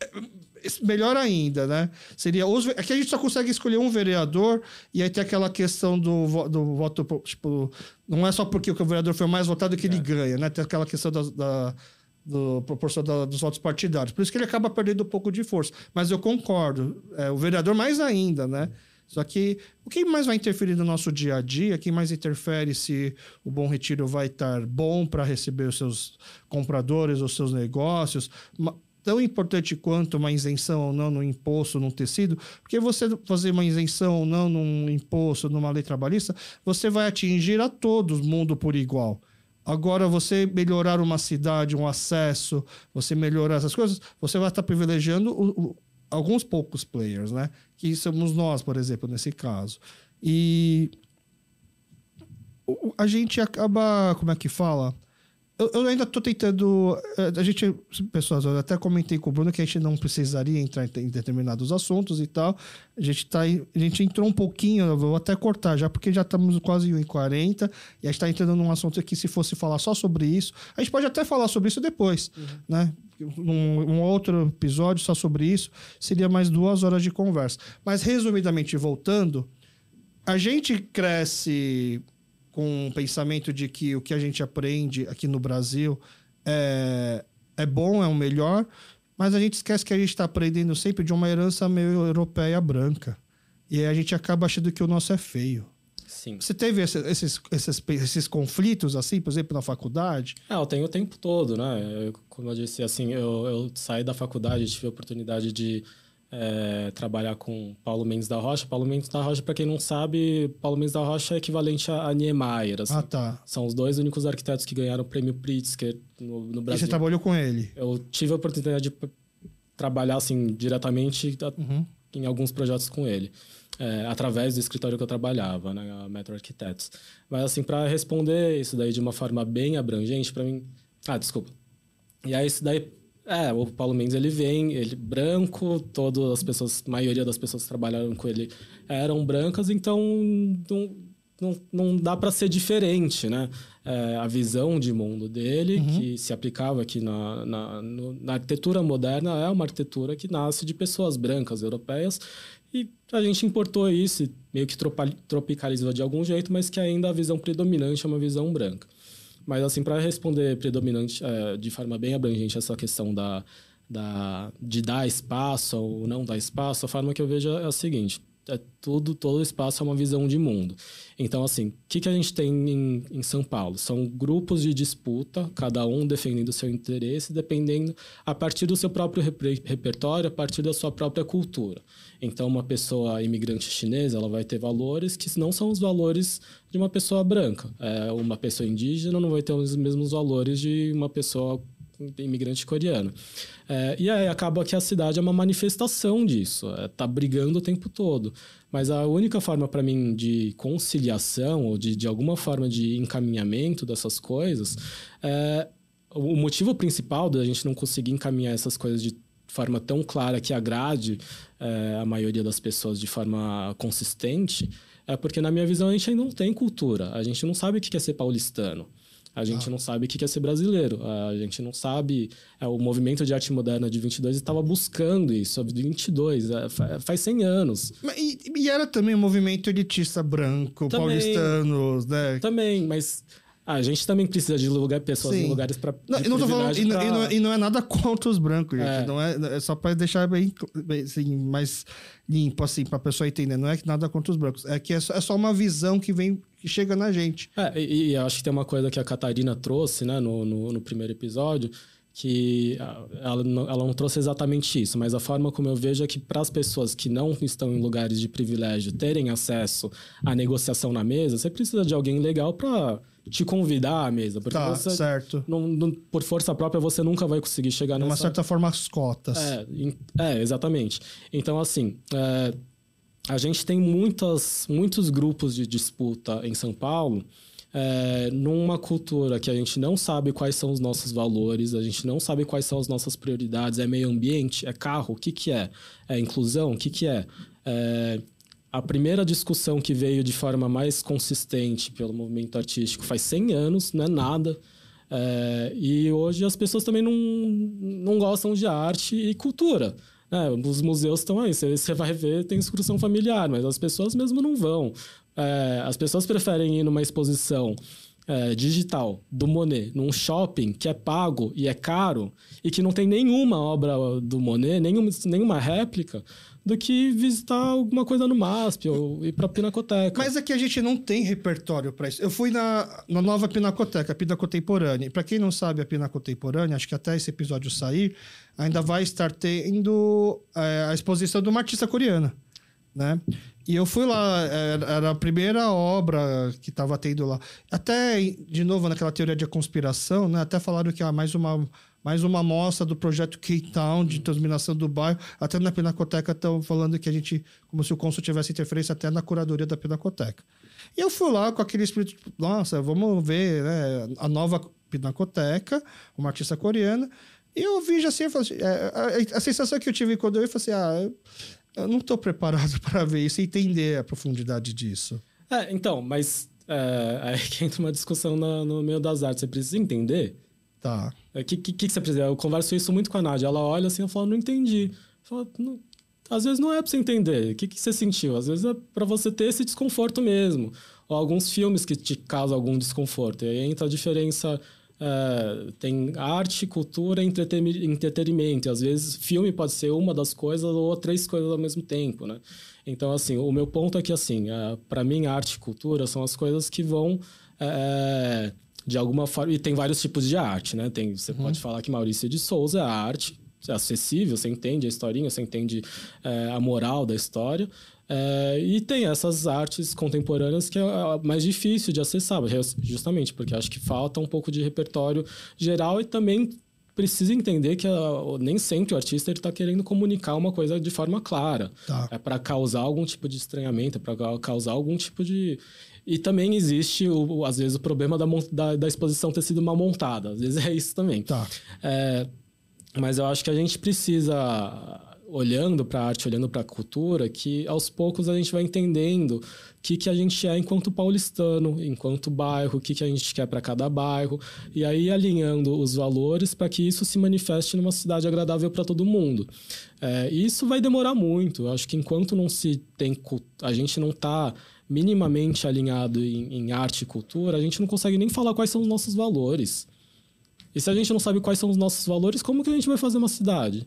Melhor ainda, né? Seria os... Aqui a gente só consegue escolher um vereador e aí tem aquela questão do, do voto... Tipo, não é só porque o vereador foi mais votado que é. ele ganha, né? Tem aquela questão da, da do, proporção da, dos votos partidários. Por isso que ele acaba perdendo um pouco de força. Mas eu concordo. É, o vereador mais ainda, né? Só que o que mais vai interferir no nosso dia a dia, quem mais interfere se o Bom Retiro vai estar bom para receber os seus compradores, os seus negócios... Tão importante quanto uma isenção ou não no imposto, num tecido, porque você fazer uma isenção ou não num imposto, numa lei trabalhista, você vai atingir a todo mundo por igual. Agora, você melhorar uma cidade, um acesso, você melhorar essas coisas, você vai estar privilegiando o, o, alguns poucos players, né? Que somos nós, por exemplo, nesse caso. E a gente acaba, como é que fala? Eu, eu ainda estou tentando... A gente, pessoas, eu até comentei com o Bruno que a gente não precisaria entrar em determinados assuntos e tal. A gente, tá, a gente entrou um pouquinho, eu vou até cortar já, porque já estamos quase em uma e quarenta e a gente está entrando num assunto aqui, se fosse falar só sobre isso... A gente pode até falar sobre isso depois, uhum. né? Num um outro episódio só sobre isso, seria mais duas horas de conversa. Mas, resumidamente, voltando, a gente cresce... com o pensamento de que o que a gente aprende aqui no Brasil é, é bom, é o melhor, mas a gente esquece que a gente está aprendendo sempre de uma herança meio europeia branca. E aí a gente acaba achando que o nosso é feio. Sim. Você teve esse, esses, esses, esses conflitos, assim, por exemplo, na faculdade? Ah, eu tenho o tempo todo, né? Eu, como eu disse, assim, eu, eu saí da faculdade, tive a oportunidade de... É, trabalhar com Paulo Mendes da Rocha. Paulo Mendes da Rocha, para quem não sabe, Paulo Mendes da Rocha é equivalente a, a Niemeyer. Assim. Ah, tá. São os dois únicos arquitetos que ganharam o prêmio Pritzker no, no Brasil. E você trabalhou com ele? Eu tive a oportunidade de trabalhar assim, diretamente uhum. em alguns projetos com ele, é, através do escritório que eu trabalhava, né, a Metro Arquitetos. Mas, assim, para responder isso daí de uma forma bem abrangente, para mim... Ah, desculpa. E aí, isso daí... É, o Paulo Mendes, ele vem, ele branco, todas as pessoas, a maioria das pessoas que trabalharam com ele eram brancas, então não, não, não dá para ser diferente, né? É, a visão de mundo dele, uhum. que se aplicava aqui na, na, no, na arquitetura moderna, é uma arquitetura que nasce de pessoas brancas, europeias, e a gente importou isso, meio que tropicalizou de algum jeito, mas que ainda a visão predominante é uma visão branca. Mas, assim, para responder predominante, é, de forma bem abrangente essa questão da, da, de dar espaço ou não dar espaço, a forma que eu vejo é a seguinte: é tudo, todo espaço é uma visão de mundo. Então, assim, o que, que a gente tem em, em São Paulo? São grupos de disputa, cada um defendendo o seu interesse, dependendo a partir do seu próprio reper, repertório, a partir da sua própria cultura. Então, uma pessoa imigrante chinesa, ela vai ter valores que não são os valores de uma pessoa branca. É, uma pessoa indígena não vai ter os mesmos valores de uma pessoa imigrante coreano. É, e aí acaba que a cidade é uma manifestação disso, é, tá brigando o tempo todo. Mas a única forma para mim de conciliação ou de, de alguma forma de encaminhamento dessas coisas, é, o motivo principal da gente não conseguir encaminhar essas coisas de forma tão clara que agrade é, a maioria das pessoas de forma consistente, é porque, na minha visão, a gente ainda não tem cultura. A gente não sabe o que é ser paulistano. A gente ah. não sabe o que é ser brasileiro. A gente não sabe... É, o movimento de arte moderna de vinte e dois estava buscando isso. vinte e dois, é, faz cem anos. Mas, e, e era também um movimento elitista branco, também, paulistanos, né? Também, mas... A gente também precisa de lugar, pessoas Sim. em lugares para... Não, não tô falando, e, pra... e, não, e não é nada contra os brancos, gente. É. Não é, é só para deixar bem, bem assim, mais limpo, assim, para a pessoa entender. Não é nada contra os brancos. É que é só, é só uma visão que vem, que chega na gente. É, e, e acho que tem uma coisa que a Catarina trouxe, né, no, no, no primeiro episódio, que ela não, ela não trouxe exatamente isso, mas a forma como eu vejo é que para as pessoas que não estão em lugares de privilégio terem acesso à negociação na mesa, você precisa de alguém legal para te convidar à mesa. Porque tá, você, certo. Não, não, por força própria, você nunca vai conseguir chegar nessa... De uma certa forma, as cotas. É, é exatamente. Então, assim, é, a gente tem muitas, muitos grupos de disputa em São Paulo, É, numa cultura que a gente não sabe quais são os nossos valores, a gente não sabe quais são as nossas prioridades, é meio ambiente, é carro, o que que é? É inclusão, o que que é? É, a primeira discussão que veio de forma mais consistente pelo movimento artístico faz cem anos, não é nada, é, e hoje as pessoas também não, não gostam de arte e cultura. É, os museus estão aí, você vai ver, tem excursão familiar, mas as pessoas mesmo não vão. É, as pessoas preferem ir numa exposição é, digital do Monet, num shopping que é pago e é caro e que não tem nenhuma obra do Monet, nenhuma, nenhuma réplica, do que visitar alguma coisa no MASP ou ir para a Pinacoteca. Mas aqui a gente não tem repertório para isso. Eu fui na, na nova Pinacoteca, a Pinacotemporânea. Para quem não sabe, a Pinacotemporânea, acho que até esse episódio sair, ainda vai estar tendo é, a exposição de uma artista coreana, né? E eu fui lá, era a primeira obra que estava tendo lá. Até, de novo, naquela teoria de conspiração, né? Até falaram que ah, mais uma, mais uma amostra do projeto K-Town, de transminação do bairro. Até na Pinacoteca estão falando que a gente, como se o cônsul tivesse interferência até na curadoria da Pinacoteca. E eu fui lá com aquele espírito, tipo, nossa, vamos ver, né? A nova Pinacoteca, uma artista coreana. E eu vi já assim, eu falei assim é, a, a sensação que eu tive quando eu vi, eu falei assim, ah... Eu, Eu não estou preparado para ver isso e entender a profundidade disso. É, então, mas é, aí que entra uma discussão no, no meio das artes. Você precisa entender? Tá. O é, que, que, que você precisa? Eu converso isso muito com a Nádia. Ela olha assim e fala, não entendi. Fala, não, às vezes não é para você entender. O que, que você sentiu? Às vezes é para você ter esse desconforto mesmo. Ou alguns filmes que te causam algum desconforto. E aí entra a diferença... É, tem arte, cultura e entretenimento. E às vezes filme pode ser uma das coisas ou três coisas ao mesmo tempo, né? Então, assim, o meu ponto é que, assim, é, para mim, arte e cultura são as coisas que vão, é, de alguma forma... E tem vários tipos de arte, né? Tem, você uhum. pode falar que Maurício de Souza é arte, é acessível, você entende a historinha, você entende é, a moral da história. É, e tem essas artes contemporâneas que é mais difícil de acessar, justamente porque acho que falta um pouco de repertório geral e também precisa entender que a, nem sempre o artista está querendo comunicar uma coisa de forma clara. Tá. É para causar algum tipo de estranhamento, é para causar algum tipo de... E também existe, o, às vezes, o problema da, da, da exposição ter sido mal montada. Às vezes é isso também. Tá. É, mas eu acho que a gente precisa... olhando para a arte, olhando para a cultura, que aos poucos a gente vai entendendo o que, que a gente é enquanto paulistano, enquanto bairro, o que, que a gente quer para cada bairro, e aí alinhando os valores para que isso se manifeste numa cidade agradável para todo mundo. É, e isso vai demorar muito. Eu acho que enquanto não se tem, a gente não está minimamente alinhado em, em arte e cultura, a gente não consegue nem falar quais são os nossos valores. E se a gente não sabe quais são os nossos valores, como que a gente vai fazer uma cidade?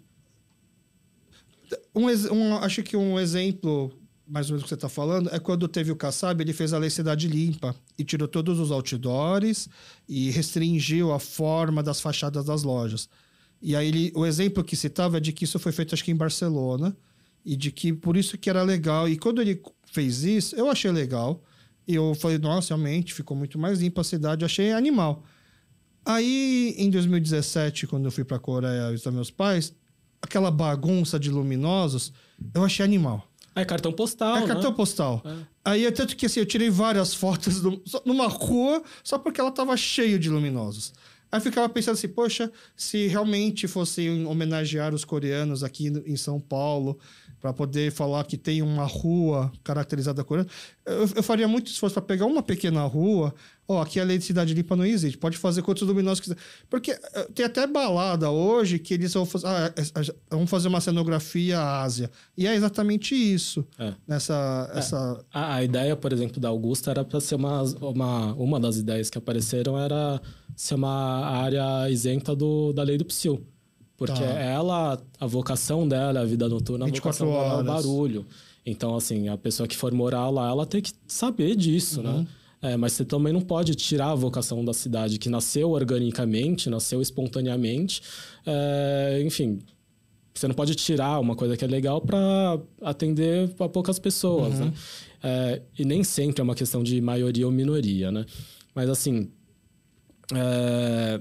Um, um, acho que um exemplo, mais ou menos, que você está falando, é quando teve o Kassab, ele fez a Lei Cidade Limpa e tirou todos os outdoors e restringiu a forma das fachadas das lojas. E aí ele, o exemplo que citava é de que isso foi feito, acho que em Barcelona, e de que por isso que era legal. E quando ele fez isso, eu achei legal. E eu falei, nossa, realmente, ficou muito mais limpa a cidade, eu achei animal. Aí, em dois mil e dezessete, quando eu fui para a Coreia visitar meus pais, aquela bagunça de luminosos, eu achei animal. É cartão postal, É né? cartão postal. É. Aí, tanto que assim, eu tirei várias fotos do, numa rua só porque ela estava cheia de luminosos. Aí eu ficava pensando assim, poxa, se realmente fossem homenagear os coreanos aqui em São Paulo, para poder falar que tem uma rua caracterizada coreana, eu, eu faria muito esforço para pegar uma pequena rua. Ó, oh, aqui a Lei de Cidade Limpa não existe, pode fazer quantos luminosos quiser. Porque uh, tem até balada hoje que eles vão fazer, ah, vão fazer uma cenografia Ásia. E é exatamente isso. É. Nessa, é. Essa... A, a ideia, por exemplo, da Augusta era para ser uma, uma... Uma das ideias que apareceram era ser uma área isenta do, da lei do Psil. Porque tá. ela, a vocação dela, a vida noturna, a vocação dela é o barulho. Então, assim, a pessoa que for morar lá, ela tem que saber disso, uhum. né? É, mas você também não pode tirar a vocação da cidade, que nasceu organicamente, nasceu espontaneamente. É, enfim, você não pode tirar uma coisa que é legal para atender a poucas pessoas, uhum. né? É, e nem sempre é uma questão de maioria ou minoria, né? Mas, assim... É...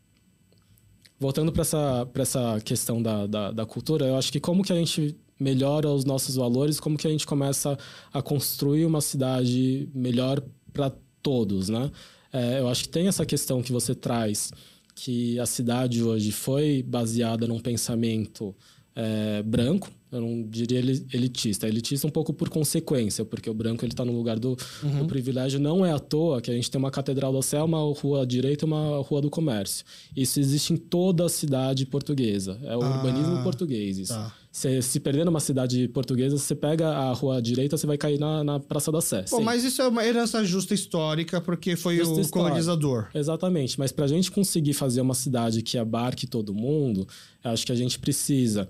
Voltando para essa, para essa questão da, da, da cultura, eu acho que como que a gente melhora os nossos valores, como que a gente começa a construir uma cidade melhor para todos, né? É, eu acho que tem essa questão que você traz, que a cidade hoje foi baseada num pensamento é, branco, eu não diria elitista. Elitista um pouco por consequência, porque o branco ele está no lugar do, uhum. do privilégio. Não é à toa que a gente tem uma Catedral da Sé, uma rua direita e uma rua do comércio. Isso existe em toda a cidade portuguesa. É o ah, urbanismo português. Isso. Tá. Você, se perder numa cidade portuguesa, você pega a rua direita, você vai cair na, na Praça da Sé. Bom, mas isso é uma herança justa histórica, porque foi justa o história. colonizador. Exatamente. Mas para a gente conseguir fazer uma cidade que abarque todo mundo, eu acho que a gente precisa...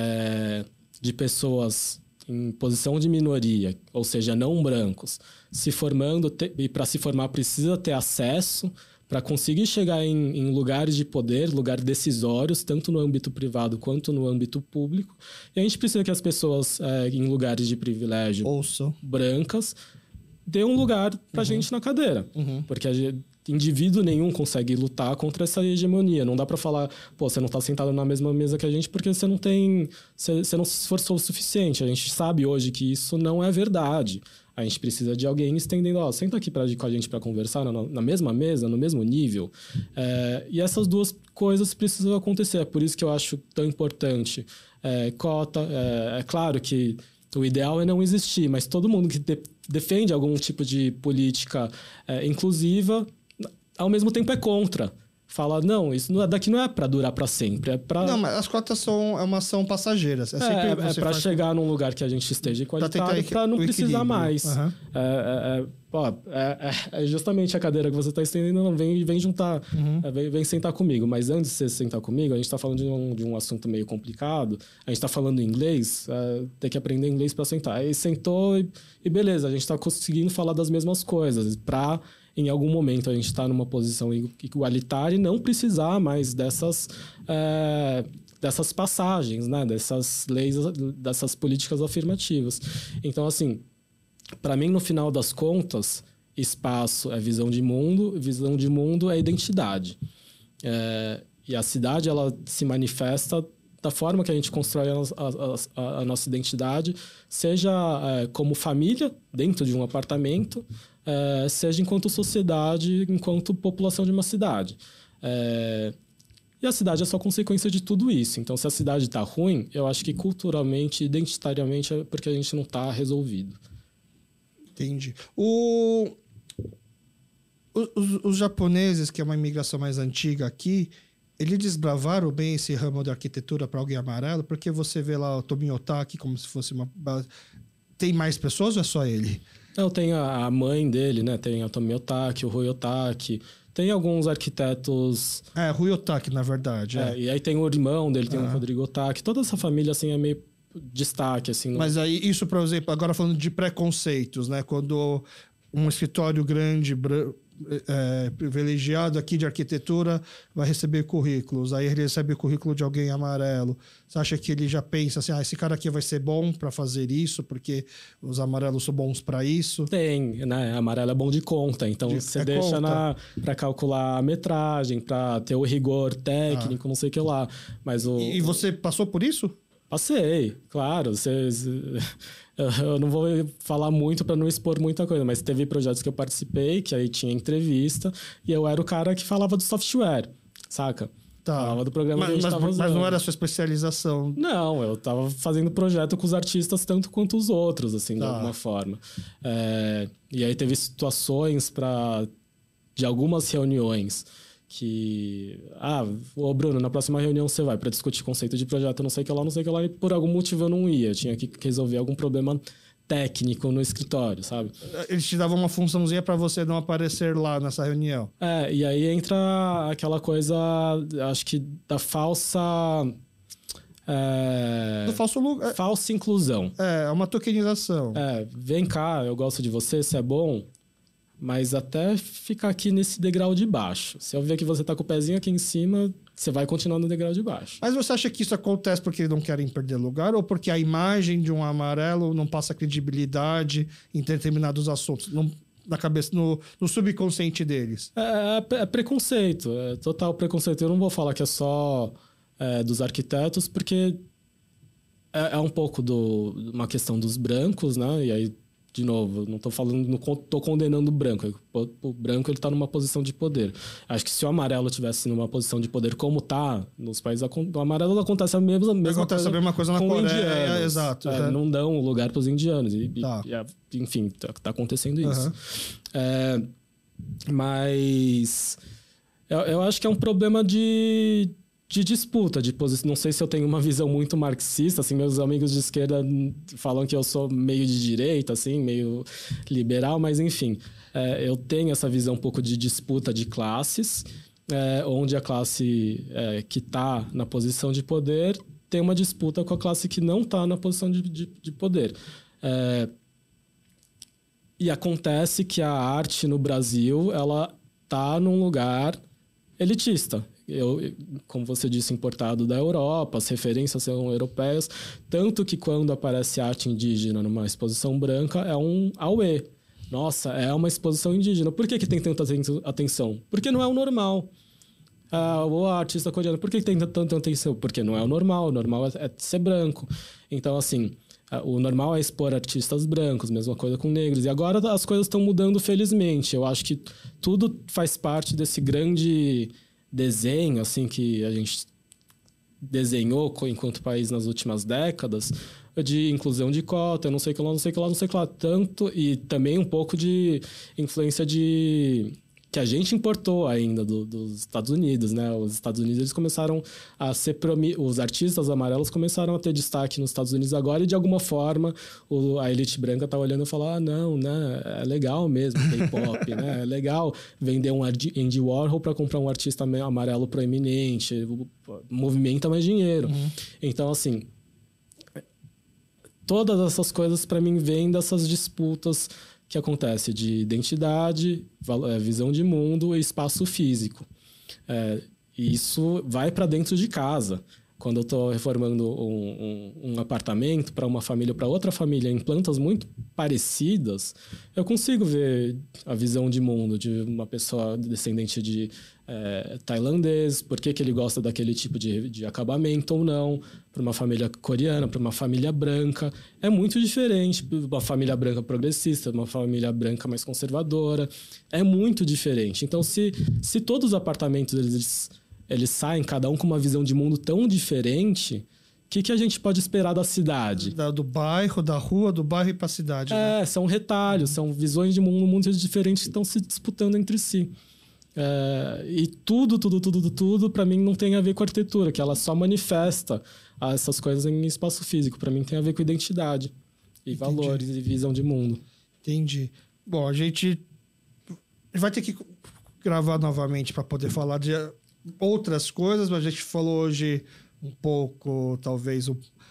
É, de pessoas em posição de minoria, ou seja, não brancos, se formando, te, e para se formar precisa ter acesso para conseguir chegar em, em lugares de poder, lugares decisórios, tanto no âmbito privado quanto no âmbito público. E a gente precisa que as pessoas é, em lugares de privilégio Ouçam. brancas dê um lugar para a uhum. gente na cadeira. Uhum. Porque a gente... indivíduo nenhum consegue lutar contra essa hegemonia. Não dá para falar, pô, você não tá sentado na mesma mesa que a gente porque você não tem... Você, você não se esforçou o suficiente. A gente sabe hoje que isso não é verdade. A gente precisa de alguém estendendo, ó, senta aqui pra, com a gente para conversar na, na mesma mesa, no mesmo nível. É, e essas duas coisas precisam acontecer. É por isso que eu acho tão importante é, cota. É, é claro que o ideal é não existir, mas todo mundo que de, defende algum tipo de política é, inclusiva... ao mesmo tempo é contra. Fala, não, isso não é, daqui não é para durar para sempre, é para... Não, mas as cotas são, é uma, são passageiras. É, é, é para chegar num lugar que a gente esteja igualitário, para não precisar mais. Uhum. É, é, é, é, é justamente a cadeira que você está estendendo, não, vem, vem juntar, uhum. é, vem, vem sentar comigo. Mas antes de você sentar comigo, a gente está falando de um, de um assunto meio complicado, a gente está falando inglês, é, tem que aprender inglês para sentar. Aí sentou e, e beleza, a gente está conseguindo falar das mesmas coisas, para... em algum momento a gente está numa posição igualitária e não precisar mais dessas, é, dessas passagens, né? Dessas leis, dessas políticas afirmativas. Então, assim, para mim, no final das contas, espaço é visão de mundo, visão de mundo é identidade. É, e a cidade, ela se manifesta da forma que a gente constrói a, a, a, a nossa identidade, seja é, como família, dentro de um apartamento, é, seja enquanto sociedade, enquanto população de uma cidade. É, E a cidade é só consequência de tudo isso. Então, se a cidade está ruim, eu acho que culturalmente, identitariamente, é porque a gente não está resolvido. Entendi. O... Os, os japoneses, que é uma imigração mais antiga aqui, eles desbravaram bem esse ramo da arquitetura para alguém amarelo, porque você vê lá o Tomiotaki como se fosse uma base. Tem mais pessoas ou é só ele? Eu tenho a mãe dele, né? Tem a Tomiotaki, o Rui Otaki. Tem alguns arquitetos... É, Rui Otaki, na verdade. É. É, e aí tem o irmão dele, tem ah. o Rodrigo Otaki. Toda essa família, assim, é meio destaque, assim. No... Mas aí, isso, por exemplo, agora falando de preconceitos, né? Quando um escritório grande... É, privilegiado aqui de arquitetura vai receber currículos, aí ele recebe o currículo de alguém amarelo, você acha que ele já pensa assim, ah, esse cara aqui vai ser bom para fazer isso porque os amarelos são bons para isso? Tem, né? Amarelo é bom de conta, então de, você é deixa para calcular a metragem, para ter o rigor técnico, ah. não sei o que lá. Mas o, e, e você passou por isso? Passei, claro. Vocês... Eu não vou falar muito para não expor muita coisa, mas teve projetos que eu participei, que aí tinha entrevista, e eu era o cara que falava do software, saca? Tá. Falava do programa mas, que a gente mas, tava usando. Mas não era a sua especialização? Não, eu tava fazendo projeto com os artistas tanto quanto os outros, assim, tá. de alguma forma. É, e aí teve situações para de algumas reuniões que... Ah, ô Bruno, na próxima reunião você vai para discutir conceito de projeto, não sei o que lá, não sei o que lá, e por algum motivo eu não ia. Eu tinha que resolver algum problema técnico no escritório, sabe? Eles te davam uma funçãozinha para você não aparecer lá nessa reunião. É, e aí entra aquela coisa, acho que da falsa... É... Do falso lugar. Falsa inclusão. É, uma tokenização. É, vem cá, eu gosto de você, você é bom... Mas até ficar aqui nesse degrau de baixo. Se eu ver que você tá com o pezinho aqui em cima, você vai continuar no degrau de baixo. Mas você acha que isso acontece porque eles não querem perder lugar ou porque a imagem de um amarelo não passa credibilidade em determinados assuntos? Não, na cabeça, no, no subconsciente deles? É, é, é preconceito. É total preconceito. Eu não vou falar que é só é, dos arquitetos, porque é, é um pouco do, uma questão dos brancos, né? E aí... De novo, não estou falando, não estou condenando o branco. O branco ele está numa posição de poder. Acho que se o amarelo tivesse numa posição de poder como está nos países, o amarelo acontece a mesma, mesma acontece coisa. A mesma coisa na com Coreia, indianos. É, exato. É, é. Não dão lugar para os indianos. E, tá. e, enfim, está tá acontecendo isso. Uhum. É, mas eu, eu acho que é um problema de... de disputa, de posição. Não sei se eu tenho uma visão muito marxista, assim, meus amigos de esquerda falam que eu sou meio de direita, assim, meio liberal, mas enfim, é, eu tenho essa visão um pouco de disputa de classes, é, onde a classe é, que está na posição de poder tem uma disputa com a classe que não está na posição de, de, de poder. É, e acontece que a arte no Brasil, ela está num lugar elitista. Eu, como você disse, importado da Europa, as referências são europeias, tanto que quando aparece arte indígena numa exposição branca, é um auê. Nossa, é uma exposição indígena. Por que, que tem tanta atenção? Porque não é o normal. Ah, o artista coreano, por que, que tem tanta atenção? Porque não é o normal. O normal é, é ser branco. Então, assim, o normal é expor artistas brancos, mesma coisa com negros. E agora as coisas estão mudando, felizmente. Eu acho que tudo faz parte desse grande... desenho, assim, que a gente desenhou enquanto país nas últimas décadas, de inclusão de cota, não sei o que lá, não sei o que lá, não sei o que lá, tanto, e também um pouco de influência de... que a gente importou ainda do, dos Estados Unidos, né? Os Estados Unidos, eles começaram a ser... Promi... Os artistas amarelos começaram a ter destaque nos Estados Unidos agora e, de alguma forma, o... a elite branca tá olhando e fala, ah, não, né? É legal mesmo K-pop, né? É legal vender um Andy Warhol para comprar um artista amarelo proeminente, movimenta mais dinheiro. Uhum. Então, assim... Todas essas coisas, para mim, vêm dessas disputas que acontece de identidade, visão de mundo e espaço físico. É, e isso vai para dentro de casa. Quando eu estou reformando um, um, um apartamento para uma família ou para outra família em plantas muito parecidas, eu consigo ver a visão de mundo de uma pessoa descendente de é, tailandês, por que, que ele gosta daquele tipo de, de acabamento ou não, para uma família coreana, para uma família branca. É muito diferente, uma família branca progressista, uma família branca mais conservadora. É muito diferente. Então, se, se todos os apartamentos eles eles saem, cada um com uma visão de mundo tão diferente. O que, que a gente pode esperar da cidade? Da, do bairro, da rua, do bairro e para a cidade. É, né? são retalhos, são visões de mundo muito diferentes que estão se disputando entre si. É, e tudo, tudo, tudo, tudo, tudo, para mim não tem a ver com arquitetura, que ela só manifesta essas coisas em espaço físico. Para mim tem a ver com identidade e Entendi. valores e visão de mundo. Entendi. Bom, a gente vai ter que gravar novamente para poder falar de outras coisas, mas a gente falou hoje um pouco, talvez, um...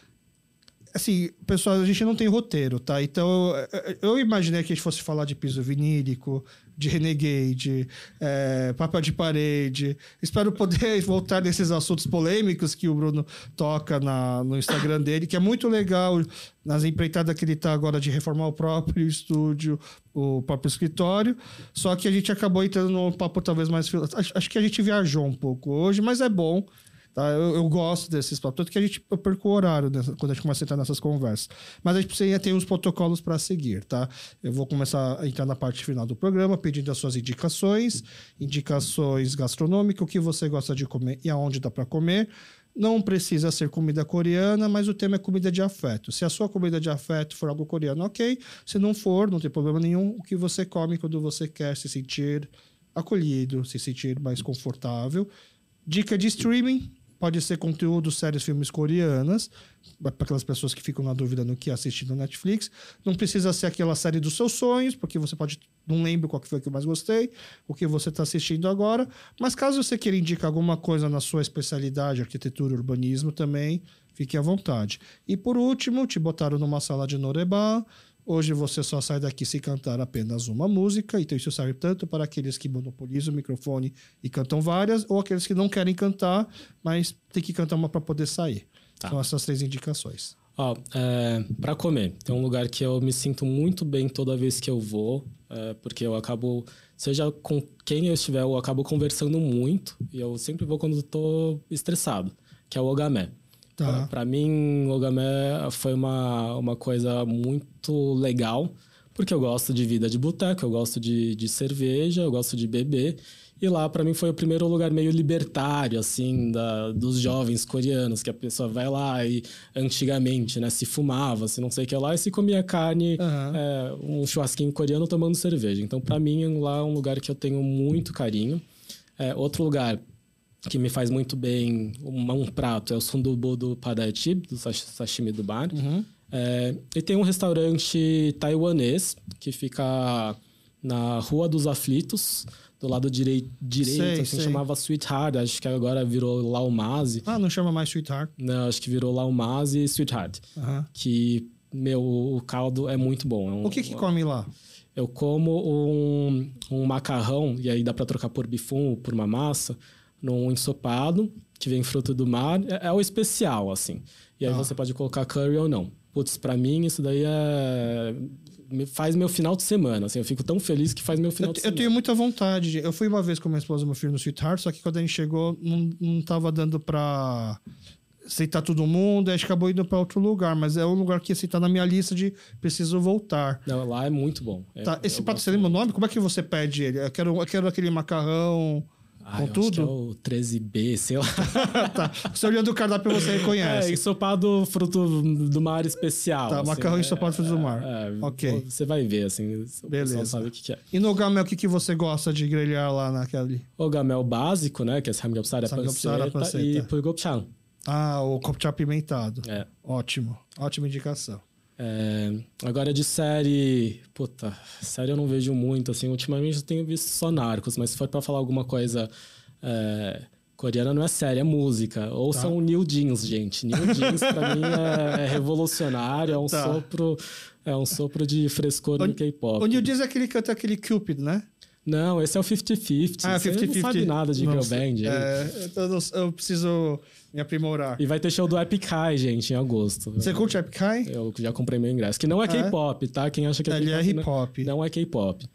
assim, pessoal, a gente não tem roteiro, tá? Então, eu imaginei que a gente fosse falar de piso vinílico, de Renegade, é, papel de parede. Espero poder voltar nesses assuntos polêmicos que o Bruno toca na, no Instagram dele, que é muito legal nas empreitadas que ele está agora de reformar o próprio estúdio, o próprio escritório. Só que a gente acabou entrando num papo talvez mais... Acho, acho que a gente viajou um pouco hoje, mas é bom. Tá? Eu, eu gosto desses papos, tanto que a gente eu perco o horário nessa, quando a gente começa a entrar nessas conversas. Mas a gente precisa ter uns protocolos para seguir, tá? Eu vou começar a entrar na parte final do programa, pedindo as suas indicações, indicações gastronômicas, o que você gosta de comer e aonde dá para comer. Não precisa ser comida coreana, mas o tema é comida de afeto. Se a sua comida de afeto for algo coreano, ok. Se não for, não tem problema nenhum. O que você come quando você quer se sentir acolhido, se sentir mais confortável. Dica de streaming. Pode ser conteúdo, séries, filmes coreanas, para aquelas pessoas que ficam na dúvida no que assistir no Netflix. Não precisa ser aquela série dos seus sonhos, porque você pode... Não lembro qual que foi que eu mais gostei, o que você está assistindo agora. Mas caso você queira indicar alguma coisa na sua especialidade, arquitetura e urbanismo também, fique à vontade. E por último, te botaram numa sala de Norebá. Hoje você só sai daqui se cantar apenas uma música, então isso serve tanto para aqueles que monopolizam o microfone e cantam várias, ou aqueles que não querem cantar, mas tem que cantar uma para poder sair. Tá. São essas três indicações. Ó, é, para comer, tem um lugar que eu me sinto muito bem toda vez que eu vou, é, porque eu acabo, seja com quem eu estiver, eu acabo conversando muito, e eu sempre vou quando estou estressado, que é o Ogamé. Tá. Para mim, o Ogamé foi uma, uma coisa muito legal, porque eu gosto de vida de boteco, eu gosto de, de cerveja, eu gosto de beber. E lá, para mim, foi o primeiro lugar meio libertário, assim, da, dos jovens coreanos, que a pessoa vai lá e antigamente, né, se fumava, se não sei o que lá, e se comia carne, uhum. é, um churrasquinho coreano tomando cerveja. Então, para mim, lá é um lugar que eu tenho muito carinho. É, outro lugar que me faz muito bem um, um prato é o sundubu do Padachi, do sashimi do bar. Uhum. É, e tem um restaurante taiwanês que fica na Rua dos Aflitos, do lado direi- direito, sei, assim, sei. Chamava Sweetheart, acho que agora virou Laomazi. Ah, não chama mais Sweetheart? Não, acho que virou Laomazi e Sweetheart. Uhum. Que, meu, o caldo é muito bom. É um, o que que come lá? Eu como um, um macarrão, e aí dá pra trocar por bifum ou por uma massa, num ensopado, que vem fruto do mar. É, é o especial, assim. E aí ah. você pode colocar curry ou não. Putz, pra mim isso daí é... faz meu final de semana, assim. Eu fico tão feliz que faz meu final eu, de semana. Eu tenho muita vontade. De... Eu fui uma vez com minha esposa e meu filho no Sweetheart, só que quando a gente chegou, não, não tava dando pra aceitar todo mundo, aí a gente acabou indo pra outro lugar. Mas é um lugar que, assim, tá na minha lista de preciso voltar. Não, lá é muito bom. Tá. É, esse prato, você lembra o nome? Como é que você pede ele? Eu quero, eu quero aquele macarrão... Ah, com eu tudo? acho que é o treze B, sei lá. Tá. Você olhando o cardápio, você reconhece. É, ensopado fruto do mar especial. Tá, assim, macarrão é, ensopado fruto do mar. É, ok. Você vai ver, assim, o beleza. pessoal sabe o que, que é. E no Ogamé, o que, que você gosta de grelhar lá naquele? Ogamé é o básico, né? Que é samgyeopsal, a panceta, panceta e pulgopchan. Ah, o kopcha apimentado. É. Ótimo. Ótima indicação. É, agora de série... Puta, série eu não vejo muito, assim. Ultimamente eu tenho visto só Narcos, mas se for pra falar alguma coisa... É, coreana não é série, é música. Ouçam tá. o New Jeans, gente. New Jeans, pra mim, é, é revolucionário, é um, tá. sopro, é um sopro de frescor o, no K-pop. O New Jeans é aquele que canta aquele Cupid, né? Não, esse é o cinquenta cinquenta. Ah, Você cinquenta cinquenta. não sabe nada de girl band. É, eu, não, eu preciso me aprimorar. E vai ter show do Epic High, gente, em agosto. Você curte Epic High? Eu já comprei meu ingresso. Que não é K-pop, tá? Quem acha que é Ele K-pop... é hip-hop. Não, não é K-pop.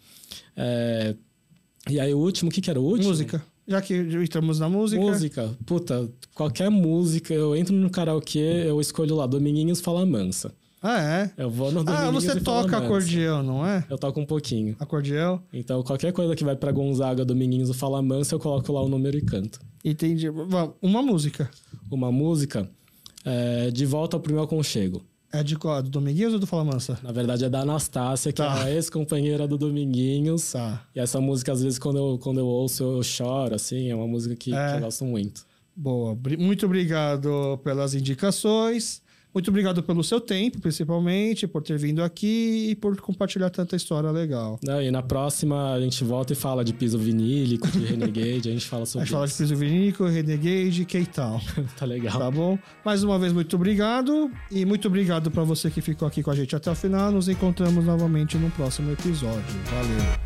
É... E aí o último, o que que era o último? Música. Já que entramos na música... Música. Puta, qualquer música. Eu entro no karaokê, eu escolho lá Dominguinhos Fala Mansa. Ah, é? Eu vou no Dominguinhos. Ah, você toca acordeão, não é? Eu toco um pouquinho. Acordeão? Então, qualquer coisa que vai pra Gonzaga, Dominguinhos ou Fala Mansa, eu coloco lá o número e canto. Entendi. Uma música. Uma música? É, De Volta pro Meu Aconchego. É de qual? Do Dominguinhos ou do Fala Mansa? Na verdade, é da Anastácia, que tá. é a ex-companheira do Dominguinhos. Tá. E essa música, às vezes, quando eu, quando eu ouço, eu choro, assim. É uma música que, é. que eu gosto muito. Boa. Muito obrigado pelas indicações. Muito obrigado pelo seu tempo, principalmente, por ter vindo aqui e por compartilhar tanta história legal. Não, e na próxima a gente volta e fala de piso vinílico, de Renegade, a gente fala sobre isso. A gente fala de piso vinílico, Renegade, que tal? Tá legal. Tá bom? Mais uma vez, muito obrigado. E muito obrigado para você que ficou aqui com a gente até o final. Nos encontramos novamente no próximo episódio. Valeu!